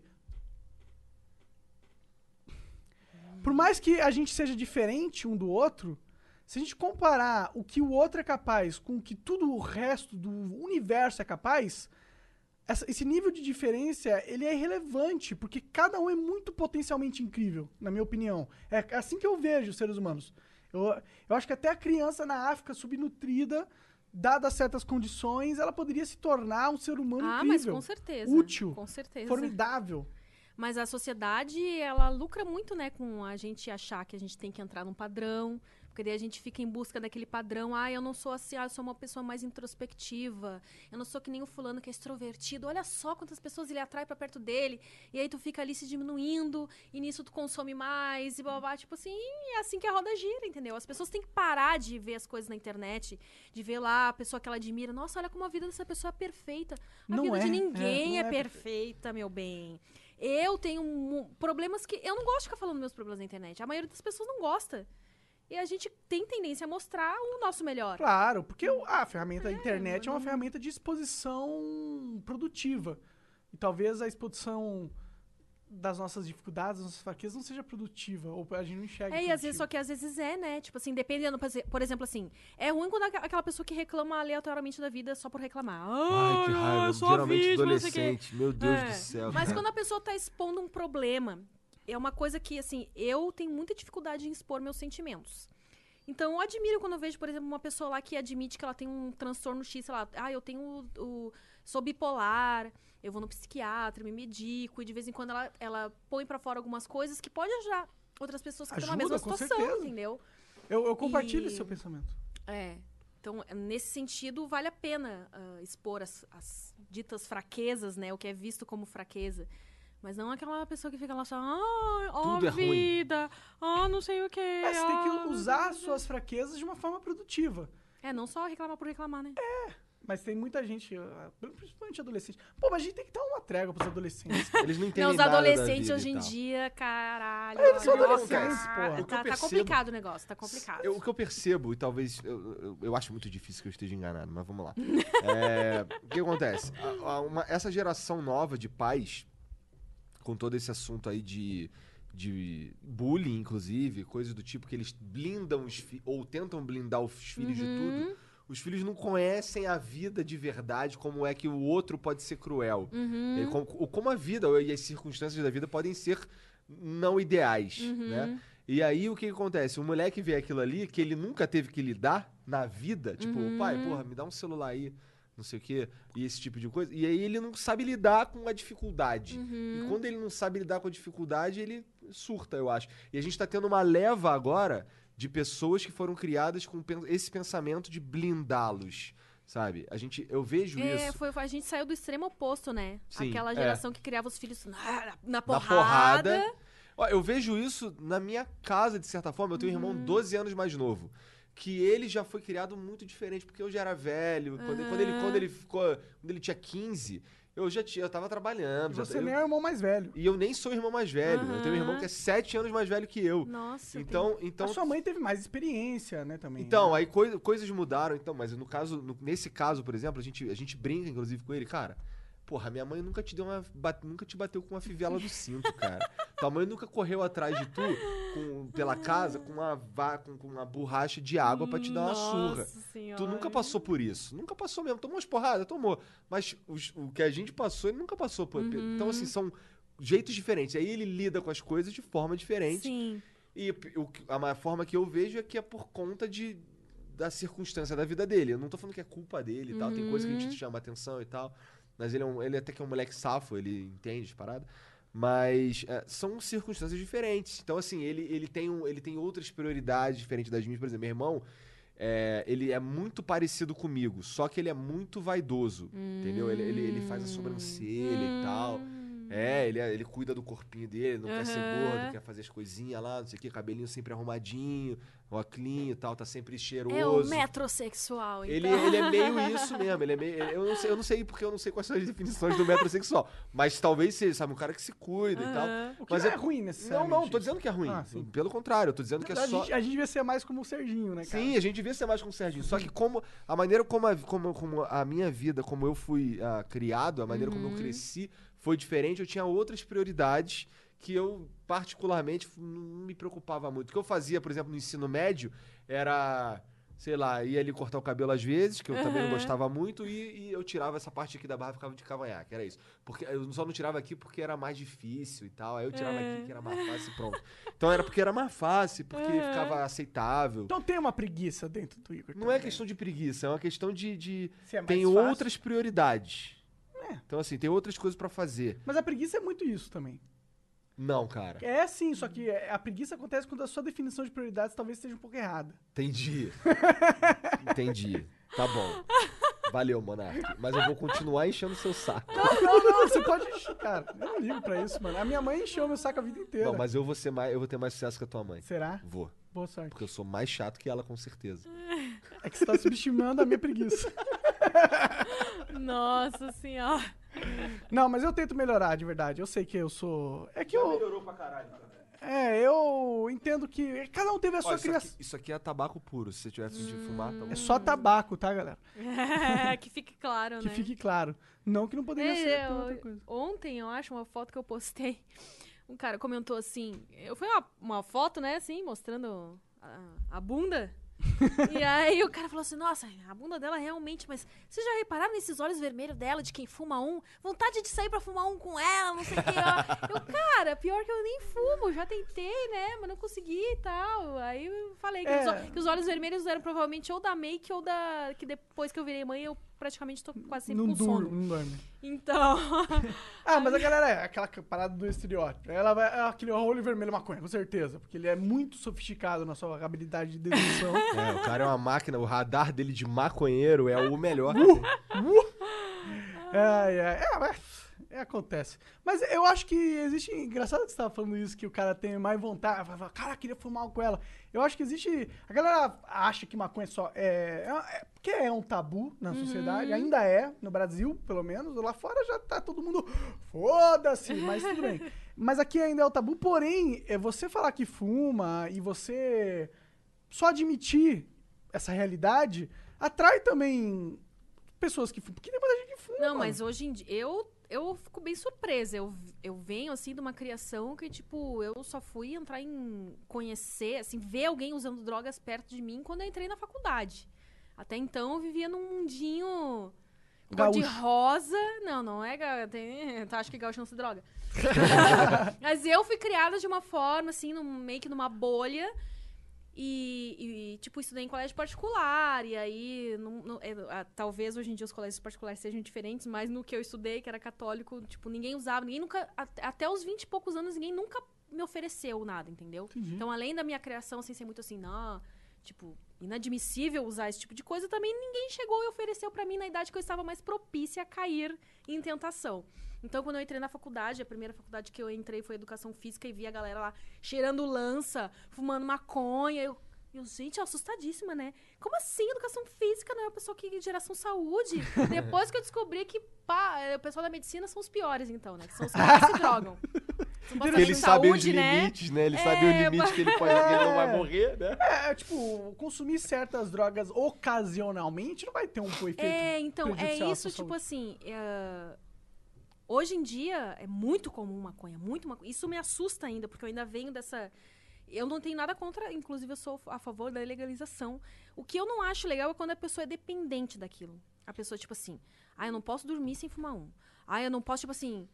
Por mais que a gente seja diferente um do outro, se a gente comparar o que o outro é capaz com o que tudo o resto do universo é capaz, essa- esse nível de diferença, ele é irrelevante, porque cada um é muito potencialmente incrível, na minha opinião. É assim que eu vejo os seres humanos. Eu, eu acho que até a criança na África subnutrida, dadas certas condições, ela poderia se tornar um ser humano Ah, mas incrível, com certeza. útil, Com certeza. formidável. Mas a sociedade, ela lucra muito, né, com a gente achar que a gente tem que entrar num padrão, porque daí a gente fica em busca daquele padrão. Ah, eu não sou assim, ah, eu sou uma pessoa mais introspectiva, eu não sou que nem o fulano que é extrovertido. Olha só quantas pessoas ele atrai pra perto dele, e aí tu fica ali se diminuindo, e nisso tu consome mais, e blá, blá, blá. Tipo assim, é assim que a roda gira, entendeu? As pessoas têm que parar de ver as coisas na internet, de ver lá a pessoa que ela admira. Nossa, olha como a vida dessa pessoa é perfeita. A Não vida é, de é, ninguém não é, é perfeita, meu bem. Eu tenho mu- problemas que... Eu não gosto de ficar falando meus problemas na internet. A maioria das pessoas não gosta. E a gente tem tendência a mostrar o nosso melhor. Claro, porque o- a ferramenta da internet é uma não- ferramenta de exposição produtiva. E talvez a exposição das nossas dificuldades, das nossas fraquezas, não seja produtiva. Ou a gente não enxerga. É, e às vezes, só que às vezes é, né? Tipo assim, dependendo, por exe- por exemplo, assim, é ruim quando aqua- aquela pessoa que reclama aleatoriamente da vida só por reclamar. Ai, que Ah, raiva. eu sou Geralmente vítima, não sei o quê. adolescente. Meu Deus É, do céu. Mas cara. quando a pessoa tá expondo um problema, é uma coisa que, assim, eu tenho muita dificuldade em expor meus sentimentos. Então, eu admiro quando eu vejo, por exemplo, uma pessoa lá que admite que ela tem um transtorno X, sei lá, ah, eu tenho o, o- sou bipolar, eu vou no psiquiatra, me medico, e de vez em quando ela, ela põe pra fora algumas coisas que pode ajudar outras pessoas que estão na Ajuda, mesma com situação, certeza. entendeu? Eu, eu compartilho E- esse seu pensamento. É. Então, nesse sentido, vale a pena ah, expor as, as ditas fraquezas, né? O que é visto como fraqueza. Mas não aquela pessoa que fica lá só, ah, ó, Tudo é ruim." vida, ah, não sei o quê. É, você tem ah, que usar as suas fraquezas de uma forma produtiva. É, não só reclamar por reclamar, né? Mas tem muita gente, ah, principalmente adolescente. Pô, mas a gente tem que dar uma trégua pros adolescentes. Eles não entendem Não, os nada da adolescentes vida hoje e em tal. dia, caralho. Eles são olha, adolescentes, tá- porra. O que eu Tá, tá percebo- complicado o negócio, tá complicado. Eu- o que eu percebo, e talvez. Eu, eu, eu acho muito difícil que eu esteja enganado, mas vamos lá. É, o que acontece? A- a- uma- essa geração nova de pais, com todo esse assunto aí de, de bullying, inclusive, coisas do tipo que eles blindam os filhos, ou tentam blindar os filhos de tudo. Os filhos não conhecem a vida de verdade, como é que o outro pode ser cruel. Uhum. E como, o- como a vida e as circunstâncias da vida podem ser não ideais, Uhum. né? E aí o que, que acontece? O moleque vê aquilo ali que ele nunca teve que lidar na vida, tipo, Uhum. pai, porra, me dá um celular aí, não sei o quê, e esse tipo de coisa. E aí ele não sabe lidar com a dificuldade. Uhum. E quando ele não sabe lidar com a dificuldade, ele surta, eu acho. E a gente tá tendo uma leva agora de pessoas que foram criadas com pen- esse pensamento de blindá-los, sabe? A gente, eu vejo É, isso foi, foi- a gente saiu do extremo oposto, né? Sim, Aquela é. geração que criava os filhos na, na na porrada. porrada. Ó, eu vejo isso na minha casa, de certa forma. Eu tenho um Uhum. irmão doze anos mais novo. Que ele já foi criado muito diferente, porque eu já era velho. Quando, quando ele, Aham. quando ele ficou. Quando ele tinha quinze, eu já tinha, eu tava trabalhando. já- Você eu- nem é o irmão mais velho. E eu nem sou o irmão mais velho. Eu tenho um irmão Aham. que é sete anos mais velho que eu. Nossa, Então, então a sua mãe teve mais experiência, né, também. Então, né? aí coi- coisas mudaram, então, mas no caso, no- nesse caso, por exemplo, a gente, a gente brinca, inclusive, com ele, cara. Porra, minha mãe nunca te deu uma. bate- nunca te bateu com uma fivela do cinto, cara. Tua mãe nunca correu atrás de tu com- pela casa com uma, vá, com, com uma borracha de água pra te dar uma surra. Nossa Senhora. Tu nunca passou por isso. Nunca passou mesmo. Tomou umas porradas? Tomou. Mas os- o que a gente passou, ele nunca passou por. Uhum. Então, assim, são jeitos diferentes. Aí ele lida com as coisas de forma diferente. Sim. E o que- a ma- forma que eu vejo é que é por conta de, da circunstância da vida dele. Eu não tô falando que é culpa dele e tal. Tem coisa que a gente chama atenção e tal. Mas ele, é um, ele até que é um moleque safo, ele entende as paradas. Mas é, são circunstâncias diferentes. Então, assim, ele, ele, tem um, ele tem outras prioridades diferentes das minhas. Por exemplo, meu irmão, é, ele é muito parecido comigo. Só que ele é muito vaidoso, entendeu? Ele, ele, ele faz a sobrancelha e tal. É, ele, é- ele cuida do corpinho dele, não quer ser Aham. gordo, quer fazer as coisinhas lá, não sei o que, cabelinho sempre arrumadinho, óculos e tal, tá sempre É o cheiroso. metrosexual, então. Ele, ele é meio isso mesmo, ele é meio. Eu não sei, eu não sei porque eu não sei quais são as definições do metrosexual. Mas talvez seja, sabe, um cara que se cuida e tal. Aham. O que Mas não é- é ruim, Não, necessariamente. não, tô dizendo que é ruim. Ah, sim. Pelo contrário, eu tô dizendo que é a, só. gente, a gente devia ser mais como o Serginho, né, cara? Sim, a gente devia ser mais como o Serginho. Só que como a maneira como a, como, como a minha vida, como eu fui ah, criado, a maneira como eu cresci, foi diferente. Eu tinha outras prioridades que eu, particularmente, f- não me preocupava muito. O que eu fazia, por exemplo, no ensino médio, era, sei lá, ia ali cortar o cabelo às vezes, que eu também não Aham. gostava muito, e, e eu tirava essa parte aqui da barba e ficava de cavanhaque, era isso. Porque eu só não tirava aqui porque era mais difícil e tal. Aí eu tirava É. aqui que era mais fácil e pronto. Então era porque era mais fácil, porque Aham. ficava aceitável. Então tem uma preguiça dentro do Igor. Não é também. questão de preguiça, é uma questão de. de- Se é mais tem fácil. outras prioridades. É. Então, assim, tem outras coisas pra fazer. Mas a preguiça é muito isso também. Não, cara. É sim, só que a preguiça acontece quando a sua definição de prioridades talvez esteja um pouco errada. Entendi. Entendi. Tá bom. Valeu, Monark. Mas eu vou continuar enchendo seu saco. Não, não, não, você pode encher, cara. Eu não ligo pra isso, mano. A minha mãe encheu meu saco a vida inteira. Não, mas eu vou ser mais, eu vou ter mais sucesso que a tua mãe. Será? Vou. Boa sorte. Porque eu sou mais chato que ela, com certeza. É que você tá subestimando a minha preguiça. Nossa senhora. Não, mas eu tento melhorar, de verdade. Eu sei que eu sou... É que eu... melhorou pra caralho também. É, eu entendo que cada um teve a Ó, sua isso, criação. aqui, isso aqui é tabaco puro. Se você tivesse de fumar, tá bom. É só tabaco, tá, galera? É, que fique claro, Que né? fique claro. Não que não poderia É, ser eu- outra coisa. Ontem, eu acho, uma foto que eu postei, um cara comentou assim, eu foi uma, uma foto, né, assim, mostrando a, a bunda. E aí o cara falou assim, nossa, a bunda dela realmente, mas vocês já repararam nesses olhos vermelhos dela, de quem fuma um? Vontade de sair pra fumar um com ela, não sei o que. ó. Eu, cara, pior que eu nem fumo, já tentei, né, mas não consegui e tal. Aí eu falei que, É. os, o- que os olhos vermelhos eram provavelmente ou da make ou da... que depois que eu virei mãe eu praticamente tô quase sempre Não com sono. durmo, não dorme. Então... Ah, mas a galera é aquela parada do estereótipo. Ela vai, é aquele olho vermelho maconha, com certeza. Porque ele é muito sofisticado na sua habilidade de dedução. É, o cara é uma máquina, o radar dele de maconheiro é o melhor. É, é, é, mas é, acontece. Mas eu acho que existe. Engraçado que você tava falando isso, que o cara tem mais vontade. Fala, cara, queria fumar com ela. Eu acho que existe. A galera acha que maconha só é. é, é porque é um tabu na sociedade. Ainda é, no Brasil, pelo menos. Lá fora já tá todo mundo. Foda-se, mas tudo bem. Mas aqui ainda é o tabu. Porém, é você falar que fuma e você só admitir essa realidade atrai também pessoas que fumam. Porque tem muita gente que fuma. Não, mano. mas hoje em dia, eu, eu fico bem surpresa. Eu, eu venho, assim, de uma criação que, tipo, eu só fui entrar em conhecer, assim, ver alguém usando drogas perto de mim quando eu entrei na faculdade. Até então, eu vivia num mundinho Gaúcho. cor-de-rosa. Não, não é... ga- Tem, tu acha que gaúcho não se droga? Mas eu fui criada de uma forma, assim, num, meio que numa bolha. E, e, tipo, estudei em colégio particular, e aí, não, não- é, ah, talvez hoje em dia os colégios particulares sejam diferentes, mas no que eu estudei, que era católico, tipo, ninguém usava, ninguém nunca, at- até os vinte e poucos anos, ninguém nunca me ofereceu nada, entendeu? Entendi. Então, além da minha criação, sem ser muito assim, não, tipo, inadmissível usar esse tipo de coisa, também ninguém chegou e ofereceu pra mim na idade que eu estava mais propícia a cair em tentação. Então, quando eu entrei na faculdade, a primeira faculdade que eu entrei foi Educação Física e vi a galera lá cheirando lança, fumando maconha. Eu, eu gente, assustadíssima, né? Como assim Educação Física não é uma pessoa que é geração saúde? Depois que eu descobri que pá, o pessoal da medicina são os piores, então, né? Que são os que mais se drogam. São Porque bastante eles sabem os saúde, né? limites, né? Eles É, sabem o limite mas- que ele, pode, que ele não vai morrer, né? É, tipo, consumir certas drogas ocasionalmente não vai ter um efeito É, então, é prejudicial à isso, sua tipo saúde. assim. é, Hoje em dia é muito comum maconha, muito maconha. Isso me assusta ainda, porque eu ainda venho dessa. Eu não tenho nada contra, inclusive eu sou a favor da legalização. O que eu não acho legal é quando a pessoa é dependente daquilo. A pessoa, tipo assim, ah, eu não posso dormir sem fumar um. Ah, eu não posso, tipo assim.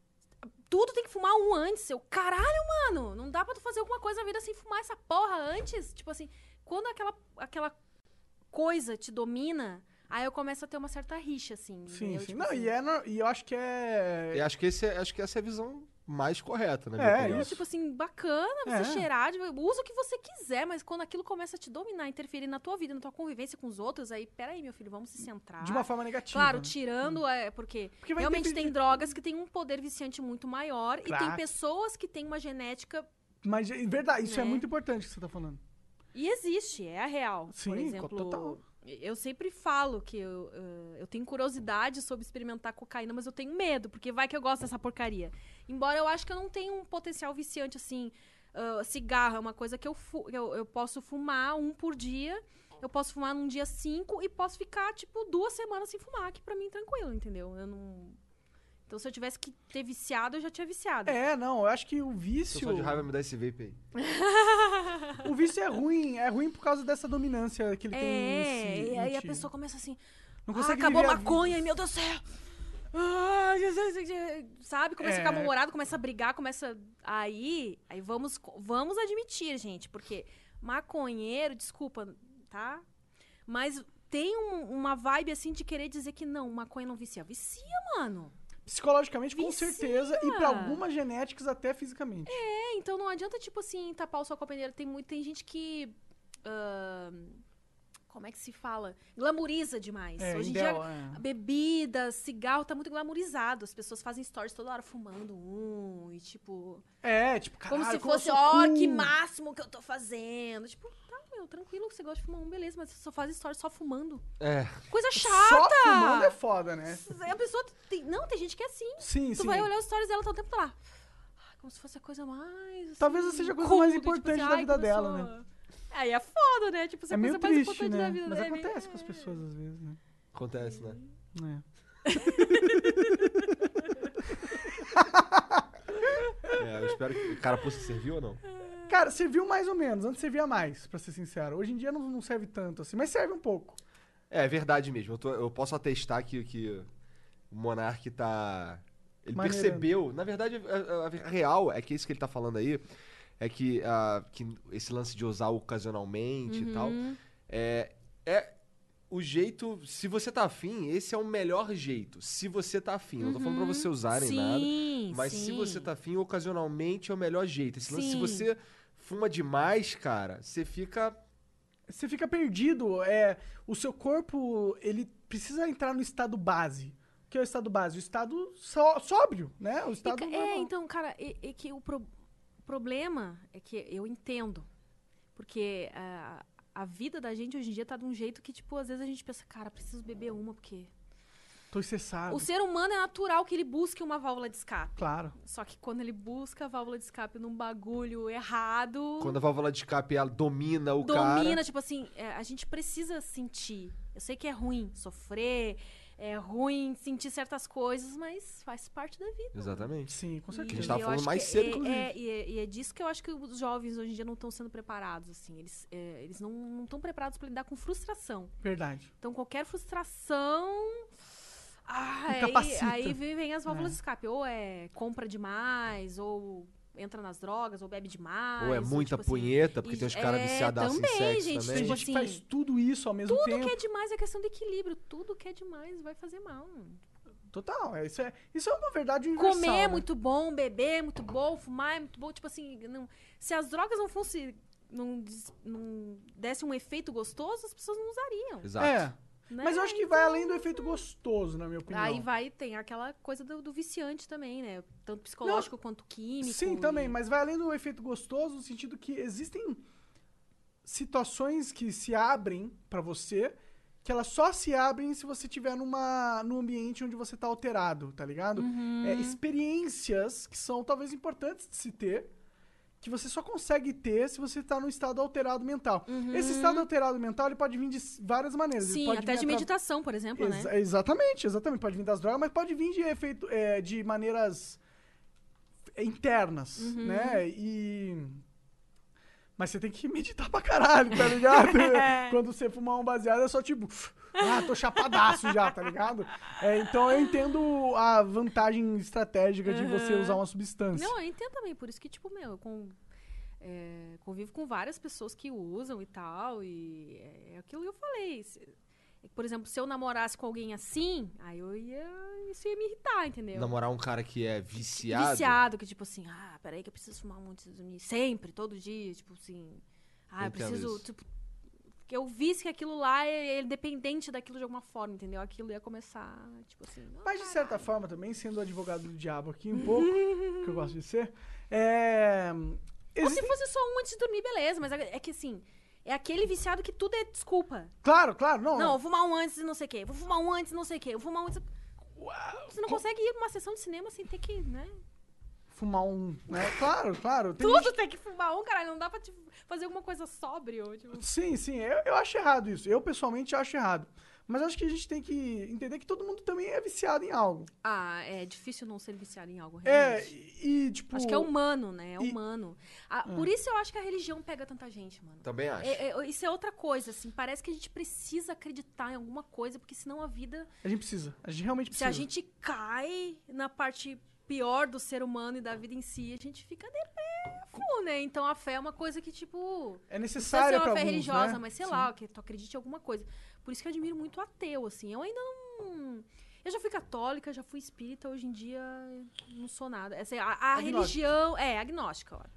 Tudo tem que fumar um antes. Eu, caralho, mano, não dá pra tu fazer alguma coisa na vida sem fumar essa porra antes. Tipo assim, quando aquela, aquela coisa te domina, aí eu começo a ter uma certa rixa, assim. Sim, entendeu? sim. Tipo Não, assim, e, é, no- e eu acho que é. E acho que, esse é- acho que essa é a visão mais correta, né? É, é, isso. tipo assim, bacana você É. cheirar, de- usa o que você quiser, mas quando aquilo começa a te dominar, interferir na tua vida, na tua convivência com os outros, aí, peraí, meu filho, vamos se centrar. De uma forma negativa. Claro, né? tirando, é, porque, Porque vai realmente interferir- tem drogas que têm um poder viciante muito maior e Claro. tem pessoas que têm uma genética Mas, é verdade, isso é Né? muito importante que você tá falando. e existe, é a real. Sim, Por exemplo, total. eu sempre falo que eu, eh, eu tenho curiosidade sobre experimentar cocaína, mas eu tenho medo, porque vai que eu gosto dessa porcaria. Embora eu acho que eu não tenha um potencial viciante, assim, ah, cigarro é uma coisa que eu, fu- eu, eu posso fumar um por dia, eu posso fumar num dia cinco e posso ficar, tipo, duas semanas sem fumar, que pra mim tranquilo, entendeu? Eu não... Então, se eu tivesse que ter viciado, eu já tinha viciado. É, não, eu acho que o Se eu vício. só de raiva me dá esse vape aí. O vício é ruim, é ruim por causa dessa dominância que ele tem. É, em si- e aí em a ti. pessoa começa assim, Não ah, consegue acabou a viver a vida. maconha, e meu Deus do céu. Ah, sabe? Começa É. a ficar mal-humorado, começa a brigar, começa... Aí, aí vamos, vamos admitir, gente, porque maconheiro, desculpa, tá? Mas tem um- uma vibe, assim, de querer dizer que não, maconha não vicia. Vicia, mano. Psicologicamente, com Vicia. certeza, e pra algumas genéticas até fisicamente. É, então não adianta, tipo assim, tapar o sol com a peneira. Tem, muito, tem gente que... ahn, como é que se fala? Glamoriza demais. É, Hoje em ideal, dia, é. a bebida, cigarro, tá muito glamorizado. As pessoas fazem stories toda hora fumando um e, tipo... É, tipo, caralho, como se eu fosse, sou ó, cool. que máximo que eu tô fazendo. Tipo, tá, meu, tranquilo que você gosta de fumar um, beleza. Mas você só faz stories só fumando. É. Coisa Só chata! fumando é foda, né? A pessoa... Tem, não, tem gente que é assim. Sim, Tu sim. vai olhar os stories dela, tá o tempo tá lá. Ai, como se fosse a coisa mais... assim, Talvez seja a coisa cool, mais do tipo importante assim, da ai, vida dela, começou- Aí é foda, né? Tipo, essa É meio coisa mais triste, importante né? da vida. Mas é meio- acontece com as pessoas às vezes, né? Acontece, né? É. É, eu espero que... Carapuça serviu ou não? Cara, serviu mais ou menos. Antes servia mais, pra ser sincero. Hoje em dia não, não serve tanto assim, mas serve um pouco. É, é verdade mesmo. Eu, tô- eu posso atestar que, que o Monark tá... Ele Maneirando. percebeu... Na verdade, a, a- a real é que isso que ele tá falando aí é que, ah, que esse lance de usar ocasionalmente e tal... Uhum. É, é, o jeito, se você tá afim, esse é o melhor jeito. Se você tá afim. Não tô falando pra você usarem sim, nada. Mas sim. se você tá afim, ocasionalmente é o melhor jeito. Esse lance, se Sim. você fuma demais, cara, você fica... Você fica perdido. É, o seu corpo, ele precisa entrar no estado base. O que é o estado base? O estado só, sóbrio, né? O E estado ca- normal. é, então, cara, é, é que o pro- problema é que eu entendo. Porque a, a vida da gente hoje em dia tá de um jeito que, tipo, às vezes a gente pensa, cara, preciso beber uma, porque... Tô estressado. O ser humano é natural que ele busque uma válvula de escape. Claro. Só que quando ele busca a válvula de escape num bagulho errado... Quando a válvula de escape ela domina o domina, cara... tipo assim, é, a gente precisa sentir. Eu sei que é ruim sofrer, é ruim sentir certas coisas, mas faz parte da vida. Exatamente. Sim, com E certeza. a gente tava eu falando acho mais que cedo, é, inclusive. É, e, é, e é disso que eu acho que os jovens hoje em dia não estão sendo preparados, assim. Eles, é, eles não estão preparados para lidar com frustração. Verdade. Então, qualquer frustração... Ah, aí, Incapacita. aí vem vem as válvulas É. de escape. Ou é compra demais, ou entra nas drogas, ou bebe demais. Ou é muita tipo assim, punheta, porque e- tem os caras é, viciadaços em também, sexo gente, também. Tem tipo gente que assim, faz tudo isso ao mesmo Tudo tempo. que é demais é questão de equilíbrio. Tudo que é demais vai fazer mal. Total. É, isso, é, isso é uma verdade universal. Comer é né? muito bom, beber é muito bom, fumar é muito bom. Tipo assim, não- se as drogas não fossem. Não, des- não desse um efeito gostoso, as pessoas não usariam. Exato. É. né? Mas eu acho que vai além do efeito gostoso, na minha opinião. Aí vai, tem aquela coisa do, do viciante também, né? Tanto psicológico quanto químico. Sim, e- também, mas vai além do efeito gostoso no sentido que existem situações que se abrem pra você que elas só se abrem se você estiver numa num ambiente onde você tá alterado, tá ligado? Uhum. É, experiências que são talvez importantes de se ter, que você só consegue ter se você tá num estado alterado mental. Esse estado alterado mental ele pode vir de s- várias maneiras. Ele Sim, pode até vir de atra- meditação, por exemplo, Exa- né? Exatamente, exatamente. Pode vir das drogas, mas pode vir de efeito é, de maneiras internas, Uhum. né? E. Mas você tem que meditar pra caralho, tá ligado? Quando você fumar um baseado é só tipo. Ah, tô chapadaço já, tá ligado? É, então eu entendo a vantagem estratégica de você Uhum. usar uma substância. Não, eu entendo também. Por isso que, tipo, meu, eu com, é, convivo com várias pessoas que usam e tal. E é aquilo que eu falei. Se- por exemplo, se eu namorasse com alguém assim, aí eu ia. Isso ia me irritar, entendeu? Namorar um cara que é viciado. Viciado, que tipo assim, ah, peraí que eu preciso fumar um antes de dormir. Sempre, todo dia, tipo assim. Ah, eu Entendo preciso, isso. tipo. Que eu visse que aquilo lá é, é dependente daquilo de alguma forma, entendeu? Aquilo ia começar, tipo assim. "Ah, Mas de certa forma também, sendo advogado do diabo aqui um pouco, que eu gosto de ser, é. Ou existe- se fosse só um antes de dormir, beleza, mas é é que assim, é aquele viciado que tudo é desculpa. Claro, claro, não. Não, vou fumar um antes e não sei o quê, vou fumar um antes e não sei o quê, vou fumar um antes. Você não consegue ir pra uma sessão de cinema sem ter que, né? Fumar um. Né? Claro, claro. Tem Tudo gente- tem que fumar um, caralho, não dá pra tipo, fazer alguma coisa sóbrio. Tipo. Sim, sim, eu, eu acho errado isso. Eu, pessoalmente, acho errado. Mas acho que a gente tem que entender que todo mundo também é viciado em algo. Ah, é difícil não ser viciado em algo, É, realmente. e, e, tipo. Acho que é humano, né? É e- humano. Ah, Por isso eu acho que a religião pega tanta gente, mano. Também acho. É- é- isso é outra coisa, assim. Parece que a gente precisa acreditar em alguma coisa, porque senão a vida. A gente precisa. A gente realmente Se precisa. a gente cai na parte pior do ser humano e da vida em si, a gente fica de pé, fu, né? Então a fé é uma coisa que, tipo. É Não precisa necessária ser uma pra fé alguns, religiosa, né? mas sei Sim. lá, que tu acredite em alguma coisa. Por isso que eu admiro muito o ateu, assim. Eu ainda não. Eu já fui católica, já fui espírita, hoje em dia não sou nada. Assim, a, a Agnóstica. religião. É, agnóstica, olha.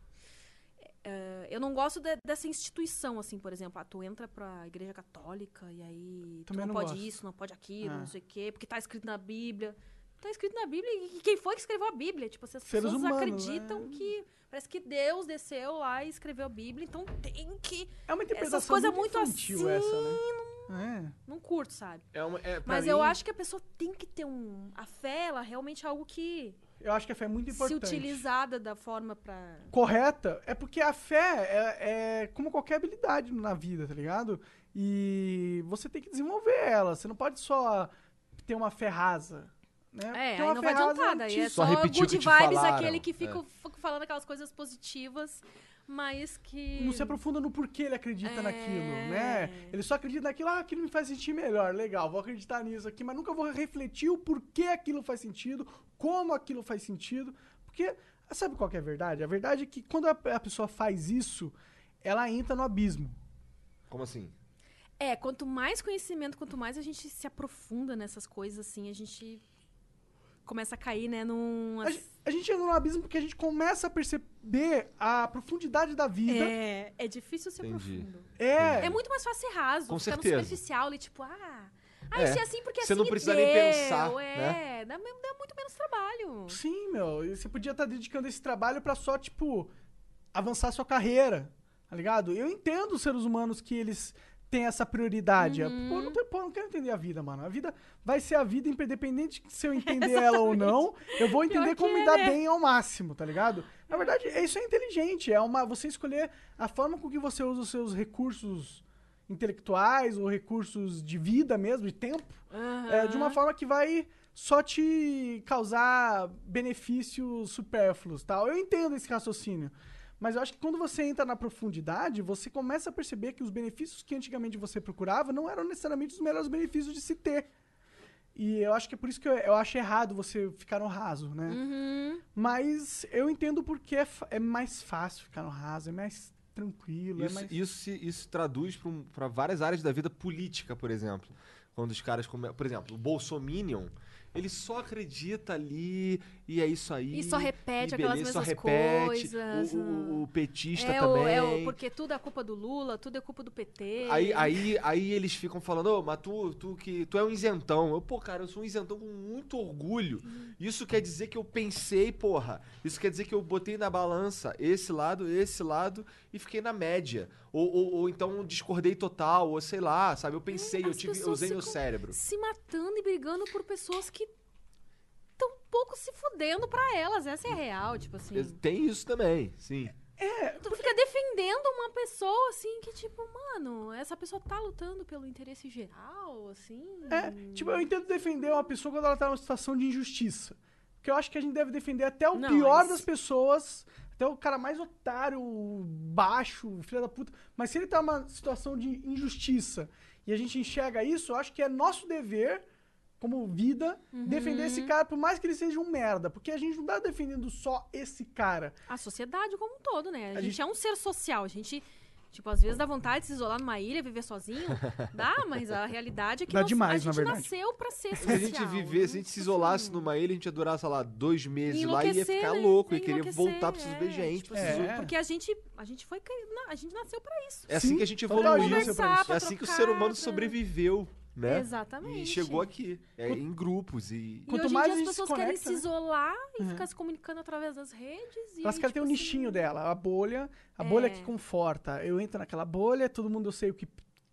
É, eu não gosto de- dessa instituição, assim, por exemplo. Ah, tu entra pra igreja católica e aí tu Também não, não pode gosto. isso, não pode aquilo, Ah. não sei o quê, porque tá escrito na Bíblia. Tá escrito na Bíblia e quem foi que escreveu a Bíblia? Tipo, assim, as Seres pessoas humanos, acreditam né? que. Parece que Deus desceu lá e escreveu a Bíblia, então tem que. É uma interpretação Essas coisas muito muito infantil assim, essa, né? Não curto, sabe? É uma, é, pra Mas mim, eu acho que a pessoa tem que ter um. A fé, ela realmente é algo que. É. Eu acho que a fé é muito Se importante. utilizada da forma pra. Correta, é porque a fé é, é como qualquer habilidade na vida, tá ligado? E você tem que desenvolver ela. Você não pode só ter uma fé rasa. Né? É, Porque aí uma não fé vai rasa adiantar. Daí é te- Só só repetir o good que te vibes, falaram, aquele que é. fica fica falando aquelas coisas positivas, mas que. Não se aprofunda no porquê ele acredita É. naquilo, né? Ele só acredita naquilo, ah, aquilo me faz sentir melhor, legal, vou acreditar nisso aqui, mas nunca vou refletir o porquê aquilo faz sentido, como aquilo faz sentido, porque, sabe qual que é a verdade? A verdade é que quando a, a pessoa faz isso, ela entra no abismo. Como assim? É, quanto mais conhecimento, quanto mais a gente se aprofunda nessas coisas, assim, a gente começa a cair, né, num... A, gen- a gente entra num abismo porque a gente começa a perceber a profundidade da vida. É, é difícil ser Entendi. profundo. É. É muito mais fácil ser raso, Com ficar certeza. no superficial e tipo, ah... Ah, É. isso é assim porque Você assim não me precisa deu, nem pensar, é, dá, me- dá muito menos trabalho. Sim, meu. E você podia estar dedicando esse trabalho pra só, tipo, avançar sua carreira, tá ligado? Eu entendo os seres humanos que eles têm essa prioridade. Uhum. Pô, eu não, tenho- pô, eu não quero entender a vida, mano. A vida vai ser a vida, independente de se eu entender ela ou não. Eu vou entender Pior que como me é, dar né? bem ao máximo, tá ligado? Na verdade, é- isso é inteligente. É uma, você escolher a forma com que você usa os seus recursos intelectuais ou recursos de vida mesmo, de tempo, é, de uma Aham. forma que vai só te causar benefícios supérfluos, tal. Eu entendo esse raciocínio, mas eu acho que quando você entra na profundidade, você começa a perceber que os benefícios que antigamente você procurava não eram necessariamente os melhores benefícios de se ter. E eu acho que é por isso que eu, eu acho errado você ficar no raso, né? Uhum. Mas eu entendo porque é, fa- é mais fácil ficar no raso, é mais tranquilo, é Isso, mais... isso, se- isso traduz para várias áreas da vida política, por exemplo. Quando os caras... Come... Por exemplo, o Bolsominion, ele só acredita ali e é isso aí. E só repete e aquelas beleza, só mesmas repete. coisas. O, o- o petista É o, também. é o, porque tudo é culpa do Lula, tudo é culpa do P T. Aí, aí, aí eles ficam falando, ô, mas tu, tu, que, tu é um isentão. Eu, pô, cara, eu sou um isentão com muito orgulho. Isso quer dizer que eu pensei, porra. Isso quer dizer que eu botei na balança esse lado, esse lado e fiquei na média. Ou, ou, ou então discordei total, ou sei lá, sabe? Eu pensei, eu, as tive, eu pessoas usei meu ficam cérebro. se matando e brigando por pessoas que estão um pouco se fudendo pra elas. Essa é a real, tipo assim. Tem isso também, sim. Tu fica defendendo uma pessoa, assim, que tipo, mano, essa pessoa tá lutando pelo interesse geral, assim. É, tipo, eu entendo defender uma pessoa quando ela tá numa situação de injustiça. Porque eu acho que a gente deve defender até o Não, pior mas- das pessoas, até o cara mais otário, baixo, filho da puta. Mas se ele tá numa situação de injustiça e a gente enxerga isso, eu acho que é nosso dever, como vida, defender esse cara, por mais que ele seja um merda. Porque a gente não tá defendendo só esse cara. A sociedade como um todo, né? A, A gente, gente- é um ser social. A gente, tipo, às vezes dá vontade de se isolar numa ilha, viver sozinho. Dá, mas a realidade é que Dá nós- demais, a na gente verdade. nasceu pra ser Se social. a gente viver, se a gente se isolasse numa ilha, a gente ia durar, sei lá, dois meses lá e ia Enlouquecer, ficar né? louco, Ia e querer enlouquecer, voltar pra esses ver é, gente. tipo precisou- É. Porque a gente, a gente foi... cri- não, a gente nasceu pra isso. É assim Sim, que a gente total, evoluiu. a gente nasceu pra Conversar, isso. pra É assim que o trocar, ser humano pra- sobreviveu, né? Exatamente. E chegou aqui, é, em grupos. E E Quanto hoje em mais dia a as gente pessoas se querem conecta, se né? isolar e ficar se comunicando através das redes. E Elas aí, querem ter tipo um assim, nichinho dela, a bolha, a bolha É. que conforta. Eu entro naquela bolha, todo mundo eu sei o que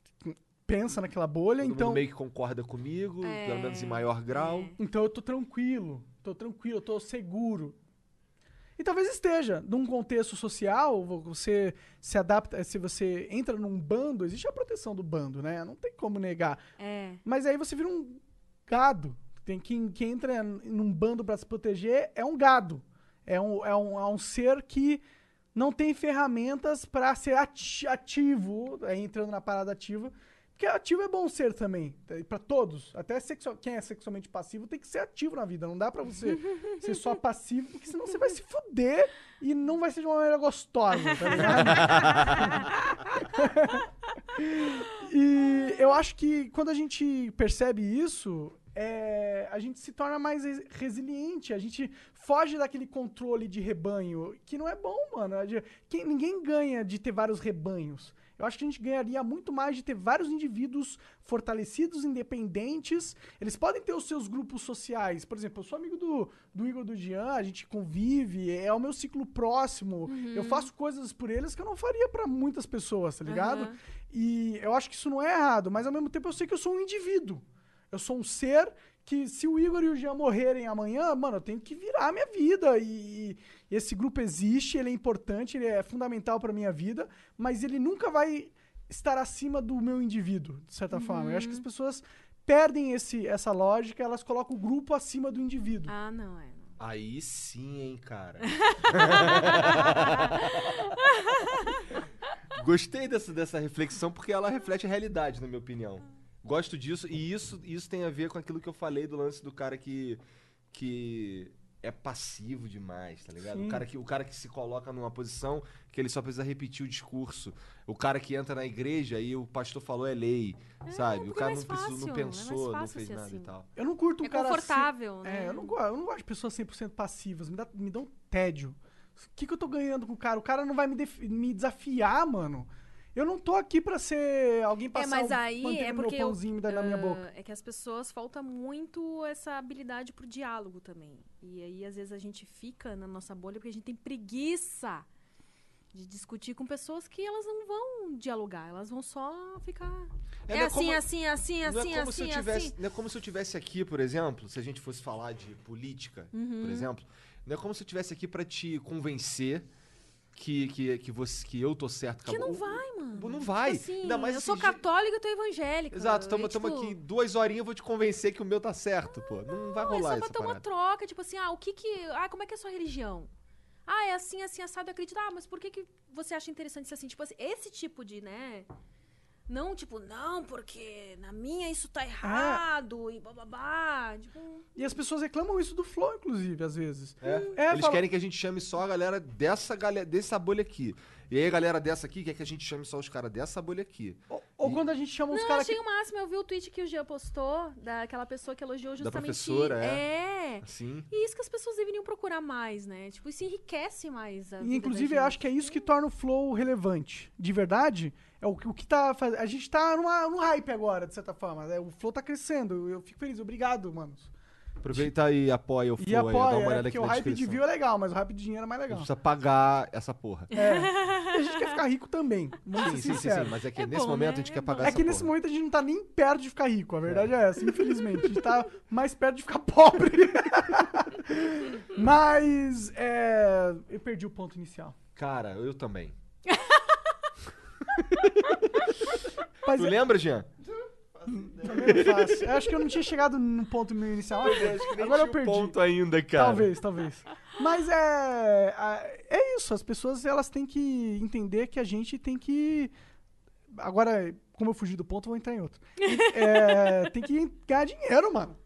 pensa naquela bolha, todo então, mundo meio que concorda comigo, É, pelo menos em maior grau. é. então eu tô tranquilo, tô tranquilo, tô seguro. E talvez esteja, num contexto social, você se adapta, se você entra num bando, existe a proteção do bando, né? Não tem como negar. É. Mas aí você vira um gado. Tem quem, quem entra num bando pra se proteger é um gado. É um, é um, é um ser que não tem ferramentas pra ser ati- ativo, aí entrando na parada ativa. Porque ativo é bom ser também, tá? Pra todos. Até sexual, quem é sexualmente passivo tem que ser ativo na vida. Não dá pra você ser só passivo, porque senão você vai se fuder e não vai ser de uma maneira gostosa, tá ligado? E eu acho que quando a gente percebe isso, é, a gente se torna mais res- resiliente, a gente foge daquele controle de rebanho, que não é bom, mano. A gente- quem- ninguém ganha de ter vários rebanhos. Eu acho que a gente ganharia muito mais de ter vários indivíduos fortalecidos, independentes. Eles podem ter os seus grupos sociais. Por exemplo, eu sou amigo do, do Igor do Jean, a gente convive, é o meu ciclo próximo. Eu faço coisas por eles que eu não faria pra muitas pessoas, tá ligado? Aham. E eu acho que isso não é errado, mas ao mesmo tempo eu sei que eu sou um indivíduo. Eu sou um ser que, se o Igor e o Jean morrerem amanhã, mano, eu tenho que virar a minha vida. E, e esse grupo existe, ele é importante, ele é fundamental pra minha vida, mas ele nunca vai estar acima do meu indivíduo, de certa forma. Eu acho que as pessoas perdem esse, essa lógica, elas colocam o grupo acima do indivíduo. Ah, não, é. não. Aí sim, hein, cara. Gostei dessa, dessa reflexão porque ela reflete a realidade, na minha opinião. Gosto disso, e isso, isso tem a ver com aquilo que eu falei do lance do cara que, que é passivo demais, tá ligado? Sim. O cara, que, o cara que se coloca numa posição que ele só precisa repetir o discurso. O cara que entra na igreja e o pastor falou é lei, sabe? O porque cara é não, mais precisou, não fácil, é pensou, mais não fácil fez ser nada assim. e tal. Eu não curto um É cara confortável, assim- né? É, eu não, go- eu não gosto de pessoas cem por cento passivas. Me dá, me dá um tédio. O que, que eu tô ganhando com o cara? O cara não vai me, def- me desafiar, mano. Eu não tô aqui pra ser alguém É, passar mas o aí manteiga é no porque meu eu- pãozinho e me dar na minha ah, boca. É que as pessoas falta muito essa habilidade pro diálogo também. E aí, às vezes, a gente fica na nossa bolha porque a gente tem preguiça de discutir com pessoas que elas não vão dialogar, elas vão só ficar. É, não é assim, como- assim, assim, Não assim, é como se eu assim, tivesse, assim. não é como se eu tivesse aqui, por exemplo, se a gente fosse falar de política, Uhum. por exemplo, não é como se eu tivesse aqui pra te convencer que, que, que, você, que eu tô certo. Que acabou. não O- vai, mano. Não vai. Tipo assim, Ainda mais eu sou esses dias- católica e tu é evangélica. Exato, E, estamos tipo, aqui duas horinhas, eu vou te convencer que o meu tá certo, pô. Não vai Não, é rolar só essa pra ter uma parada. troca, tipo assim, ah, o que que... Ah, como é que é a sua religião? Ah, é assim, assim, assado, eu acredito. Ah, mas por que que você acha interessante isso assim? Tipo assim, esse tipo de, né... Não, tipo, não, porque na minha isso tá errado e bababá. Tipo, E as pessoas reclamam isso do Flow, inclusive, às vezes. É, É, eles fala- querem que a gente chame só a galera dessa, galera, dessa bolha aqui. E aí a galera dessa aqui quer que a gente chame só os caras dessa bolha aqui. Ou, ou quando a gente chama os não, caras achei que... o máximo. Eu vi o tweet que o Jean postou, daquela pessoa que elogiou justamente... professora, é. Assim. E isso que as pessoas deveriam procurar mais, né? Tipo, isso enriquece mais a vida E, da inclusive, eu gente. acho que é isso que torna o Flow relevante. De verdade, é o, que- o que tá fazendo... A gente tá numa, num hype agora, de certa forma. Né? O Flow tá crescendo. Eu, eu fico feliz. Obrigado, manos. Aproveita e apoia o Flow E aí, dá apoia, uma é, olhada porque aqui o na hype de descrição. view é legal, mas o hype de dinheiro é mais A legal. gente precisa pagar essa porra. É. E a gente quer ficar rico também. Vamos Sim, ser sim, sim, sinceros. sim, mas é que É nesse bom, momento né? a gente É quer bom. pagar É essa que nesse porra. momento a gente não tá nem perto de ficar rico, a verdade é, essa, infelizmente. A gente tá mais perto de ficar pobre. Mas, é... Eu perdi o ponto inicial. Cara, eu também. Mas Tu é- lembra, Jean? também não faço. Eu acho que eu não tinha chegado no ponto meu inicial. Agora eu perdi. ponto ainda, cara. Talvez, talvez. Mas é, a- é isso, as pessoas elas têm que entender que a gente tem que... Agora, como eu fugi do ponto, eu vou entrar em outro. É, tem que ganhar dinheiro, mano.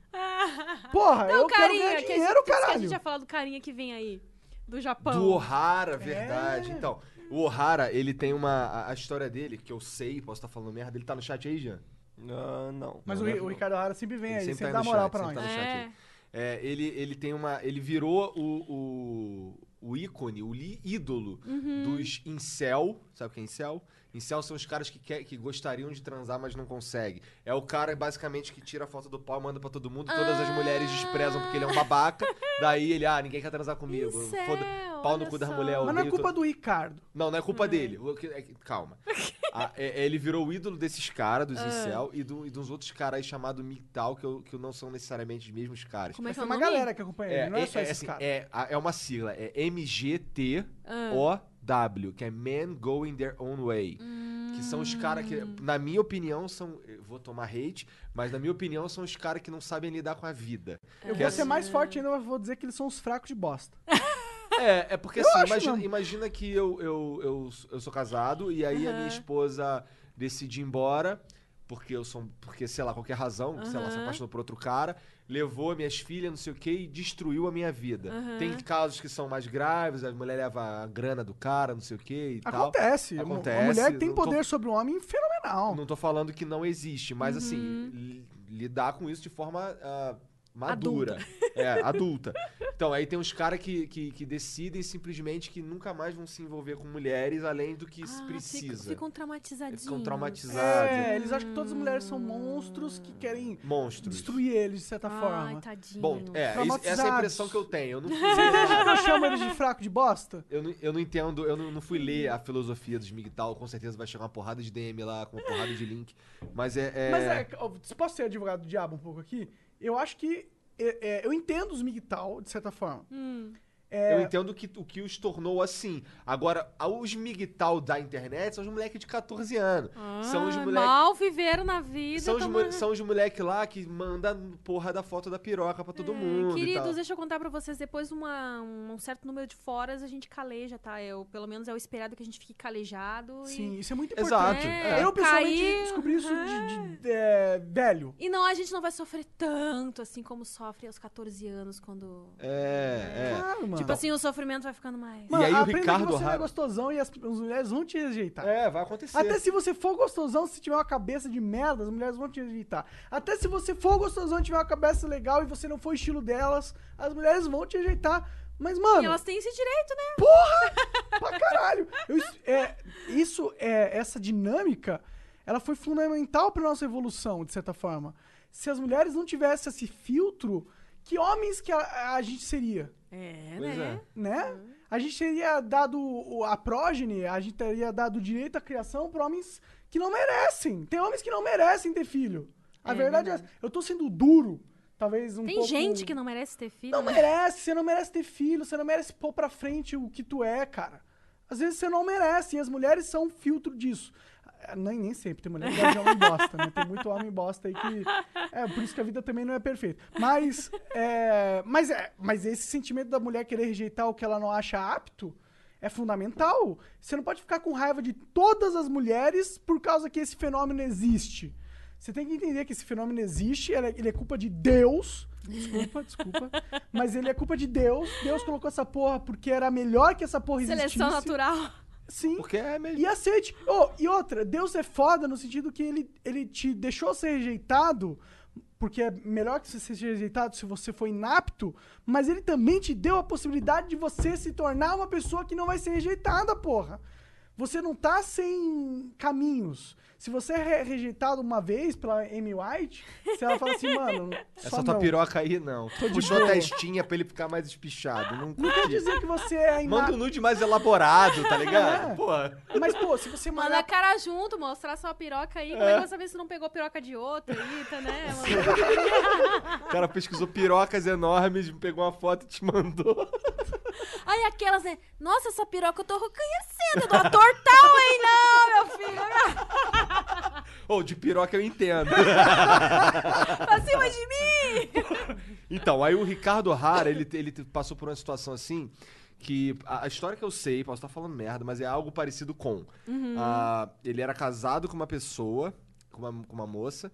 Porra, Não, eu quero carinha, ganhar que a dinheiro, gente- que A caralho. gente já falou do carinha que vem aí, do Japão. Do Ohara, verdade. É. Então, o Ohara, ele tem uma... A, a história dele, que eu sei, posso estar falando merda, ele tá no chat aí, Jean? Ah, não. Mas Não, o, né? o Ricardo Hara sempre vem Ele aí, sempre sempre, tá dá no moral chat, pra sempre nós. tá no chat É. aí. É, ele, ele tem uma... Ele virou o, o, o ícone, o li- ídolo dos incel. Sabe o que é incel? Incel são os caras que, quer, que gostariam de transar, mas não conseguem. É o cara, basicamente, que tira a foto do pau, manda pra todo mundo, todas as mulheres desprezam porque ele é um babaca. Daí ele, ah, ninguém quer transar comigo. Incel, Foda, pau no olha cu da só. mulher. eu Mas não é odeio culpa to- do Ricardo. Não, não é culpa dele. O que- é que- Calma. Ah, é- é, ele virou o ídolo desses caras, dos incel, e, do, e dos outros caras aí chamados Migtal, que, eu- que não são necessariamente os mesmos caras. Como é Mas que é tem o uma nome? galera que acompanha ele, não é, só esses assim, caras. é, a- é uma sigla, é M G T O W, que é Men Going Their Own Way. Que são os caras que, na minha opinião, são. Eu vou tomar hate, mas na minha opinião, são os caras que não sabem lidar com a vida. Eu Que vou é ser assim- mais forte ainda, eu vou dizer que eles são os fracos de bosta. É, é porque Eu assim, acho imagina, mesmo. imagina que eu, eu, eu, eu sou casado e aí a minha esposa decide ir embora, porque eu sou. Porque, sei lá, qualquer razão, sei lá, se apaixonou por outro cara, levou minhas filhas, não sei o que, e destruiu a minha vida. Tem casos que são mais graves, a mulher leva a grana do cara, não sei o que e tal. Acontece. Acontece, Uma mulher que tem não tô- poder sobre o homem fenomenal. Não tô falando que não existe, mas assim, li- lidar com isso de forma ah, madura. É, adulta. Então, aí tem uns caras que, que, que decidem simplesmente que nunca mais vão se envolver com mulheres além do que se Ah, precisa. Ficam, ficam traumatizadinhos. Ficam traumatizados. É, eles acham que todas as mulheres são monstros que querem Monstros. destruir eles, de certa Ai, forma. tadinho. Bom, é, isso- essa é a impressão que eu tenho. Eu não, Eu chamo eles de fraco de bosta? eu não, eu não entendo, eu não, não fui ler a filosofia dos Migtal, com certeza vai chegar uma porrada de D M lá, com uma porrada de link. Mas é. é- Mas é, ó, posso ser advogado do diabo um pouco aqui? Eu acho que. é, é, eu entendo os Migtal, de certa forma. Hum. É, Eu entendo que, o que os tornou assim. Agora, os migtal da internet são os moleques de catorze anos. Ah, são os moleques... mal viveram na vida. São os, toma- mo- são os moleques lá que mandam porra da foto da piroca pra todo É, mundo e Queridos, tal. deixa eu contar pra vocês, depois de uma, um certo número de foras, a gente caleja, tá? Eu, pelo menos é o esperado que a gente fique calejado. sim, isso é muito Exato. importante. É, Eu, pessoalmente, cair- descobri isso de, de- é, velho. E, e não, a gente não vai sofrer tanto assim como sofre aos catorze anos, quando... É, é. Claro, mano. Tipo assim, o sofrimento vai ficando mais... E aí o aprenda Ricardo que você não é Ra- gostosão e as, as mulheres vão te rejeitar. É, vai acontecer. Até se você for gostosão, se tiver uma cabeça de merda, as mulheres vão te rejeitar. Até se você for gostosão e tiver uma cabeça legal e você não for o estilo delas, as mulheres vão te rejeitar. Mas, mano, E elas têm esse direito, né? pra caralho. Eu- é, isso, é, essa dinâmica, ela foi fundamental pra nossa evolução, de certa forma. Se as mulheres não tivessem esse filtro, que homens que a, a gente seria? É, Pois né? Né? A gente teria dado o- a prógene, a gente teria dado o direito à criação para homens que não merecem. Tem homens que não merecem ter filho. A É verdade é verdade. essa. Eu tô sendo duro, talvez um Tem pouco... gente que não merece ter filho, Não né? merece, você não merece ter filho, você não merece pôr pra frente o que tu é, cara. Às vezes você não merece, e as mulheres são um filtro disso. Ah, Nem, nem sempre, tem mulher que gosta de homem bosta, né? Tem muito homem bosta aí que... É, por isso que a vida também não é perfeita. Mas, é, mas, é, mas esse sentimento da mulher querer rejeitar o que ela não acha apto é fundamental. Você não pode ficar com raiva de todas as mulheres por causa que esse fenômeno existe. Você tem que entender que esse fenômeno existe, ele é, ele é culpa de Deus. Desculpa, desculpa. Mas ele é culpa de Deus. Deus colocou essa porra porque era melhor que essa porra existisse. Seleção natural. Sim. Porque é mesmo. E aceite. Oh, e outra, Deus é foda no sentido que ele, ele te deixou ser rejeitado, porque é melhor que você seja rejeitado se você for inapto, mas ele também te deu a possibilidade de você se tornar uma pessoa que não vai ser rejeitada, porra. Você não tá sem caminhos. Se você é re- rejeitado uma vez pela Amy White, se ela fala assim, mano, só Essa tua não. piroca aí, não. Tô de Puxou a boa. testinha pra ele ficar mais espichado. Não Não quer curti. dizer que você é Manda inapto. um nude mais elaborado, tá ligado? É. Porra. Mas, pô, se você Manda mandar a cara junto, mostrar sua piroca aí. Como é que você sabe se não pegou piroca de outro aí, tá, né? O cara pesquisou pirocas enormes, pegou uma foto e te mandou. Aí aquelas, né? Nossa, essa piroca eu tô reconhecendo. Do ator tal, hein? Não, meu filho. Ou de piroca eu entendo. Pra cima de mim. Então, aí o Ricardo O'Hara, ele, ele passou por uma situação assim, que a, a história que eu sei, posso estar falando merda, mas é algo parecido com. Ah, ele era casado com uma pessoa, com uma, com uma moça,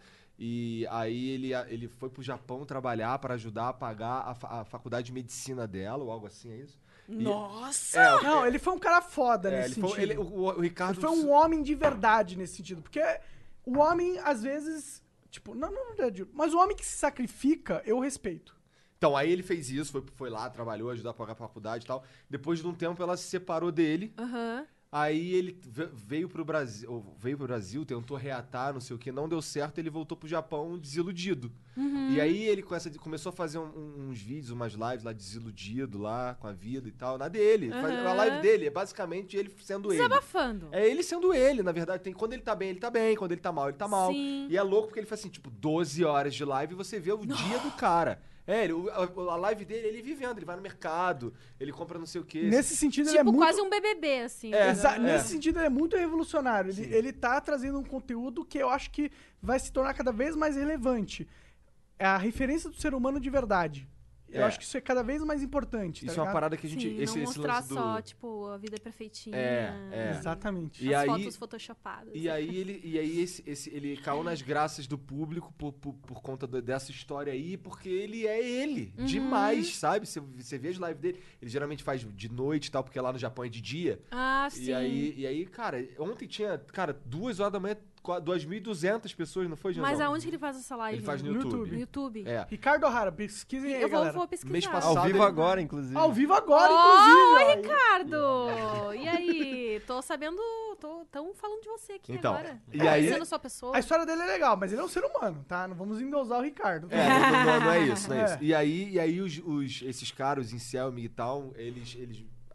e aí ele, ele foi pro Japão trabalhar para ajudar a pagar a, fa- a faculdade de medicina dela, ou algo assim, é isso? E- Nossa. É, o- Não, ele foi um cara foda é, nesse ele foi, sentido. ele- o, o Ricardo... Ele foi um homem de verdade nesse sentido. Porque o homem, às vezes. Tipo, não, não, não, mas o homem que se sacrifica, eu respeito. Então, aí ele fez isso, foi, foi lá, trabalhou, ajudou a pagar a faculdade e tal. Depois de um tempo, ela se separou dele. Aham. Aí ele ve- veio pro Brasil, ou veio pro Brasil, tentou reatar, não sei o que, não deu certo, ele voltou pro Japão desiludido. E aí ele com essa- começou a fazer um- um- uns vídeos, umas lives lá desiludido lá com a vida e tal, na dele. Faz- Aham. A live dele é basicamente ele sendo ele. Desabafando. É ele sendo ele, na verdade. Tem, quando ele tá bem, ele tá bem. Quando ele tá mal, ele tá mal. Sim. E é louco porque ele faz assim, tipo, doze horas de live e você vê o dia do cara. É, ele- o- a, a live dele, ele vivendo, ele vai no mercado, ele compra não sei o quê. Nesse sentido, ele é Tipo, muito. quase um B B B, assim. É, né? Exa- é. Nesse sentido, ele é muito revolucionário. Ele, Sim. ele tá trazendo um conteúdo que eu acho que vai se tornar cada vez mais relevante. É a referência do ser humano de verdade. Eu É. acho que isso é cada vez mais importante. Isso tá é uma ligado? parada que a gente... Sim, esse, não esse mostrar lance do... só, tipo, a vida perfeitinha. É, é. Exatamente. E As aí- fotos photoshopadas. E aí ele, e aí esse, esse, ele caiu nas graças do público por, por, por conta do- dessa história aí, porque ele é ele. Uhum. Demais, sabe? Você, você vê as lives dele, ele geralmente faz de noite e tal, porque lá no Japão é de dia. Ah, sim. E aí, e aí, cara, ontem tinha, cara, duas horas da manhã, qua- duas mil e duzentas pessoas, não foi, Janzão? Mas aonde que ele faz essa live? Ele faz no No YouTube. YouTube. No YouTube? É. Ricardo O'Hara, pesquisem aí, Eu vou, galera. vou pesquisar. Mês passado- Ao vivo ele- agora, inclusive. Ao vivo agora, Oi, inclusive. ó. Ricardo! E aí? Tô sabendo... Tô, tão falando de você aqui Então, agora. e Tá aí- conhecendo sua pessoa. A história dele é legal, mas ele é um ser humano, tá? Não vamos endosar o Ricardo. É, não, não- não é isso, não é, É. isso. E aí, e aí os, os- esses caras, em Incel e tal, eles, eles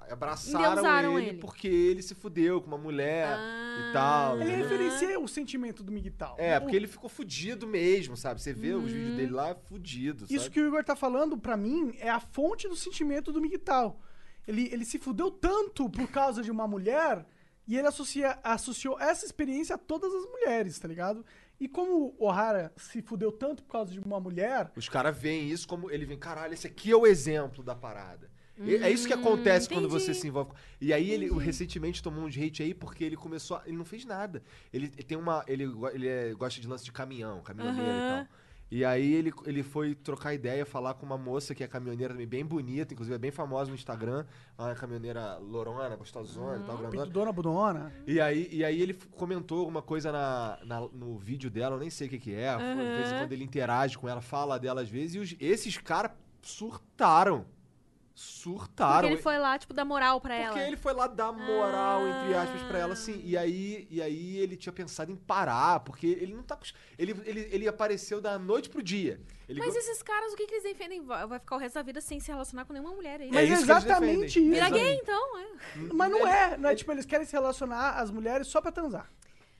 abraçaram Endeusaram ele, ele. porque ele se fudeu com uma mulher Ah. e tal. Ele entendeu? referencia o sentimento do Miguel. É, porque ele ficou fudido mesmo, sabe? Você vê os vídeos dele lá, fudido, sabe? Isso que o Igor tá falando, pra mim, é a fonte do sentimento do Miguel. Ele, ele se fudeu tanto por causa de uma mulher e ele associa, associou essa experiência a todas as mulheres, tá ligado? E como o Ohara se fudeu tanto por causa de uma mulher... Os caras veem isso como... Ele vem, caralho, esse aqui é o exemplo da parada. E é isso que acontece quando entendi. você se envolve. E aí ele recentemente tomou um de hate aí porque ele começou a, ele não fez nada. Ele, ele tem uma ele, go- ele é- gosta de lance de caminhão, caminhoneiro e Aham. tal. E aí ele, ele foi trocar ideia, falar com uma moça que é caminhoneira também, bem bonita, inclusive é bem famosa no Instagram, uma caminhoneira lorona, gostosona e tal, grandona. Dona Budona. E aí, e aí ele f- comentou alguma coisa na, na- no vídeo dela, eu nem sei o que que é. De vez em quando ele interage com ela, fala dela às vezes. E os- esses caras surtaram. Surtaram. Porque ele foi lá, tipo, dar moral pra ela. Porque ele foi lá dar moral, Ah. entre aspas, pra ela, assim. E aí, e aí ele tinha pensado em parar, porque ele não tá... acos- Ele, ele, ele apareceu da noite pro dia. Ele Mas go- esses caras, o que, que eles defendem? Vai vai ficar o resto da vida sem se relacionar com nenhuma mulher aí. É Mas isso que eles exatamente defendem. isso. Vira Exatamente. gay, então, é. Mas não é, não é tipo, eles querem se relacionar às mulheres só pra transar.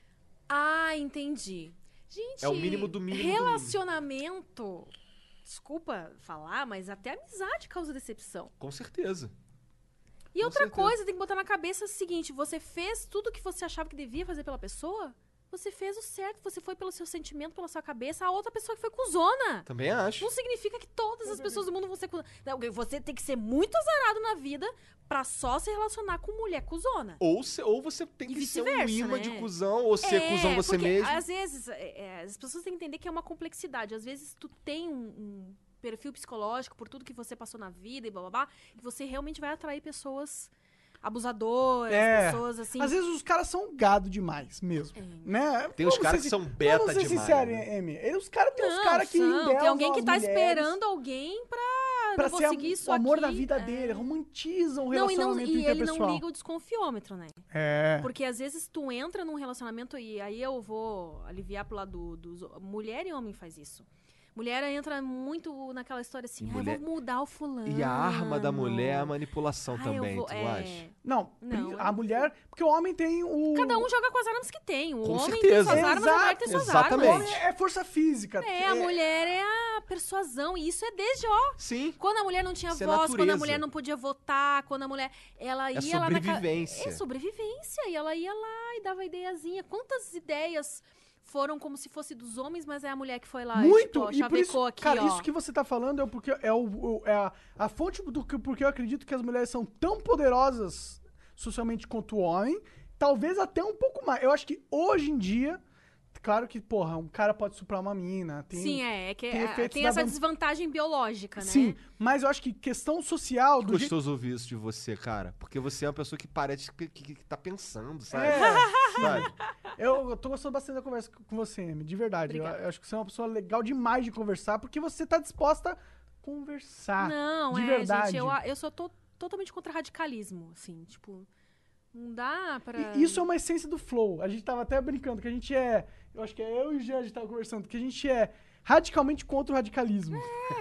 Ah, entendi. Gente, É o mínimo do mínimo do mínimo. relacionamento... Desculpa falar, mas até amizade causa decepção. Com certeza. E Com outra certeza. coisa, tem que botar na cabeça o seguinte: você fez tudo que você achava que devia fazer pela pessoa? Você fez o certo, você foi pelo seu sentimento, pela sua cabeça. A outra pessoa que foi cuzona. Também acho. Não significa que todas as pessoas do mundo vão ser cuzona. Não, você tem que ser muito azarado na vida pra só se relacionar com mulher cuzona. Ou, se- ou você tem E que ser um vice-versa, imã né? de cuzão, ou ser cuzão você porque mesmo. Às vezes, é, é, as pessoas têm que entender que é uma complexidade. Às vezes, tu tem um, um perfil psicológico por tudo que você passou na vida e blá blá blá, que você realmente vai atrair pessoas abusadoras, É. pessoas assim. Às vezes os caras são gado demais mesmo, É. né? Tem uns Vamos caras ser que sin- são beta Vamos ser demais, sinceros, né? Amy. E Os caras tem uns Não, caras que são. endeusam Tem alguém que as tá mulheres esperando alguém pra, pra não vou ser a- seguir isso o amor aqui. da vida É. dele, romantizam o Não, e, não, relacionamento e ele não interpessoal. liga o desconfiômetro, né? É. Porque às vezes tu entra num relacionamento e aí eu vou aliviar pro lado dos... Mulher e homem faz isso. Mulher entra muito naquela história assim, E ah, mulher- eu vou mudar o fulano. E a arma da mulher é a manipulação Ah, eu também, vou- tu é. acha? Não, Não, a é- mulher... Porque o homem tem o... Cada um joga com as armas que tem. O Com homem certeza. tem suas armas, a mulher tem suas Exatamente. O armas. homem é força física. É, a mulher é a persuasão. E isso é desde, ó. Sim. Quando a mulher não tinha Isso é voz, quando a natureza. mulher não podia votar, quando a mulher. Ela É ia lá na. ca- sobrevivência. É sobrevivência. E ela ia lá e dava ideiazinha. Quantas ideias foram como se fosse dos homens, mas é a mulher que foi lá e, Muito, tipo, ó, e por isso, chavecou aqui, cara, ó. isso que você tá falando é, o porque, é, o, o- é a, a fonte do que porque eu acredito que as mulheres são tão poderosas socialmente quanto o homem, talvez até um pouco mais. Eu acho que hoje em dia, claro que, porra, um cara pode suprar uma mina, tem... Sim, é. é que tem é- efeitos tem da essa van- desvantagem biológica, né? Sim, mas eu acho que questão social... Que Do jeito, gostoso ouvir isso de você, cara. Porque você é uma pessoa que parece que, que, que tá pensando, sabe? É. Sabe? eu, eu tô gostando bastante da conversa com você, Amy, de verdade. Eu, Obrigada. eu acho que você é uma pessoa legal demais de conversar, porque você tá disposta a conversar. Não, de é, verdade. gente, eu, eu sou to- totalmente contra radicalismo, assim, tipo, não dá pra... E isso é uma essência do flow. A gente tava até brincando que a gente é. Eu acho que é eu e o Jean, a gente tava conversando, que a gente é radicalmente contra o radicalismo.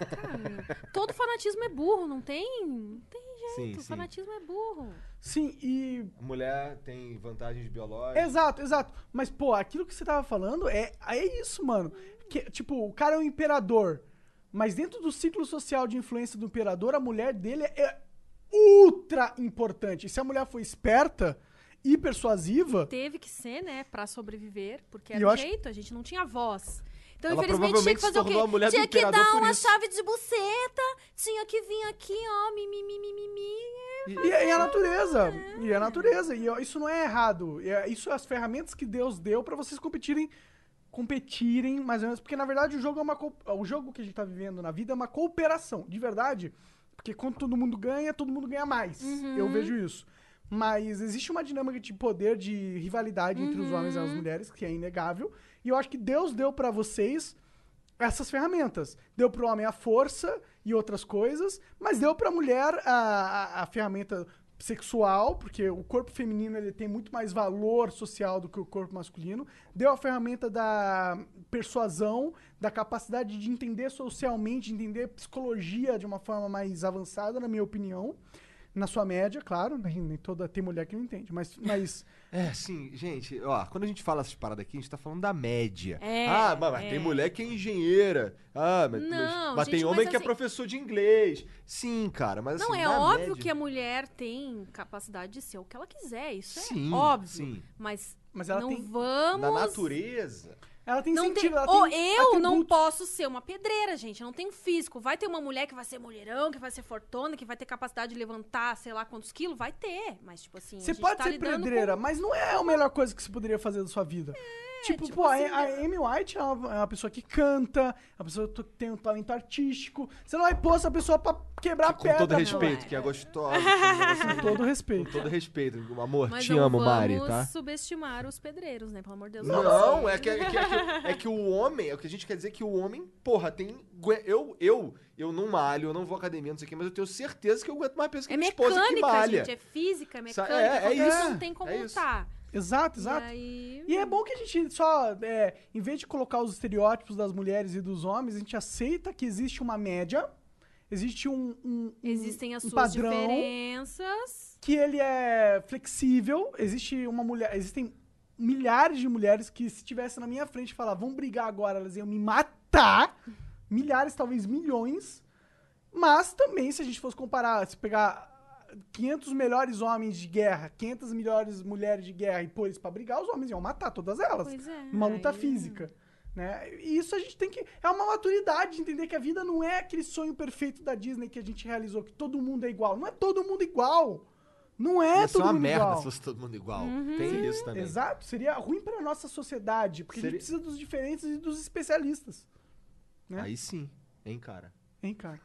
Cara, todo fanatismo é burro, não tem? Não tem Sim, jeito, sim. fanatismo é burro. Sim, e. A mulher tem vantagens biológicas. Exato, exato. Mas, pô, aquilo que você tava falando é, é isso, mano. Que, tipo, o cara é um imperador. Mas dentro do ciclo social de influência do imperador, a mulher dele é ultra importante. E se a mulher for esperta e persuasiva. Teve que ser, né, pra sobreviver, porque E era eu o acho- jeito, a gente não tinha voz. Então, Ela infelizmente, tinha provavelmente que se fazer o tornou a quê? mulher do Tinha que imperador dar por uma isso. chave de buceta, tinha que vir aqui, ó, mimimi. E, e é a natureza. E é a natureza. E ó, isso não é errado. É, isso é as ferramentas que Deus deu pra vocês competirem. Competirem, mais ou menos. Porque, na verdade, o jogo é uma. co- O jogo que a gente tá vivendo na vida é uma cooperação. De verdade. Porque quando todo mundo ganha, todo mundo ganha mais. Eu vejo isso. Mas existe uma dinâmica de poder, de rivalidade entre os homens e as mulheres, que é inegável. E eu acho que Deus deu pra vocês essas ferramentas. Deu pro homem a força e outras coisas, mas deu pra mulher a, a, a ferramenta sexual, porque o corpo feminino ele tem muito mais valor social do que o corpo masculino. Deu a ferramenta da persuasão, da capacidade de entender socialmente, de entender psicologia de uma forma mais avançada, na minha opinião. Na sua média, claro, nem, nem toda tem mulher que não entende, mas... mas É, sim, gente, ó, quando a gente fala essas paradas aqui, a gente tá falando da média. É, ah, mas, mas é. tem mulher que é engenheira. Ah, mas, Não, mas, mas gente, tem homem mas que é assim- professor de inglês. Sim, cara, mas Não, assim, é na óbvio média- que a mulher tem capacidade de ser o que ela quiser, isso Sim, é óbvio. sim. Mas, Mas ela não tem- vamos... Na natureza... ela tem Não sentido, tem... ela Ou tem eu não atributos. posso ser uma pedreira, gente. Eu não tenho físico. Vai ter uma mulher que vai ser mulherão, que vai ser fortona, que vai ter capacidade de levantar, sei lá quantos quilos. Vai ter. Mas, tipo assim, Você a gente pode tá ser lidando pedreira, com... mas não é a melhor coisa que você poderia fazer da sua vida. tipo, tipo pô, a- assim, a, né? Amy White é uma, é uma pessoa que canta, é uma pessoa que tem um talento artístico. Você não vai pôr essa pessoa pra quebrar Com pedra. todo pô. respeito, é. que é gostosa. que é um negócio Com assim. todo Com respeito. todo respeito. Amor, Mas te não amo, vamos Mari, tá? subestimar os pedreiros, né? Pelo amor de Deus. Não, é que, é, que, é, que, é que o homem, é o que a gente quer dizer que o homem, porra, tem. Eu, eu, eu não malho, eu não vou à academia, não sei o quê, mas eu tenho certeza que eu aguento mais peso que É minha esposa que mecânica, malha. gente. É física, é Sa- mecânica. é- é qualquer isso, um Não tem como é isso. lutar. Exato, exato. E aí... E é bom que a gente só, é, em vez de colocar os estereótipos das mulheres e dos homens, a gente aceita que existe uma média, existe um, um, um- Existem as um suas padrão, diferenças. que ele é flexível. Existe uma mulher, existem milhares de mulheres que se estivessem na minha frente e falar, vamos brigar agora, elas iam me matar. Milhares, talvez milhões. Mas também, se a gente fosse comparar, se pegar quinhentos melhores homens de guerra, quinhentas melhores mulheres de guerra e pôr eles pra brigar, os homens iam matar todas elas. Pois é. Numa luta aí- física. Né? E isso a gente tem que... É uma maturidade de entender que a vida não é aquele sonho perfeito da Disney que a gente realizou, que todo mundo é igual. Não é todo mundo igual. Não é Ia ser todo uma mundo merda igual. se fosse todo mundo igual. Uhum. Tem isso também. Exato. Seria ruim pra nossa sociedade, porque a Seria- gente precisa dos diferentes e dos especialistas. Né? Aí sim, hein, cara. Hein, cara?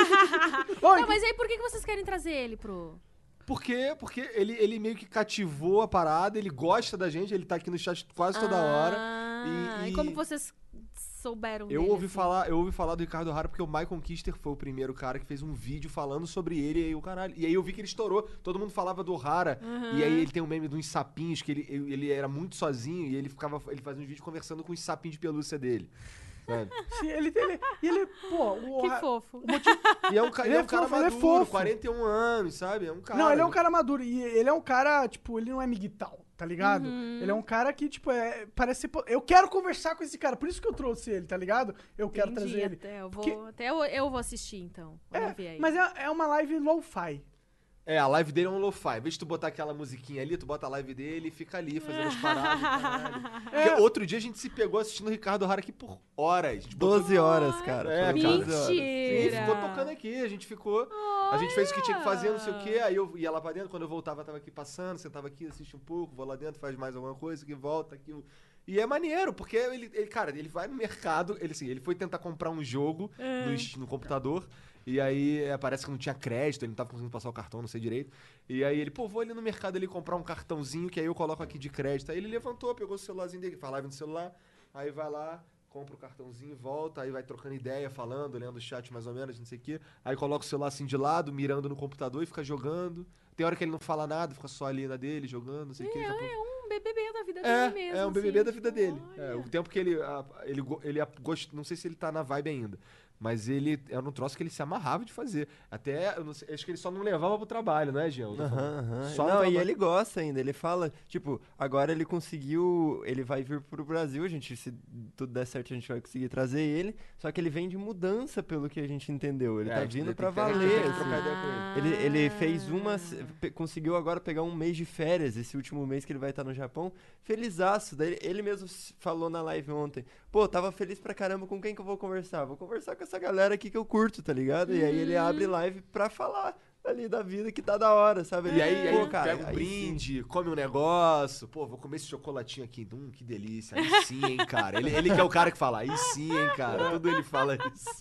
Oi, Não, mas aí por que que vocês querem trazer ele pro... Por quê? Porque ele, ele meio que cativou a parada, ele gosta da gente, ele tá aqui no chat quase toda hora. Ah, E- e, e- como vocês souberam Eu dele, ouvi assim? falar, eu ouvi falar do Ricardo Hara porque o Michael Kister foi o primeiro cara que fez um vídeo falando sobre ele e aí o caralho. E aí eu vi que ele estourou. Todo mundo falava do Hara. Uhum. E aí ele tem um meme de uns sapinhos que ele, ele era muito sozinho e ele ficava ele fazia uns vídeos conversando com os sapinhos de pelúcia dele. Sabe? sim, ele, ele, e ele, pô, o, Que Ra- fofo. E é um, ca- Ele ele é é um cara fofo, ele é maduro, fofo. quarenta e um anos, sabe? É um cara. Não, ele é um cara maduro. E ele é um cara, tipo, ele não é miguital, tá ligado? Uhum. Ele é um cara que, tipo, é, parece ser... po- Eu quero conversar com esse cara, por isso que eu trouxe ele, tá ligado? Eu quero Entendi, trazer ele. Até eu vou, Porque- até eu, eu vou assistir, então. Quando eu ver É, aí. mas é, é uma live lo-fi. É, a live dele é um lo-fi. Em vez de tu botar aquela musiquinha ali, tu bota a live dele e fica ali fazendo as paradas. caralho. Porque outro dia a gente se pegou assistindo o Ricardo Hara aqui por horas. A gente botou- doze horas, cara. É, Foi cara. doze horas. Sim, Mentira! ficou tocando aqui, a gente ficou. A gente fez o que tinha que fazer, não sei o quê. Aí eu ia lá pra dentro, quando eu voltava, tava aqui passando, sentava aqui, assiste um pouco, vou lá dentro, faz mais alguma coisa, que volta, aquilo. E é maneiro, porque ele, ele, cara, ele vai no mercado, ele assim, ele foi tentar comprar um jogo no, es- no computador. E aí é, parece que não tinha crédito, ele não tava conseguindo passar o cartão, não sei direito. E aí ele, pô, vou ali no mercado ali comprar um cartãozinho, que aí eu coloco aqui de crédito. Aí ele levantou, pegou o celularzinho dele, faz live no celular, aí vai lá, compra o cartãozinho, volta, aí vai trocando ideia, falando, lendo o chat mais ou menos, não sei o quê. Aí coloca o celular assim de lado, mirando no computador e fica jogando. Tem hora que ele não fala nada, fica só ali na dele, jogando, não sei o quê. daqui a pouco- É um B B B da vida é, dele mesmo. é um B B B assim, da vida tipo, dele. É, olha. o tempo que ele. a- ele, go- ele a- gost, não sei se ele tá na vibe ainda. Mas ele era um troço que ele se amarrava de fazer. Até, eu não sei, acho que ele só não levava pro trabalho, não é, Jean? Eu tô falando. Aham, aham. Só no Não, e trabalho. ele gosta ainda. Ele fala, tipo, agora ele conseguiu. Ele vai vir pro Brasil, a gente, se tudo der certo, a gente vai conseguir trazer ele. Só que ele vem de mudança, pelo que a gente entendeu. Ele É, tá a gente vindo tem pra que- a gente valer. tem que assim. trocar ideia com ele. Ele, ele fez uma. pe- Conseguiu agora pegar um mês de férias, esse último mês que ele vai estar no Japão. Felizaço. Daí ele, ele mesmo s- falou na live ontem. Pô, tava feliz pra caramba, com quem que eu vou conversar? Vou conversar com essa galera aqui que eu curto, tá ligado? E aí ele abre live pra falar ali da vida que tá da hora, sabe? E aí, Pô, aí pega um aí brinde, come um negócio. Pô, vou comer esse chocolatinho aqui. Hum, que delícia. Aí sim, hein, cara. Ele, ele que é o cara que fala, aí sim, hein, cara. Tudo ele fala isso.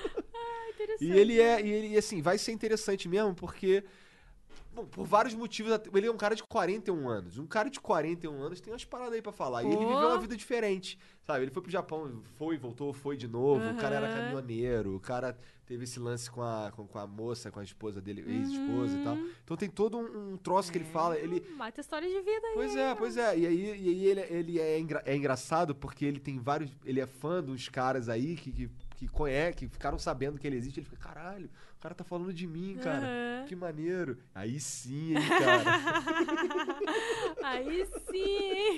E ele é, e ele, e assim, vai ser interessante mesmo, porque. Bom, por vários motivos, até- ele é um cara de quarenta e um anos. Um cara de quarenta e um anos tem umas paradas aí pra falar. E ele Pô. viveu uma vida diferente, sabe? Ele foi pro Japão, foi, voltou, foi de novo. O cara era Aham. caminhoneiro, o cara teve esse lance com a, com, com a moça, com a esposa dele, ex-esposa e tal. Então tem todo um, um troço que ele fala. Ele, Mata história de vida aí. Pois é, pois é. E aí, e aí ele, ele é, engra- é engraçado porque ele tem vários. Ele é fã dos caras aí que, que que conhece, que ficaram sabendo que ele existe, ele fica, caralho, o cara tá falando de mim, cara. Uhum. Que maneiro. Aí sim, hein, cara. Aí sim.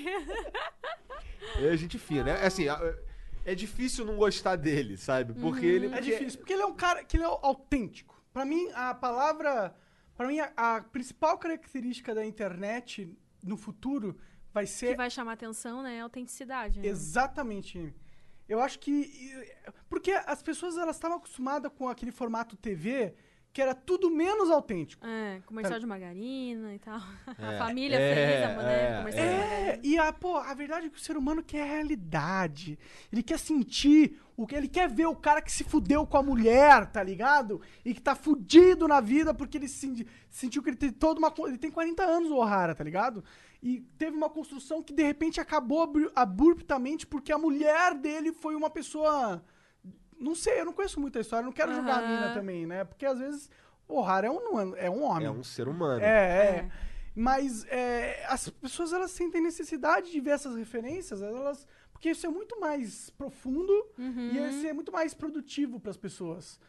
É gente fina, né? Assim, é difícil não gostar dele, sabe? Porque ele... É porque- difícil, porque ele é um cara que ele é autêntico. Pra mim, a palavra... Pra mim, a, a principal característica da internet no futuro vai Que ser vai chamar atenção, né? Autenticidade. Né? exatamente... Eu acho que... Porque as pessoas, elas estavam acostumadas com aquele formato T V que era tudo menos autêntico. É, comercial de margarina e tal. É, A família é, feliz, a né? é, Comercial de É, margarina. e a, pô, a verdade é que o ser humano quer realidade. Ele quer sentir, o que ele quer ver o cara que se fudeu com a mulher, tá ligado? E que tá fudido na vida porque ele se, sentiu que ele tem toda uma... Ele tem quarenta anos, o O'Hara, tá ligado? E teve uma construção que de repente acabou abru- abruptamente porque a mulher dele foi uma pessoa... Não sei, eu não conheço muito a história, não quero jogar a Aham. mina também, né? Porque às vezes o O'Hara é um, é um homem. É um ser humano. É, é. É. Mas é, as pessoas, elas sentem necessidade de ver essas referências, elas, porque isso é muito mais profundo Uhum. e isso é muito mais produtivo para as pessoas.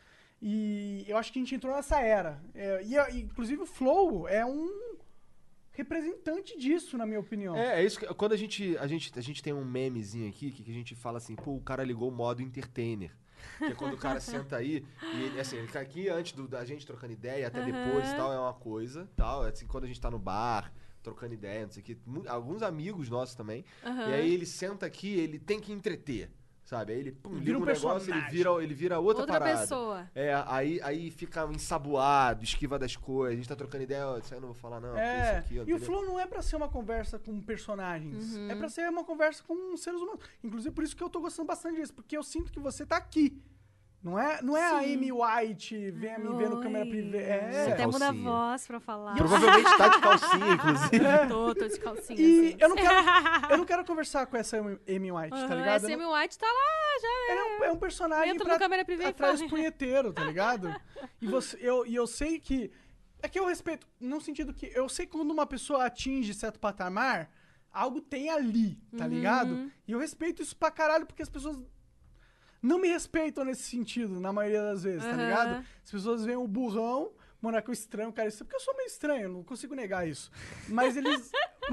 E eu acho que a gente entrou nessa era. É, e, e, inclusive, o Flow é um representante disso, na minha opinião. É, é isso que, quando a gente, a gente a gente tem um memezinho aqui que, que a gente fala assim, pô, o cara ligou o modo entertainer. Que é quando o cara senta aí e ele, assim, ele fica aqui antes do, da gente trocando ideia, até depois e tal, é uma coisa, tal. Assim, quando a gente tá no bar, trocando ideia, não sei o que, mu- alguns amigos nossos também. Aham. E aí ele senta aqui, ele tem que entreter, sabe? Aí ele pum, liga Vira um um negócio, ele personagem. vira, ele vira outra, Outra parada. pessoa. É, aí, aí fica ensaboado, esquiva das coisas, a gente tá trocando ideia, ó, isso aí eu não vou falar não, porque isso É, aqui, ó, e o entendeu? Flow não é pra ser uma conversa com personagens. Uhum. É pra ser uma conversa com seres humanos. Inclusive, por isso que eu tô gostando bastante disso, porque eu sinto que você tá aqui. Não é, não é a Sim. Amy White, vem me ver no câmera Oi. privada. Você É. até muda a calcinha. voz pra falar. Provavelmente tá de calcinha, inclusive. Tô, tô de calcinha. E assim. eu não quero, eu não quero conversar com essa Amy Amy White, tá Aham, ligado? esse Eu não- Amy White tá lá, já Ela é um, é um personagem entra pra no câmera privada e atrás fala. punheteiro, tá ligado? E, você, eu, e eu sei que... É que eu respeito, no sentido que eu sei que quando uma pessoa atinge certo patamar, algo tem ali, tá Uhum. ligado? E eu respeito isso pra caralho, porque as pessoas não me respeitam nesse sentido, na maioria das vezes, tá Aham. ligado? As pessoas veem o burrão, monaco estranho, cara, isso é porque eu sou meio estranho, não consigo negar isso. Mas eles...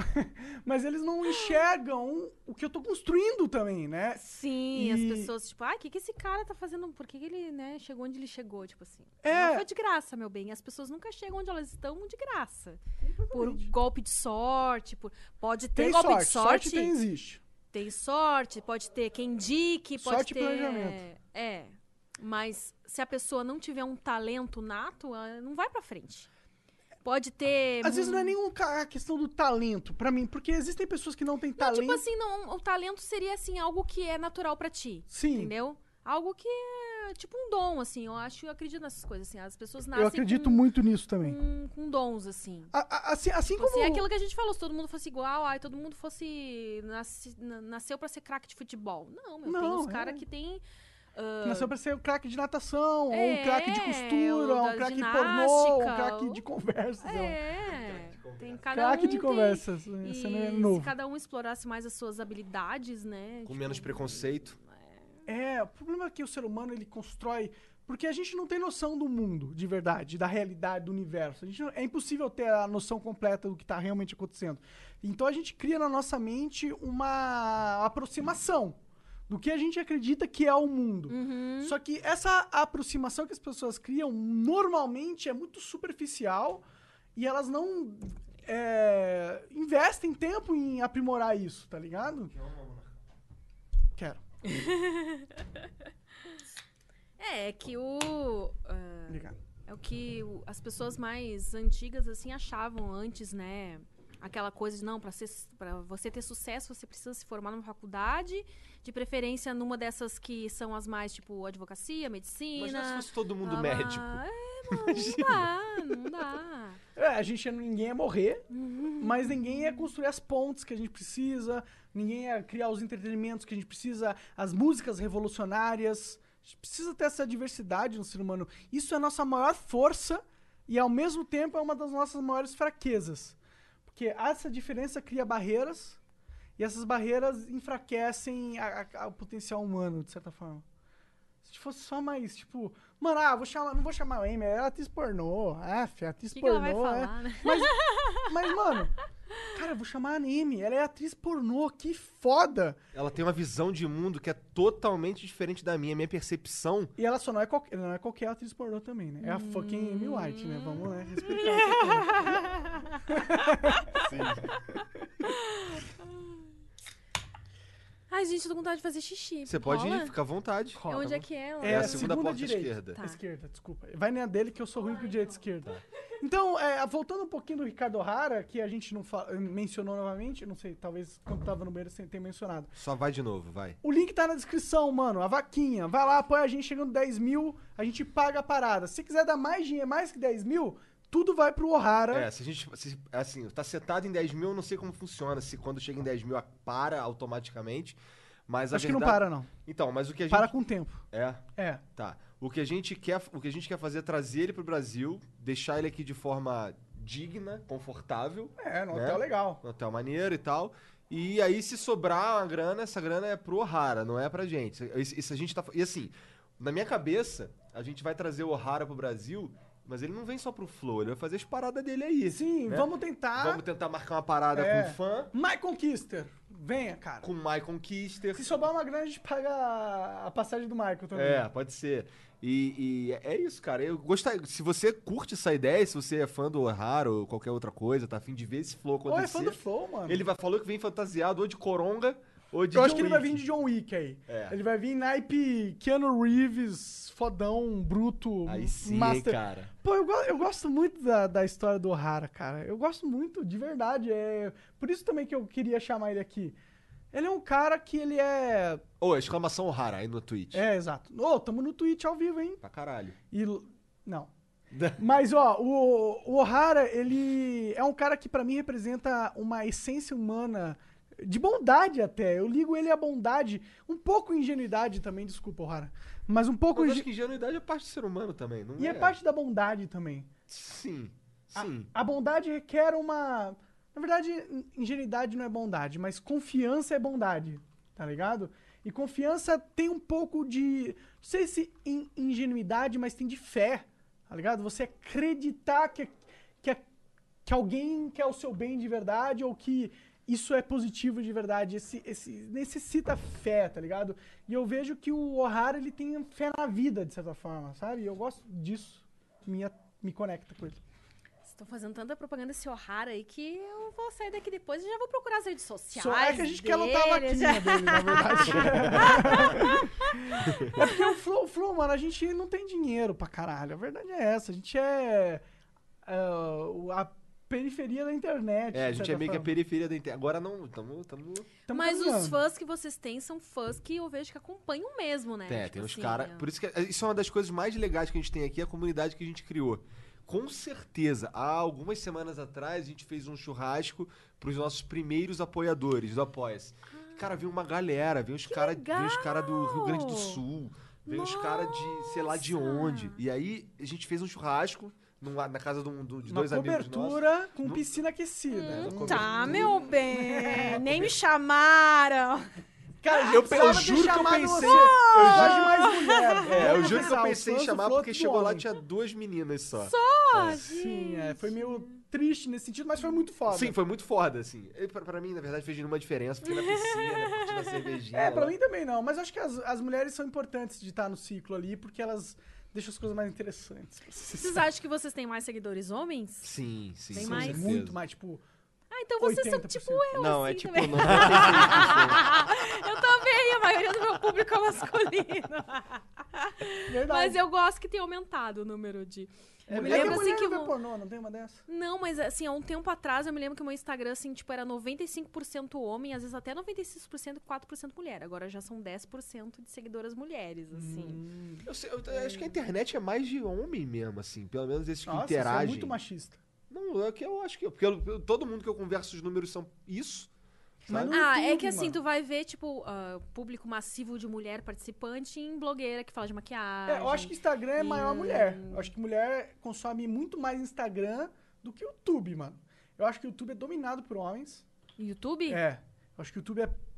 mas eles não enxergam o que eu tô construindo também, né? Sim, E- as pessoas, tipo, ai, o que, que esse cara tá fazendo? Por que, que ele, né, chegou onde ele chegou? Tipo assim. É. Não foi de graça, meu bem. As pessoas nunca chegam onde elas estão de graça. Por golpe de sorte, por... pode ter Tem golpe sorte, de sorte. tem, existe. Tem sorte, pode ter quem indique, pode Sorte e ter. planejamento. É. Mas se a pessoa não tiver um talento nato, ela não vai pra frente. Pode ter. Às vezes não é nenhum ca- a questão do talento, pra mim, porque existem pessoas que não têm Não, talento. tipo assim, não, o talento seria assim, algo que é natural pra ti. Sim. Entendeu? Algo que é tipo um dom, assim. Eu acho, eu acredito nessas coisas, assim. As pessoas nascem Eu acredito com, muito nisso também. com, com dons, assim. A- a- assim, assim Tipo como. assim, é aquilo que a gente falou, se todo mundo fosse igual, ai, todo mundo fosse. Nasce, na- nasceu pra ser craque de futebol. Não, meu, tem Não, uns é. caras que tem. ah, que nasceu pra ser um craque de natação, ou um É, craque de costura, ou ou da um craque de ginástica, pornô, um craque ou- de conversas. sei lá. É, tem cada Craque um de tem- conversas. E Esse não é se novo. cada um explorasse mais as suas habilidades, né? Com tipo, menos preconceito. É, o problema é que o ser humano ele constrói. Porque a gente não tem noção do mundo, de verdade, da realidade do universo. A gente não- é impossível ter a noção completa do que está realmente acontecendo. Então a gente cria na nossa mente uma aproximação do que a gente acredita que é o mundo. Uhum. Só que essa aproximação que as pessoas criam normalmente é muito superficial e elas não é, investem tempo em aprimorar isso, tá ligado? Quero. É, é que o. ah, Obrigado. é o que o- as pessoas mais antigas, assim, achavam antes, né? Aquela coisa de, não, pra, ser, pra você ter sucesso, você precisa se formar numa faculdade, de preferência numa dessas que são as mais, tipo, advocacia, medicina. Imagina se fosse todo mundo blá, blá. médico. É, não, não dá, não dá. É, a gente ninguém ia morrer, mas ninguém ia construir as pontes que a gente precisa, ninguém ia criar os entretenimentos que a gente precisa, as músicas revolucionárias. A gente precisa ter essa diversidade no ser humano. Isso é a nossa maior força e, ao mesmo tempo, é uma das nossas maiores fraquezas. Porque essa diferença cria barreiras e essas barreiras enfraquecem a- a- a- o potencial humano, de certa forma. Se fosse só mais, tipo... Mano, ah, vou chamar, não vou chamar a Amy, ela é atriz pornô. Ah, filha, atriz O que, que pornô. ela vai é. falar, né? Mas, mas, mano... Cara, eu vou chamar a Amy, ela é atriz pornô, que foda. Ela tem uma visão de mundo que é totalmente diferente da minha. Minha percepção... E ela só não é, qual, não é qualquer atriz pornô também, né? É a fucking Amy White, né? Vamos, né? Respeitar essa Ai, gente, eu tô com vontade de fazer xixi. Você pode Rola? ir, fica à vontade. Rola. Onde é que é? É, É a a segunda porta direita. esquerda. Tá. Esquerda, desculpa. Vai na dele que eu sou ruim com o direito e esquerda. Então, é, voltando um pouquinho do Ricardo O'Hara, que a gente não fa- mencionou novamente, não sei, talvez quando tava no banheiro sem ter mencionado. Só vai de novo, vai. O link tá na descrição, mano, a vaquinha. Vai lá, apoia a gente, chegando dez mil, a gente paga a parada. Se quiser dar mais dinheiro, mais que dez mil, tudo vai pro O'Hara. É, se a gente. Se, assim, tá setado em dez mil, eu não sei como funciona. Se quando chega em dez mil para automaticamente. Mas a Acho que verdade... não para, não. Então, mas o que a gente. Para com o tempo. É. É. Tá. O que a gente quer, o que a gente quer fazer é trazer ele pro Brasil, deixar ele aqui de forma digna, confortável, É, no Né? hotel legal. no hotel maneiro e tal. E aí, se sobrar uma grana, essa grana é pro O'Hara, não é pra gente. Isso, isso a gente tá. E assim, na minha cabeça, a gente vai trazer o O'Hara pro Brasil, mas ele não vem só pro Flow, ele vai fazer as paradas dele aí. Sim, né? vamos tentar. Vamos tentar marcar uma parada É. com fã, My Conquister. Venha, cara. com Michael Kister. Se sobrar uma grana, a gente paga a passagem do Michael também. É, pode ser. E, e é isso, cara. Eu gostaria. Se você curte essa ideia, se você é fã do O'Hara ou qualquer outra coisa, tá afim de ver esse flow Ou acontecer. é fã do Flow, mano. Ele vai, falou que vem fantasiado ou de Coronga ou de Eu acho John que ele vai Wick. vir de John Wick aí. É. Ele vai vir naipe Keanu Reeves, fodão, bruto, Aí sim, master. hein, cara. Pô, eu, go- eu gosto muito da, da história do O'Hara, cara. Eu gosto muito, de verdade. É por isso também que eu queria chamar ele aqui. Ele é um cara que ele é... Ô, exclamação O'Hara aí no Twitch. É, exato. Ô, tamo no Twitch ao vivo, hein? Pra caralho. E... l- Não. Mas, ó, o, o O'Hara, ele é um cara que pra mim representa uma essência humana de bondade até. Eu ligo ele à bondade, um pouco ingenuidade também, desculpa, O'Hara. Mas um pouco... Mas eu inge- acho que ingenuidade é parte do ser humano também, não E é? é parte da bondade também. Sim, A- sim. A, bondade requer uma... Na verdade, ingenuidade não é bondade, mas confiança é bondade, tá ligado? E confiança tem um pouco de... Não sei se in- ingenuidade, mas tem de fé, tá ligado? Você acreditar que, que, que alguém quer o seu bem de verdade ou que isso é positivo de verdade. Esse, esse necessita fé, tá ligado? E eu vejo que o O'Hara, ele tem fé na vida, de certa forma, sabe? E eu gosto disso. Me, me conecta com ele. Estou fazendo tanta propaganda desse O'Hara aí que eu vou sair daqui depois e já vou procurar as redes sociais. Só é que a gente quer lotar a dele, vaquinha já- dele, na verdade. É porque o Flow, o Flow, mano, a gente não tem dinheiro pra caralho. A verdade é essa. A gente é ah, o- a periferia da internet. É, a de gente certa é meio que a forma. periferia da internet. Agora não, tamo, tamo... Tamo Mas os caminhando. fãs que vocês têm são fãs que eu vejo que acompanham mesmo, né? É, Tipo tem uns assim, caras. é. Por isso que isso é uma das coisas mais legais que a gente tem aqui, a comunidade que a gente criou. Com certeza, há algumas semanas atrás, a gente fez um churrasco pros nossos primeiros apoiadores do Apoia-se. Cara, veio uma galera, veio os caras cara do Rio Grande do legal! Sul, veio os caras de sei lá de Nossa! onde. E aí a gente fez um churrasco numa- na casa de, um- do- de Uma dois amigos nossos. cobertura com No- piscina aquecida. É, Hum, tá, meu bem. Nem me chamaram. Cara, Eu, precisava eu ter juro que eu chamado pensei. você. Eu Gosto juro, de mais mulher. é, eu Vamos juro que eu pensar, pensei os em fãs do chamar Flow porque tudo chegou lá homem. tinha duas meninas só. Ó, Sim, gente. é, foi meio triste nesse sentido, mas foi muito foda. Sim, foi muito foda, assim. E pra, pra mim, na verdade, fez nenhuma diferença. Fiquei na piscina, curtindo a cervejinha. É, pra lá. mim também não. Mas eu acho que as, as mulheres são importantes de estar no ciclo ali, porque elas deixam as coisas mais interessantes. Vocês acham que vocês têm mais seguidores homens? Sim, sim. Tem com mais? certeza. Muito mais, tipo... Ah, então vocês são oitenta por tipo cento. eu, Não, assim, é tipo também. noventa e cinco por cento. Eu também, a maioria do meu público é masculino. Verdade. Mas eu gosto que tenha aumentado o número de... É, eu me mulher lembro que assim mulher que... não vê eu- pornô, não tem uma dessa? Não, mas assim, há um tempo atrás eu me lembro que o meu Instagram, assim, tipo, era noventa e cinco por cento homem, às vezes até noventa e seis por cento e quatro por cento mulher. Agora já são dez por cento de seguidoras mulheres, assim. Hum. Eu, sei- eu- eu acho que a internet é mais de homem mesmo, assim. Pelo menos esses que Nossa, você é interagem. muito machista. Não, é que eu acho que... Porque eu- eu- todo mundo que eu converso, os números são isso. Mas Sabe? no Ah, é YouTube, que assim, mano. tu vai ver, tipo, ah, público massivo de mulher participante em blogueira que fala de maquiagem. É, eu acho que Instagram é maior Hum. mulher. Eu acho que mulher consome muito mais Instagram do que YouTube, mano. Eu acho que o YouTube é dominado por homens. YouTube? É. Eu acho que o YouTube é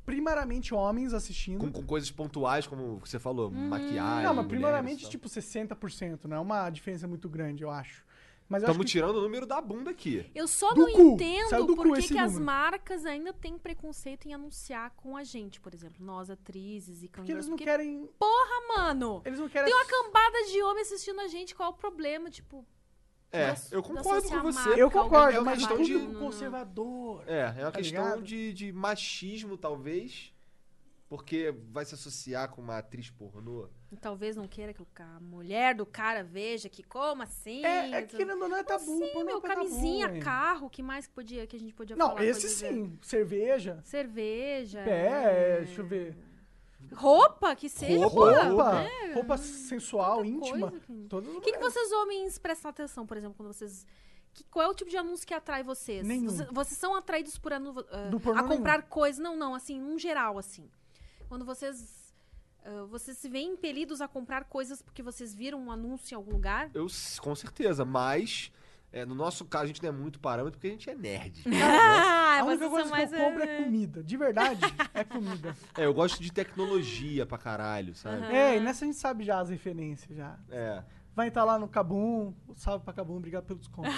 primariamente homens assistindo. Com, com coisas pontuais, como você falou, maquiagem. Não, mas mulheres primariamente, e tal. tipo, sessenta por cento, não é uma diferença muito grande, eu acho. Mas eu acho Estamos que... tirando o número da bunda aqui. Eu só Do não cu. entendo Saiu do por cu que esse que as número. marcas ainda têm preconceito em anunciar com a gente, por exemplo, nós atrizes e Porque eles cangurus. não Porque, querem... porra, mano! Eles não querem... Tem uma cambada de homem assistindo a gente, qual é o problema? Tipo, É, da- eu da concordo com associar você. marca Eu a alguém concordo, é uma mas o questão de- público Não, não. conservador... É, é uma Tá questão ligado? de, de machismo, talvez. Porque vai se associar com uma atriz pornô. E talvez não queira que o ca- a mulher do cara veja que como assim? É, é que querendo ou não é tabu. Sim, pornô meu, é tabu, camisinha, hein? carro, que mais que, podia, que a gente podia Não, falar? esse Coisas, é, sim. Cerveja. Cerveja. É, deixa eu ver. Roupa, que seja. Roupa, pô, Roupa. né? Roupa sensual, Tanta íntima. coisa que- Todas as O que, que mulheres. vocês homens prestam atenção, por exemplo, quando vocês... que- qual é o tipo de anúncio que atrai vocês? Nenhum. Vocês, vocês são atraídos por anu, ah, Do pornô a comprar coisas? Não, não, assim, num geral, assim. Quando vocês... ah, vocês se veem impelidos a comprar coisas porque vocês viram um anúncio em algum lugar? Eu, s- com certeza, mas é, no nosso caso a gente não é muito parâmetro porque a gente é nerd. Ah, A única vocês coisa são que mais... eu compro ah, é comida. De verdade, é comida. É, eu gosto de tecnologia pra caralho, sabe? Aham. É, e nessa a gente sabe já as referências já. É. Vai estar lá no Kabum. Salve pra Kabum, obrigado pelo desconto.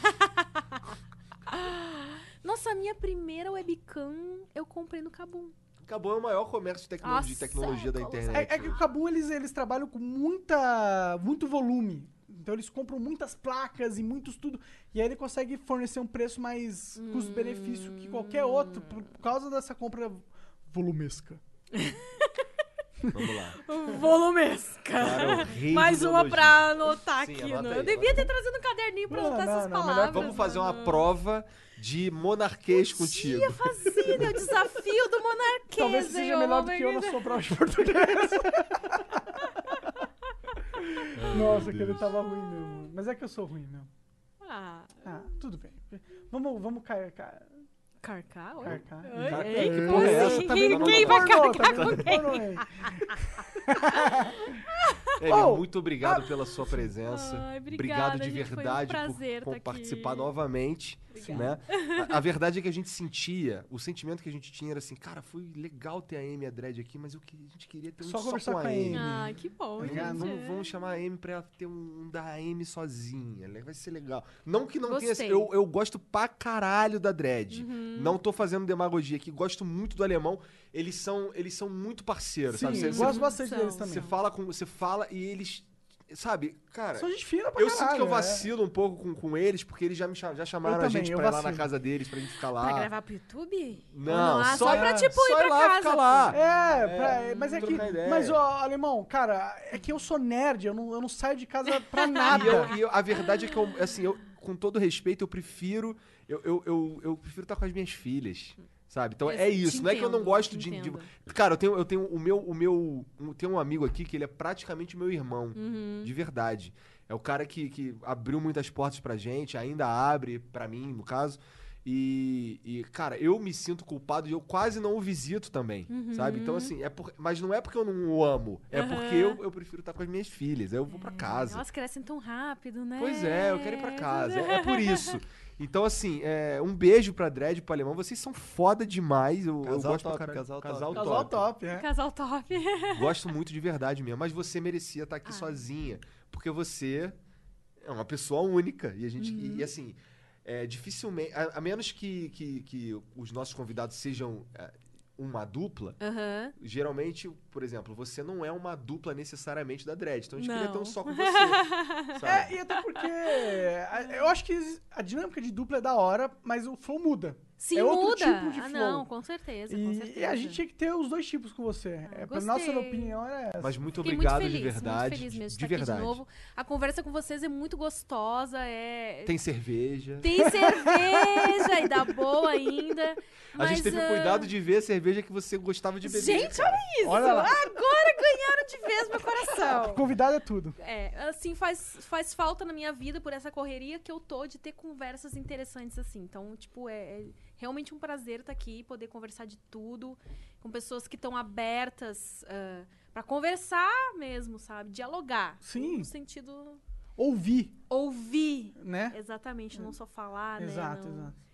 Nossa, a minha primeira webcam eu comprei no Kabum. Acabou é o maior comércio de, tecno- Nossa, de tecnologia da é internet. É, é que o Kabum, eles, eles trabalham com muita, muito volume. Então eles compram muitas placas e muitos tudo. E aí ele consegue fornecer um preço mais custo-benefício que qualquer outro, por, por causa dessa compra volumesca. Vamos lá. Volumesca. Cara, o rei Mais do uma elogio. pra anotar Sim, aqui. anota né? aí, Eu devia ter trazido um caderninho pra Não, anotar não, essas não, melhor- palavras. Vamos fazer uma né? prova de monarquês contigo. Tia Fazina, o desafio do monarquês. Talvez você seja hein, melhor ô, do que eu na Margarida? sua prova de português. Nossa, aquele tava ruim mesmo. Mas é que eu sou ruim mesmo. Ah, Ah, tudo bem. Vamos, vamos cair, cara. carcar? Oi? Carcar. Oi? Carcar, Ei, que porra é essa? Tá vendo Quem muito vai pornô, carcar tá vendo muito pornô aí. Elia, Oh, muito obrigado pela sua presença. Ai, obrigado obrigada, de gente, foi um verdade prazer por, por tá aqui. participar novamente. Né? A, a verdade é que a gente sentia, o sentimento que a gente tinha era assim, cara, foi legal ter a Amy e a Dredd aqui, mas eu que, a gente queria ter um Só só, conversar com a com a Amy. Amy. Ah, que bom, Tá gente. ligado? Vamos, vamos chamar a Amy pra ela ter um, um da Amy sozinha. né? Vai ser legal. Não que não tenha. Gostei. Eu, eu gosto pra caralho da Dredd. Uhum. Não tô fazendo demagogia aqui. Gosto muito do alemão. Eles são, eles são muito parceiros, Sim, sabe? Você, gosto você, bastante São. deles também. você fala com. Você fala e eles. Sabe, cara. São gente fina pra Eu caralho. sinto que eu é. vacilo um pouco com, com eles, porque eles já me cham- já chamaram Eu a também, gente eu pra ir lá vacilo. na casa deles, pra gente ficar lá. Pra gravar pro YouTube? Não, Ou ah, só- só pra, é, tipo, só ir ir pra lá, casa. ficar pô. lá. É, É, pra- mas é que. trocar ideia. Mas, ó, alemão, cara, é que eu sou nerd, eu não, eu não saio de casa pra E, nada. eu- e eu- a verdade é que, eu, assim, eu, com todo respeito, eu prefiro. Eu, eu, eu, eu prefiro estar com as minhas filhas. Sabe? Então Eu é te isso. Não é que eu não entendo, gosto te de, de- entendo. Cara, eu tenho, eu tenho o meu. O meu um, tem um amigo aqui que ele é praticamente meu irmão. Uhum. De verdade. É o cara que, que abriu muitas portas pra gente, ainda abre, pra mim, no caso. E, e, cara, eu me sinto culpado e eu quase não o visito também, Uhum. sabe? Então, assim, é por, mas não é porque eu não o amo, é Aham. porque eu, eu prefiro estar com as minhas filhas. Aí eu vou pra casa. Elas crescem tão rápido, né? Pois é, eu quero ir pra casa. É, é por isso. Então, assim, é, um beijo pra Dredd e pro Alemão. Vocês são foda demais. Eu, eu Casal gosto top, pra caralho. casal top. Casal Casal top. top, é. Casal top. Gosto muito de verdade mesmo. Mas você merecia estar aqui Ah. sozinha. Porque você é uma pessoa única. E a gente. Uhum. E, e, assim, é, dificilmente. A, a menos que, que, que os nossos convidados sejam é, uma dupla. Aham. Geralmente, por exemplo, você não é uma dupla necessariamente da Dredd. Então a gente Não. queria ter um só com você. sabe? É, e até porque a- eu acho que a dinâmica de dupla é da hora, mas o flow muda. Sim, É outro muda. tipo de Ah, flow. não, com certeza, com E, certeza. e a gente tinha que ter os dois tipos com você. Ah, é, pra nossa gostei. opinião era essa. Mas muito Fiquei obrigado muito feliz, de verdade. muito feliz mesmo de, de estar verdade. aqui de novo. A conversa com vocês é muito gostosa, é... Tem cerveja. Tem cerveja e dá boa ainda. A gente mas, teve ah, cuidado de ver a cerveja que você gostava de beber. Gente, cara. olha isso! Olha lá. Agora ganharam de vez meu coração. Convidado é tudo. É, assim, faz, faz falta na minha vida por essa correria que eu tô de ter conversas interessantes assim. Então, tipo, é, é realmente um prazer estar aqui e poder conversar de tudo com pessoas que estão abertas uh, para conversar mesmo, sabe? Dialogar. Sim. No sentido Ouvir, ouvir. né? Exatamente, não só falar, Exato, né? Não... exato.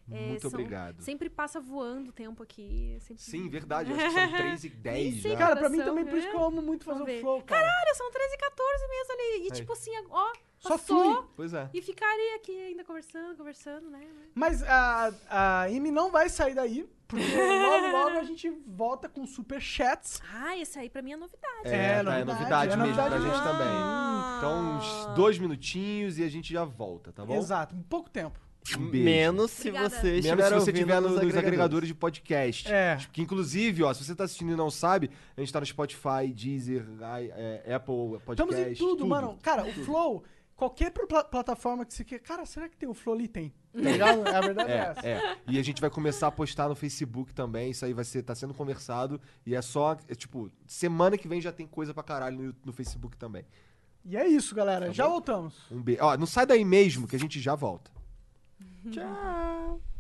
É, Muito são- obrigado. Sempre passa voando o tempo aqui. Sempre... Sim, verdade. Eu acho que são três e dez Nem sei, já. Cara, pra mim Coração, também, por isso é. que eu amo muito fazer Vamos o ver. flow, cara. Caralho, são treze e quatorze mesmo ali. E Aí. tipo assim, ó, Só passou flui. Pois é. e ficaria aqui ainda conversando, conversando, né? Mas a, a Amy não vai sair daí, porque logo, logo a gente volta com superchats. Ah, esse aí pra mim é novidade. É, É, tá, é novidade, novidade é mesmo novidade pra gente mesmo. também. Ah. Então, uns dois minutinhos e a gente já volta, tá bom? Exato, em pouco tempo. Um beijo. Menos se Obrigada. você Menos estiver se você ouvindo estiver no- nos nos agregadores de podcast. É. Que inclusive, ó, se você tá assistindo e não sabe, a gente tá no Spotify, Deezer, i- é, Apple Podcast. Estamos em tudo, mano. Cara, o Flow, qualquer pla- plataforma que você quer. Cara, será que tem o Flow ali? Tem. Tá ligado? A verdade é, essa. É, é. E a gente vai começar a postar no Facebook também. Isso aí vai ser, tá sendo conversado. E é só, é, tipo, semana que vem já tem coisa pra caralho no, no Facebook também. E é isso, galera. Tá Já bom? voltamos. Um beijo. Ó, não sai daí mesmo, que a gente já volta. Tchau.